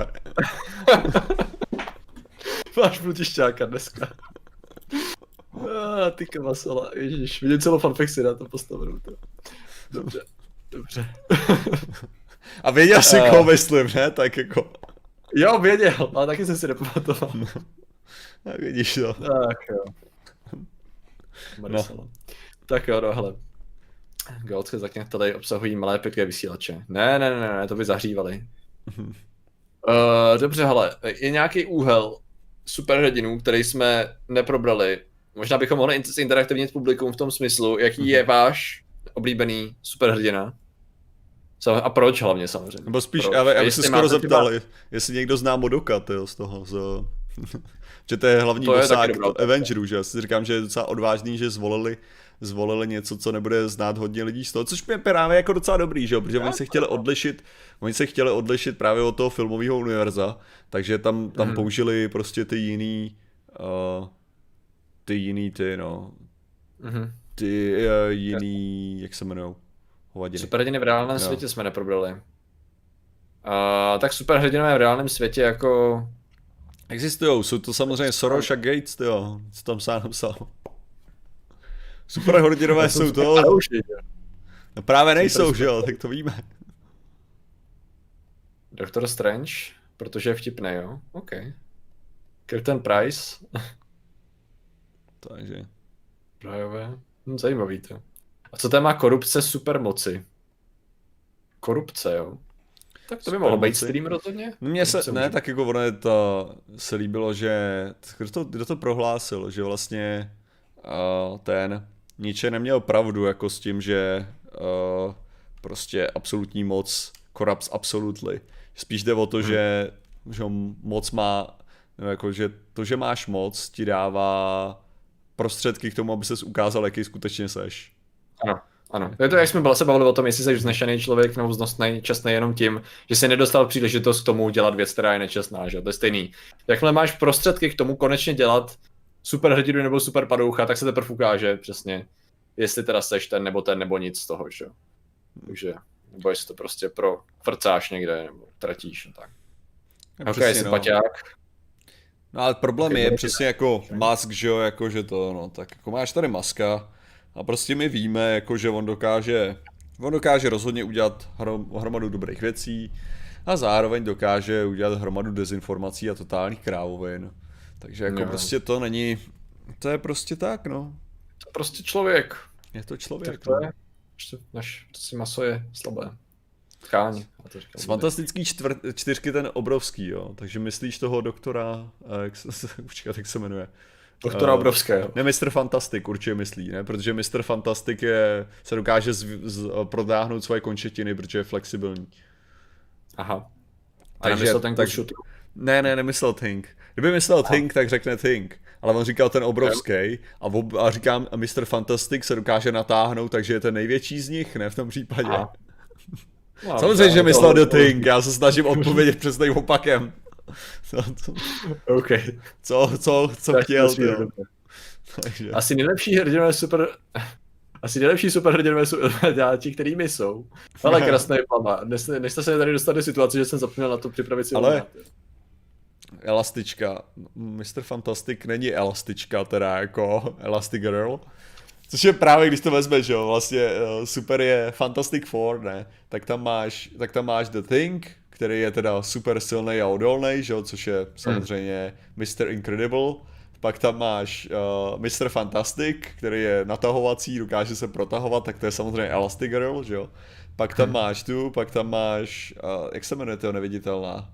Máš blutišťáka dneska. Ah, ty kamasala, ježiš, vidím celou fanfikci na to postavenou. To. Dobře, dobře. A věděl jsi, koho myslím, ne? Tak jako... Jo, věděl, ale taky jsem si nepamatoval. Tak vidíš to. Tak jo. No. Tak jo, no hele. Galské zakně tady obsahují malé pěkké vysílače. Ne, ne, ne, ne, to by zahřívali. uh, dobře, hele, je nějaký úhel superhrdinů, který jsme neprobrali. Možná bychom mohli interaktivnit publikum v tom smyslu, jaký je váš oblíbený superhrdina. A proč hlavně samozřejmě? Nebo spíš, ale já bych se skoro zeptal, třeba... jestli někdo zná Modoka, tyjo, z toho, z... že to je hlavní dosák Avengerů, že já si říkám, že je docela odvážný, že zvolili, zvolili něco, co nebude znát hodně lidí z toho, což je právě jako docela dobrý, že jo, protože oni se chtěli odlišit, oni se chtěli odlišit právě od toho filmového univerza, takže tam, tam hmm. použili prostě ty jiný, uh, ty jiný ty, no, hmm. ty uh, jiný, jak se jmenujou? Hovadiny. Superhrdiny v reálném no. světě jsme neprobrali. Uh, tak superhrdinové v reálném světě jako... Existujou, jsou to samozřejmě Soros a Gates, jo, co tam sám napsal. Superhrdinové jsou to... No právě nejsou, že jo, tak to víme. Doktor Strange, protože je vtipný, jo, ok. Captain Price. Takže... Právě, hm, zajímavý to. A co téma korupce supermoci? Korupce, jo? Tak to by mohlo být stream rozhodně? Mně se, ne, tak jako ono je to, se líbilo, že, kdo to, kdo to prohlásil, že vlastně uh, ten Nietzsche neměl pravdu jako s tím, že uh, prostě absolutní moc corrupts absolutely. Spíš jde o to, hmm. že, že moc má, jako, že to, že máš moc, ti dává prostředky k tomu, aby ses ukázal, jaký skutečně seš. Ano, ano. Je to, jak jsme se bavili o tom, jestli jsi vznešený člověk nebo vznostný, čestný jenom tím, že jsi nedostal příležitost k tomu dělat věc, která je nečestná, že? To je stejný. Jakmile máš prostředky k tomu konečně dělat superhrdinu nebo superpadoucha, tak se teprve ukáže přesně, jestli teda seš ten nebo ten nebo nic z toho, že? Takže, nebo jestli to prostě pro frcáš někde nebo tratíš, tak. Ok, jsi no. paťák. No ale problém okay, je přesně jako Musk, že jo, jako že to, no, tak jako máš tady Muska, a prostě my víme, jako, že on dokáže, on dokáže rozhodně udělat hrom, hromadu dobrých věcí a zároveň dokáže udělat hromadu dezinformací a totálních krávovin. Takže jako no. prostě to není, to je prostě tak, no. To je prostě člověk. Je to člověk. Tak to je, naš si maso je slabé. Tkáň. Z fantastický čtvrt, čtyřky ten obrovský, jo. Takže myslíš toho doktora, jak se, počkat, jak se jmenuje? Doktora uh, Obrovského. Ne, mister Fantastic určitě myslí, ne? Protože mister Fantastic je, se dokáže z, z, prodáhnout svoje končetiny, protože je flexibilní. Aha. A nemyslel ten tak, Ne, ne, nemyslel Think. Kdyby myslel Aha. Think, tak řekne Think. Ale on říkal ten obrovský a, ob, a říkám, a mister Fantastic se dokáže natáhnout, takže je ten největší z nich, ne v tom případě. No, samozřejmě, že myslel The Think, já se snažím odpovědět přesným opakem. Co, co, okay. co, co, co chtěl, Takže. Asi nejlepší hrdinové super... Asi nejlepší superhrdinové jsou ti, kterými jsou. Ale krásné plama. Než, než jste se tady dostali do situace, že jsem zapomněl na to připravit si Ale odnáte. Elastička. mister Fantastic není elastička, teda jako Elastic Girl. Což je právě, když to vezmeš, jo, vlastně super je Fantastic Four, ne? Tak tam máš, tak tam máš The Thing, který je teda super silný a odolný, že jo, což je samozřejmě hmm. mister Incredible. Pak tam máš uh, mister Fantastic, který je natahovací, dokáže se protahovat, tak to je samozřejmě Elastigirl, že jo. Pak tam hmm. máš tu, pak tam máš, uh, jak se jmenuje to neviditelná?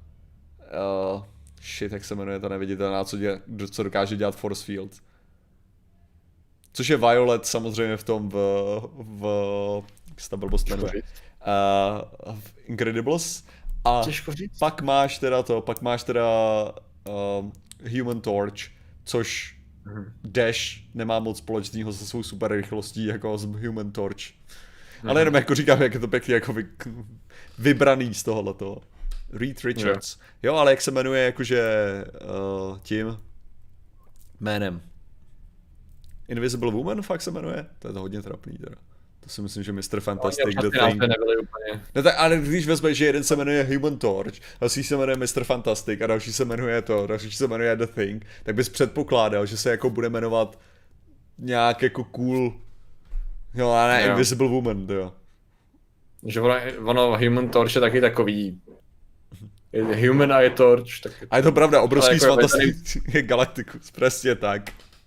Uh, shit, jak se jmenuje ta neviditelná, co, děla, co dokáže dělat Force Field? což je Violet samozřejmě v tom v, v jak se ta blbost jmenuje, uh, v Incredibles. A pak máš teda to, pak máš teda uh, Human Torch, což mm. Dash nemá moc společného se svou super rychlostí jako z Human Torch. Mm. Ale jenom jako říkám, jak je to pěkně jako vy, vybraný z tohohletoho. Reed Richards. Yeah. Jo, ale jak se jmenuje jakože uh, tím jménem. Invisible Woman fakt se jmenuje? To je to hodně trapný teda. To si myslím, že mister Fantastic no, The Thing. No tak, ale když vezmeš, že jeden se jmenuje Human Torch, další se jmenuje mister Fantastic a další se jmenuje to, další se jmenuje The Thing, tak bys předpokládal, že se jako bude jmenovat nějak jako cool, jo, a ne jo. Invisible Woman, jo. Že ono, ono Human Torch je taky takový je Human a je Torch. Tak... A je to pravda, obrovský jako Fantastic je, je Galacticus, přesně tak.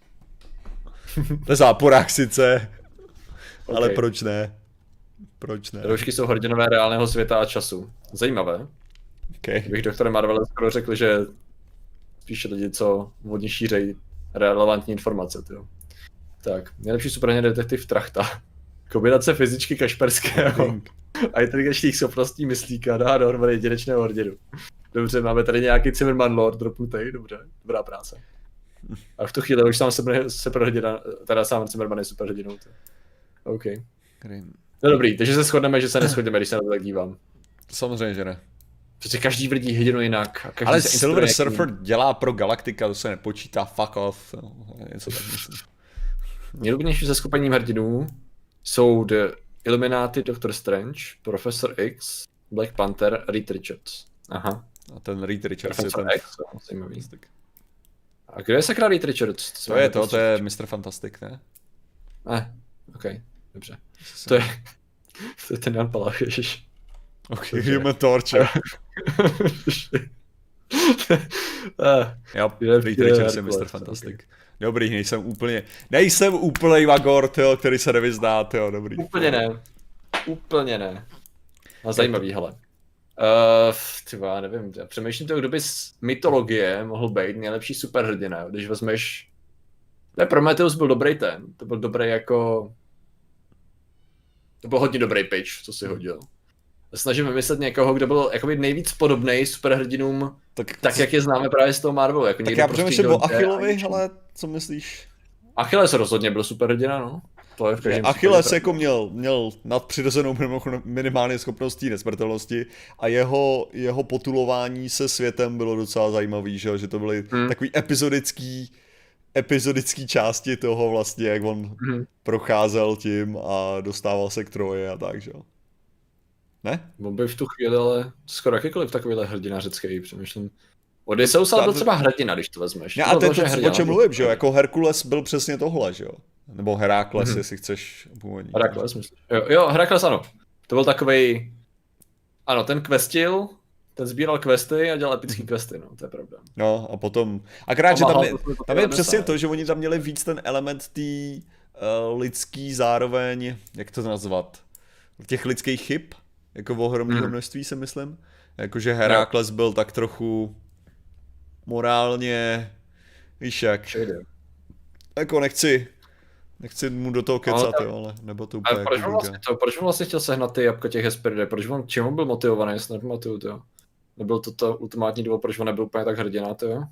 To je záporák sice. Okay. Ale proč ne? Proč ne? Roušky jsou hrdinové reálného světa a času. Zajímavé. Okay. Bych doktor Marvel skoro řekl, že spíše lidi, co hodně šířejí relevantní informace. Tyjo. Tak, nejlepší superhrdina detektiv Trachta. Kombinace fyzičky Kašperského a inteligenčních schopností myslíka dá dohromady jedinečného hrdinu. Dobře, máme tady nějaký Zimmerman Lord dropnutej, dobře, dobrá práce. A v tu chvíli už sám superhrdina, teda sám Zimmerman je superhrdinou. OK. No dobrý, takže se shodneme, že se neshodneme, když se na to tak dívám. Samozřejmě, že ne. Protože každý vrdí hrdinu jinak. A ale Silver Surfer někým. Dělá pro Galactica, to se nepočítá, fuck off. No, něco tak myslím. Nejlubnější se skupením hrdinů jsou The Illuminati, Doctor Strange, Professor X, Black Panther, Reed Richards. Aha. A ten Reed Richards Professor je ten... X, zajímavý. A kdo je sakra Reed Richards? To, to je to, to je mister Fantastic, ne? Eh, OK, dobře. To je, to je ten Jan Palach, ježiš. OK, Human Torch. Jo, Reed Richards je mister Fantastic. Okay. Dobrý, nejsem úplně, nejsem úplnej Magor, tyjo, který se nevyzná, tyjo, dobrý. Úplně ne, úplně ne. A zajímavý, hele. Uh, tyvo, já nevím, já přemýšlím to, kdo by z mytologie mohl být nejlepší superhrdina, když vezmeš... Ne, Prometheus byl dobrý ten, to byl dobrý jako... To byl hodně dobrý pitch, co si hodil. Snažím vymyslet někoho, kdo byl jakoby nejvíc podobnej superhrdinům, tak, tak jak je známe právě z toho Marvelu. Jako tak já přemýšlím o Achillovi, ale co myslíš? Achilles rozhodně byl superhrdina, no. To je v každém Achilles jako měl, měl nadpřirozenou minimální schopností nesmrtelnosti a jeho, jeho potulování se světem bylo docela zajímavý, že, že to byly hmm. takový epizodický, epizodický části toho vlastně, jak on hmm. procházel tím a dostával se k Troji a tak, že jo. Ne? On by v tu chvíli, ale skoro jakýkoliv takovýhle hrdina řecký, přemýšlím. Odysseus ale byl třeba hrdina, když to vezmeš. Ne, a to je to, o čem mluvím, že jo, jako Herkules byl přesně tohle, že jo. Nebo Herakles, mm-hmm. jestli chceš původní. Herakles, myslím. Jo, jo, Herakles ano. To byl takovej, ano, ten questil, ten sbíral questy a dělal epický mm-hmm. questy, no, to je pravda. No a potom, akorát, že tam je, tam je přesně to, že oni tam měli víc ten element té uh, lidský zároveň, jak to nazvat, těch lidských chyb. Jako v ohromného hmm. množství, si myslím. Jakože Herakles byl tak trochu morálně, víš jak. Shady. Jako nechci, nechci mu do toho kecat, ale, jo, ale nebo to úplně proč jako vlastně to, proč on vlastně chtěl sehnat ty jabka těch Hesperidae? Proč on, čemu byl motivovaný, jestli nepamatuju, to jo? Nebyl to to ultimátní důvod, proč on nebyl úplně tak hrdina, to jo?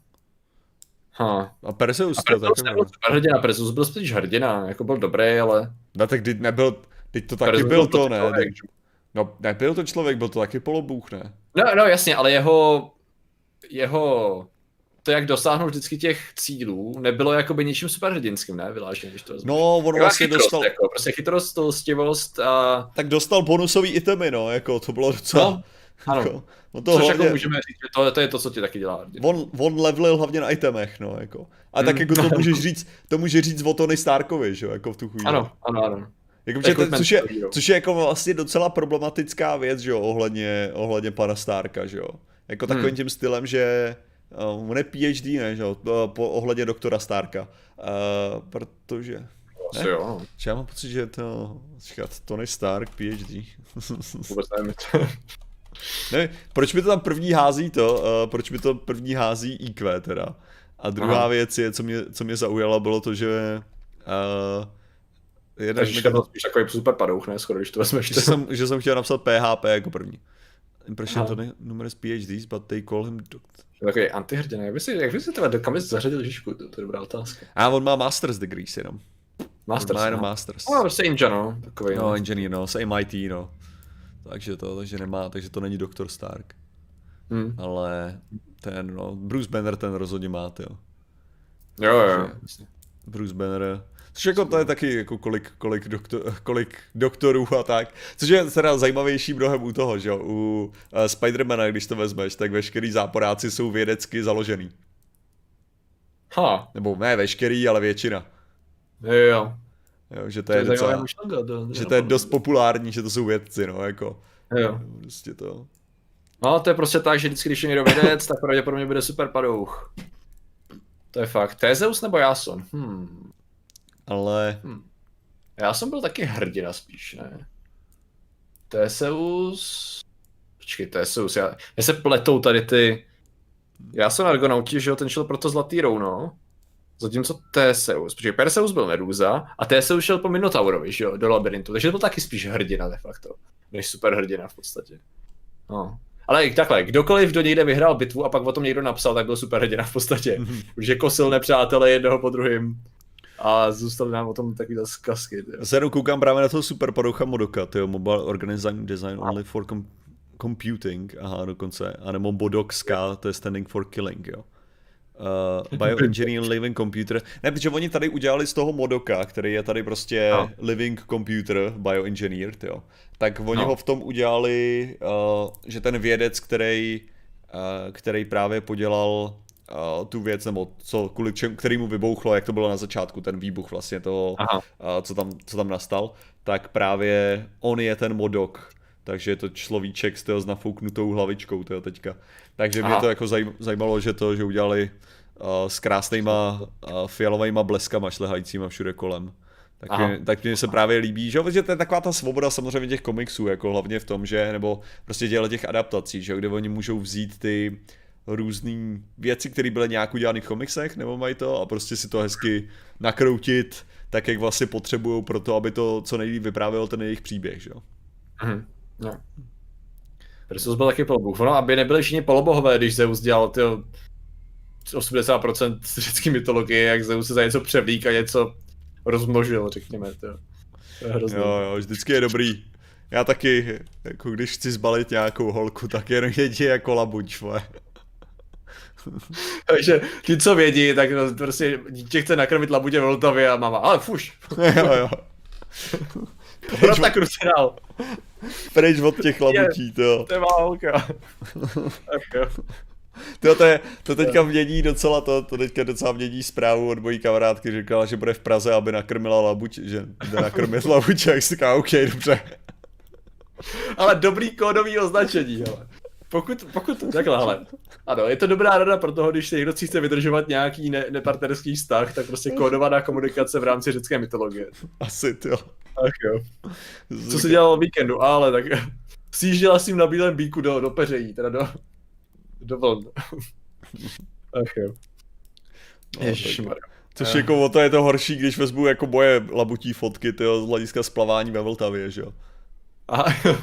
Ha. A Perseus a to taky nebyl super hrdina, Perseus byl spíš hrdina, jako byl dobrý, ale... No tak teď nebyl, teď to taky Perseus byl to, ne? Člověk. No, nebyl to člověk, byl to taky polobůh, ne? No, no jasně, ale jeho, jeho, to jak dosáhnout vždycky těch cílů, nebylo jakoby ničím superhrdinským, ne? Vylášeně, když to vezmeš. No, on vlastně chytrost, dostal... Jako, prostě chytrost, tolstivost a... Tak dostal bonusový itemy, no, jako, to bylo docela... No, ano. Jako, on to Což hlavně... jako můžeme říct, že to, to je to, co ti taky dělá. On, on levelil hlavně na itemech, no, jako. A mm. tak jako to můžeš říct, to může říct o Tony Starkovi, že jo, jako v tu chvíli. Ano, ano, ano. Jako, ten, což, je, což je jako vlastně docela problematická věc, že jo, ohledně, ohledně pana Starka, že jo. Jako takovým hmm. tím stylem, že uh, on je PhD, ne, že jo, po ohledně doktora Starka. Uh, protože... Asi jo. Že já mám pocit, že je to... Říkat, Tony Stark, PhD. Vůbec nevím to. Ne, proč mi to tam první hází to, uh, proč mi to první hází í kvé teda. A druhá Aha. věc je, co mě, co mě zaujala, bylo to, že Uh, Takže to byl spíš takový super padouch, ne? Skoro, když to vezmeš. Že jsem, že jsem chtěl napsat P H P jako první. Impression to numerous PhDs, but they call him doctor. Takový antihrdina. Jak by si, jak by si tebe do kam zařadil Žižku? To, to je dobrá otázka. A on má master's degrees jenom. Masters, on má jenom no. masters. No, prostě inža, no. Takový, no, no. engineer, no, z M I T, no. Takže to, takže nemá, takže to není doktor Stark. Hmm. Ale ten, no, Bruce Banner ten rozhodně má, jo. Jo, jo. Bruce Banner. Což jako to je taky jako kolik, kolik, doktor, kolik doktorů a tak. Což je teda zajímavější mnohem u toho, že jo. U uh, Spidermana, když to vezmeš, tak veškerý záporáci jsou vědecky založený. Ha. Nebo ne veškerý, ale většina. Jo, jo. Jo, že to je, to je docela, myšlenka, to, že to je dost populární, že to jsou vědci, no, jako. Jo. Prostě to. No, to je prostě tak, že vždycky, když je někdo vědec, tak pravděpodobně bude super padouch. To je fakt. Theseus nebo Jason? Hmm. Ale... Hmm. Jason byl taky hrdina spíš, ne? Theseus... Počkej, Theseus, já... já se pletou tady ty... Jason Argonauti, že jo, ten šel pro to zlatý rouno. Zatímco Theseus, protože Perseus byl Meduza a Theseus šel po Minotaurovi, že jo, do labirintu, takže to byl taky spíš hrdina de facto, než super hrdina v podstatě. No. Ale takhle, kdokoliv, kdo někde vyhrál bitvu a pak o tom někdo napsal, tak byl super hrdina v podstatě. Protože kosil nepřátelé jednoho po druhým a zůstaly nám o tom takovýhle zkazky. Já jenom koukám právě na toho super padoucha Modoka, tyjo, Mobile Organizing Design a. Only for com- Computing, aha, dokonce, a nebo Bodokska, to je standing for killing, jo. Uh, Bioengineering Living Computer. Ne, protože oni tady udělali z toho Modoka, který je tady prostě no. Living Computer, Bioengineered, jo. Tak oni no. ho v tom udělali, uh, že ten vědec, který, uh, který právě podělal uh, tu věc, nebo co, kvůli čem, který mu vybouchlo, jak to bylo na začátku, ten výbuch vlastně toho, uh, co, tam, co tam nastal, tak právě on je ten Modok. Takže je to človíček s, s nafouknutou hlavičkou toho teďka. Takže mě Aha. to jako zajímalo, že to, že udělali uh, s krásnýma uh, fialovejma bleskama šlehajícíma všude kolem. Tak mě, tak mě se právě líbí, že, že to je taková ta svoboda samozřejmě těch komiksů, jako hlavně v tom, že, nebo prostě dělat těch adaptací, že, kde oni můžou vzít ty různé věci, které byly nějak udělány v komiksech, nebo mají to, a prostě si to hezky nakroutit, tak jak vlastně potřebujou pro to, aby to co nejlíp vyprávělo ten jejich příběh, že jo. Mhm. No. Perseus byl taky polobůh. Ono, aby nebyli všichni polobohové, když Zeus dělal ty osmdesát procent řecké mytologie, jak Zeus se za něco převlík a něco rozmnožil, řekněme. To je hrozný. Jo, jo, vždycky je dobrý. Já taky, jako když chci zbalit nějakou holku, tak jenom jedí jako labuť, vole. Takže ti, co vědí, tak no, prostě dítě chce nakrmit labutě v Vltavě a máma, ale fuš. Jo, jo. Vrata krucinál. Pryč od těch labutí, to. To je malá holka. To, to, je, to teďka mění docela to, to teďka docela mění zprávu od mojí kamarádky, říkala, že bude v Praze, aby nakrmila labuť, že jde nakrmit labuť, jak si říká, OK, dobře. Ale dobrý kódový označení, hele. Pokud, pokud, takhle, hele. Ano, je to dobrá rada pro toho, když se někdo chce vydržovat nějaký ne, nepartnerský vztah, tak prostě kódovaná komunikace v rámci řecké mytologie. Asi, jo. Ach jo. Co se dělalo o víkendu, ale tak sjížděla jsem na bílém bíku do, do peřejí, teda do, do vln. Ach jo. No, ježišmarja. Což jako o to je to horší, když vezmu jako moje labutí fotky, tyjo, z hlediska splavání ve Vltavě, že jo. Aha, jo.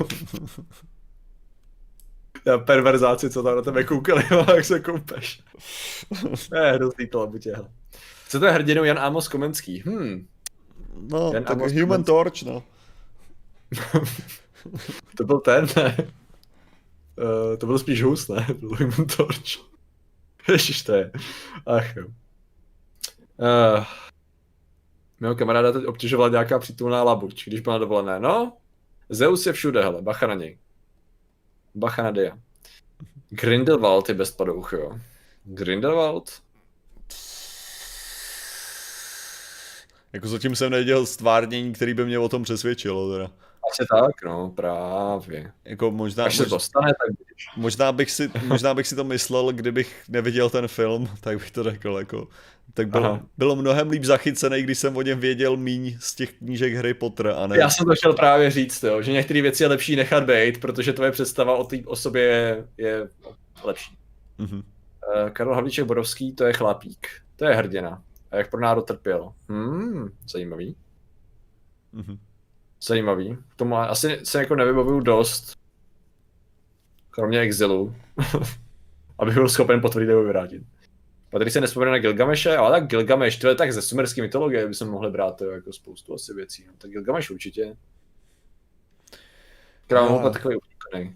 Já perverzáci, co tam na tebe koukali, jak se koupeš. Ne, hrozný to labutě, hele. Co to je hrdinou Jan Amos Komenský? Hmm. No, Jan tak Amos Human Komenský. Torch, no. To byl ten, ne? Uh, to byl spíš hus, ne? To byl Human Torch. Ježiš, to je. Ach jo. Uh, mého kamaráda teď obtěžovala nějaká přítulná labuť, když byla na dovolené. No, Zeus je všude, hele, bacha na něj. Bacha na Dia. Grindelwald je bez padouch, jo. Grindelwald? Jako zatím jsem nedělal stvárnění, který by mě o tom přesvědčilo, teda. Asi tak, no, právě. Jako možná, Až se to stane, tak budeš. Možná bych, si, možná bych si to myslel, kdybych neviděl ten film, tak bych to řekl, jako. Tak bylo, bylo mnohem líp zachycený, když jsem o něm věděl míň z těch knížek Harry Potter, a ne... Já jsem to chtěl právě říct, jo, že některé věci je lepší nechat být, protože tvoje představa o té osobě je, je lepší. Mm-hmm. Uh, Karel Havlíček Borovský, to je chlapík, to je hrdina. A jak pro národ trpěl. Hmm, zajímavý. Mhm. Zajímavý. K tomu asi se jako nevybavuju dost. Kromě exilu. Abych byl schopen potvrdit nebo vyvrátit. Patrik se nespomene na Gilgameše, ale tak Gilgameš, to je tak ze sumerské mytologie, by se mohli brát to jako spoustu asi věcí. No. Tak Gilgameš určitě. Král no. Takový úplný.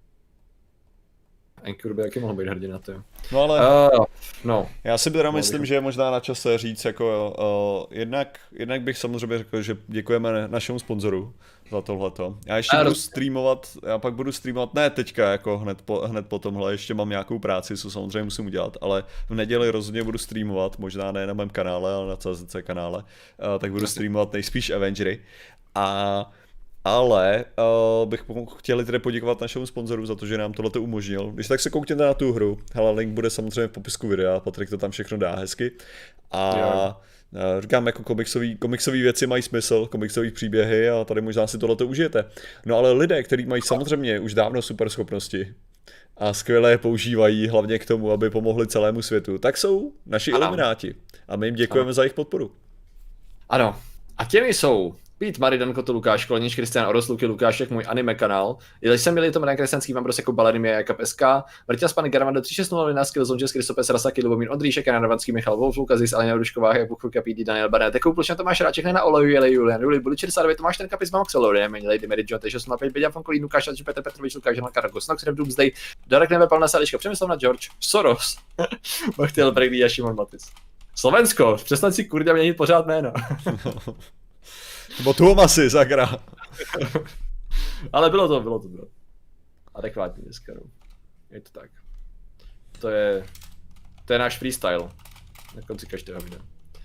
Enkur by taky mohl být hrdina, to jo. No ale uh, no. Já si teda myslím, bych... že je možná na čase říct jako uh, jednak, jednak bych samozřejmě řekl, že děkujeme našemu sponzoru za tohleto. Já ještě a budu roz... streamovat, já pak budu streamovat, ne teďka jako hned po, hned po tomhle, ještě mám nějakou práci, co samozřejmě musím udělat, ale v neděli rozhodně budu streamovat, možná ne na mém kanále, ale na C Z C kanále, uh, tak budu streamovat nejspíš Avengery. A ale uh, bych chtěli tedy poděkovat našemu sponzoru za to, že nám tohleto umožnil. Když tak se koukněte na tu hru, hele, link bude samozřejmě v popisku videa, Patrik to tam všechno dá hezky. A uh, říkám, jako komiksový, komiksový věci mají smysl, komiksový příběhy a tady možná si tohleto užijete. No ale lidé, kteří mají samozřejmě už dávno super schopnosti a skvěle je používají hlavně k tomu, aby pomohli celému světu, tak jsou naši ilumináti. A my jim děkujeme ano. za jejich podporu. Ano. A těmi jsou Pít, Mary, Dan Koto, Lukáš, Kolnič, Kristián, Oros, Luky, Lukášek, můj anime kanál. Když jsem měli Tom Kresťanský, mám jako Baladim, Jakub S K, Vrtěl Pan Garmando tři šest nula, Linářský, Lzončes, Kristopes, Rasaki, Lubomír, Ondříšek, Jan Radvanský, Michal Wolf, Lukazis, Alena Rušková, Jakub Chvilka, P D, Daniel Barnet, Tekou Plušna, Tomáš Ráček, Lena Oleju, Jele, Julian, Juli, Buli šedesát devět, Tomáš Tenka, Pisma, Maxelor, Jemen, Lady Mary, John, šest nula pět, Beďa, Fonkolín, Lukáš, Petr Petrovič, Lukáš, Jan Karagos, Nox, Rem Doomsday, Darek Nebe, Palna Sališka, Přemyslovna George, Soros, Bachtěl, Bregdy a Šimon Matis. Slovensko, přestaň si kurďa měnit pořád jméno. Bo tu asi, zagra. Ale bylo to, bylo to, bylo. Adekvátní dneska, no. Je to tak. To je, to je náš freestyle. Na konci každého videa.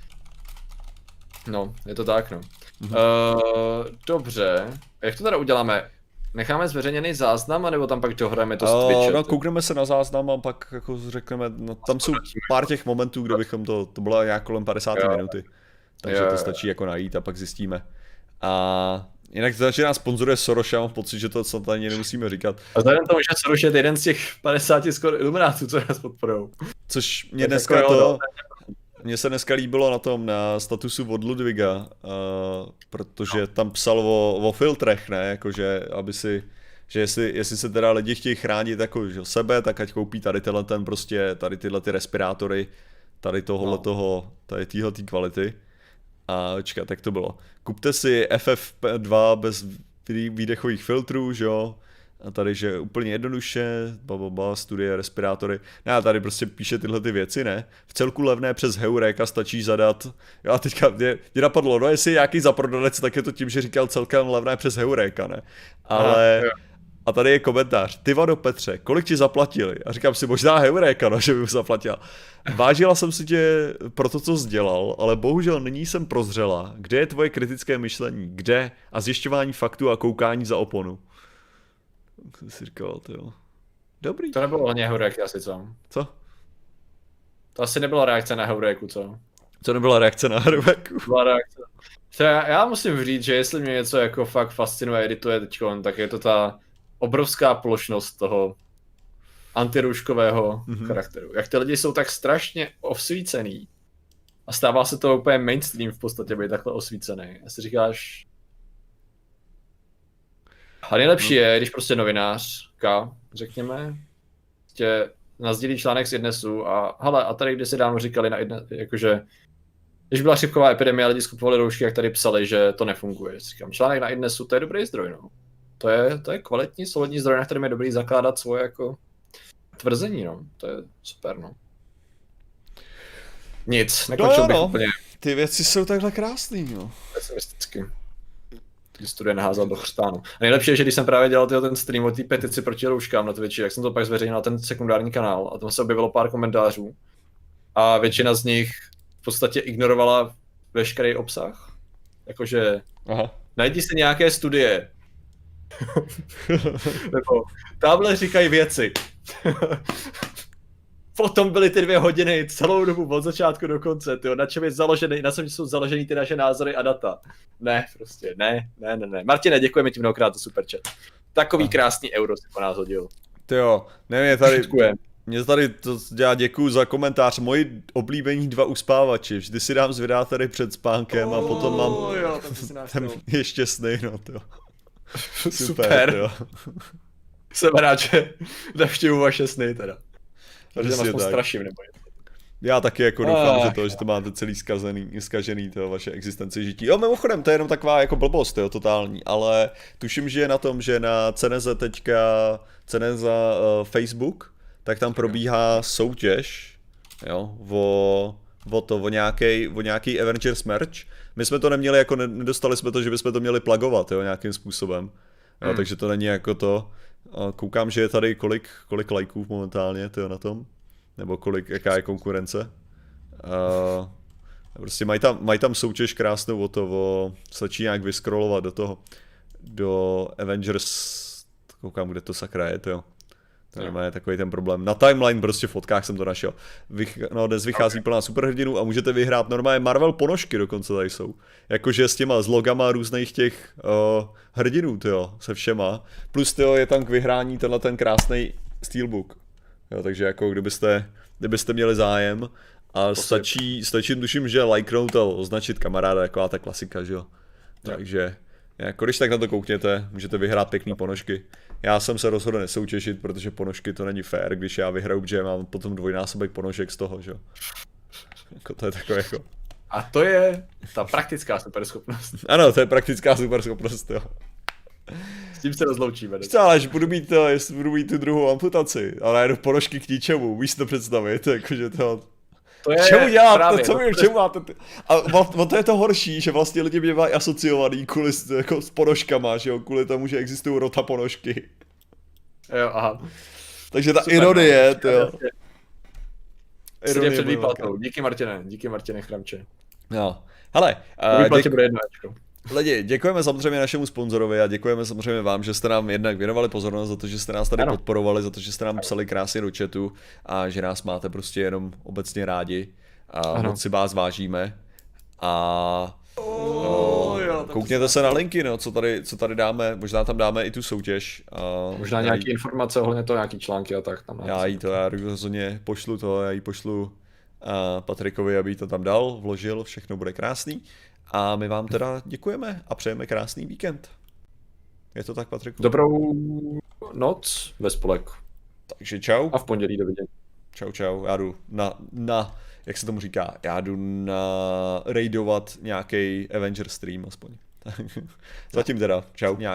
No, je to tak, no. Mhm. Uh, dobře. Jak to teda uděláme? Necháme zveřejněný záznam, anebo tam pak dohrajeme to z Twitche? No, koukneme se na záznam a pak jako řekneme, no, tam jsou pár těch momentů, kde bychom to, to bylo nějak kolem padesát minuty. Takže to stačí jako najít a pak zjistíme. A jinak to, že nás sponzoruje Soros, já mám pocit, že to snad ani nemusíme říkat. A vzhledem tomu, že Soros je jeden z těch padesáti skoro iluminátů, co nás podporujou. Což mě dneska to, mně se dneska líbilo na tom, na statusu od Ludviga, uh, protože no. tam psal o, o filtrech, ne, jakože, aby si, že jestli, jestli se teda lidi chtějí chránit jako že sebe, tak ať koupí tady tenhle ten prostě, tady tyhle ty respirátory, tady tohohle no. toho, tady týhle tý kvality. A čeká, tak to bylo. Kupte si F F P dva bez výdechových filtrů, že jo? A tady, že úplně jednoduše, bababa, studie, respirátory. Ne, a tady prostě píše tyhle ty věci, ne? V celku levné přes Heureka stačí zadat. Jo, a teďka mě, mě napadlo, no jestli je nějaký zaprodanec, tak je to tím, že říkal celkem levné přes Heureka, ne? Ale... Aha, a tady je komentář. Ty vado Petře, kolik ti zaplatili? A říkám si, možná Heureka, no, že by mi zaplatila. Vážila jsem si tě pro to, co jsi dělal, ale bohužel nyní jsem prozřela. Kde je tvoje kritické myšlení? Kde? A zjišťování faktů a koukání za oponu. Tak jsem si říkal, to jo. Dobrý. To nebylo hlavně Heureky asi, co? Co? To asi nebyla reakce na Heureku, co? Co nebyla reakce na Heureku? Byla reakce. Já, já musím říct, že jestli mě něco jako fakt fascinuje, edituje teďkon, tak je to ta obrovská plošnost toho antirouškového mm-hmm. charakteru. Jak ty lidi jsou tak strašně osvícený a stává se to úplně mainstream v podstatě být takhle osvícený. A si říkáš... A nejlepší no. je, když prostě novinářka, řekněme, tě nasdílí článek z Idnesu a hele, a tady kdysi dávno říkali na Idnes, jakože když byla chřipková epidemie a lidi skupovali roušky, jak tady psali, že to nefunguje. Říkám, článek na Idnesu, to je dobrý zdroj, no. To je, to je kvalitní, solidní zdroj, na kterém je dobrý zakládat svoje jako tvrzení, no. To je super, no. Nic, nekončil no, bych no. úplně. Ty věci jsou takhle krásný, no. Pesimisticky. Když studie naházal do chřtánu. A nejlepší je, že když jsem právě dělal ten stream o té petici proti rouškám na Twitchi, tak jsem to pak zveřejnil na ten sekundární kanál a tam se objevilo pár komentářů. A většina z nich v podstatě ignorovala veškerý obsah. Jakože, aha. Najdi si nějaké studie. Nebo tamhle říkají věci. Potom byly ty dvě hodiny celou dobu od začátku do konce, tyjo, na čem je založený, na čem jsou založený ty naše názory a data. Ne, prostě, ne, ne, ne, ne. Martine, děkujeme ti mnohokrát za super chat. Takový krásný euro si po nás hodil. Tyjo, nevím, je tady, Mě tady to já děkuju za komentář. Moji oblíbení dva uspávači. Vždy si dám zvědát tady před spánkem a potom mám jo, ten je šťastný, no to. Super, Super. jo. Jsem rád, že navštěvuji vaše sny teda. Takže Přesně vás tak. straším, nebo je. Já taky jako doufám, Ach, že to, že to máte celý zkažený, zkažený to vaše existence žití. Jo, mimochodem, to je jenom taková jako blbost, jo, totální, ale tuším, že je na tom, že na Ceneze teďka, Ceneza uh, Facebook, tak tam probíhá soutěž, jo, o, o to, o nějaký, o nějaký Avengers merch. My jsme to neměli, jako nedostali jsme to, že bychom to měli plagovat, jo, nějakým způsobem. Jo, hmm. Takže to není jako to. Koukám, že je tady kolik, kolik lajků momentálně, tyjo, na tom. Nebo kolik, jaká je konkurence. Uh, prostě mají tam, mají tam soutěž krásnou o to, o, stačí nějak vyscrollovat do toho, do Avengers, koukám, kde to sakra je, to jo. To no. je takový ten problém. Na timeline prostě v fotkách jsem to našel. Vych, no dnes vychází okay. plná superhrdinů a můžete vyhrát normálně Marvel ponožky dokonce tady jsou. Jakože s těma s logama různých těch uh, hrdinů, tyjo, se všema. Plus tyjo, je tam k vyhrání tenhle ten krásný steelbook. Jo, takže jako kdybyste, kdybyste měli zájem a stačí, stačí tuším, že lajknout a označit kamaráda, taková ta klasika, že jo. Takže jako když tak na to koukněte, můžete vyhrát pěkný ponožky. Já jsem se rozhodl nesoutěžit, protože ponožky to není fair, když já vyhraju, že mám potom dvojnásobek ponožek z toho, že jo. Jako to je takové jako... A to je ta praktická superschopnost. Ano, to je praktická superschopnost, jo. S tím se rozloučíme. Co, ale až budu mít, to, jestli budu mít tu druhou amputaci, ale jedu ponožky k ničemu, můžeš to představit, jakože to... To je čemu děláte, právě, co mi, čemu máte ty... A o to je to horší, že vlastně lidi mě mají asociovaný kvůli s, jako s ponožkama, že jo, kvůli tomu, že existují rota ponožky. Jo, aha. Takže ta Super, ironie, no, to jo. Sedě před výplatou, díky Martine, díky Martine Chramče. Jo, hele. Uh, výplatě děk... bude jedno Ačko. Lidi, děkujeme samozřejmě našemu sponzorovi a děkujeme samozřejmě vám, že jste nám jednak věnovali pozornost, za to, že jste nás tady ano. podporovali, za to, že jste nám psali krásně do chatu a že nás máte prostě jenom obecně rádi a ano. moc si vás vážíme a oh, jo, koukněte se na linky, no, co tady, co tady dáme, možná tam dáme i tu soutěž. A možná nějaké jí... informace ohledně toho, nějaký články a tak tam. Já jí to, já rozhodně pošlu to, já jí pošlu a Patrikovi, aby to tam dal, vložil, všechno bude krásný. A my vám teda děkujeme a přejeme krásný víkend. Je to tak, Patriku? Dobrou noc ve spolek. Takže čau. A v pondělí dovidění. Čau, čau. Já jdu na, na, jak se tomu říká, já jdu na raidovat nějaký Avenger stream aspoň. Zatím teda, čau.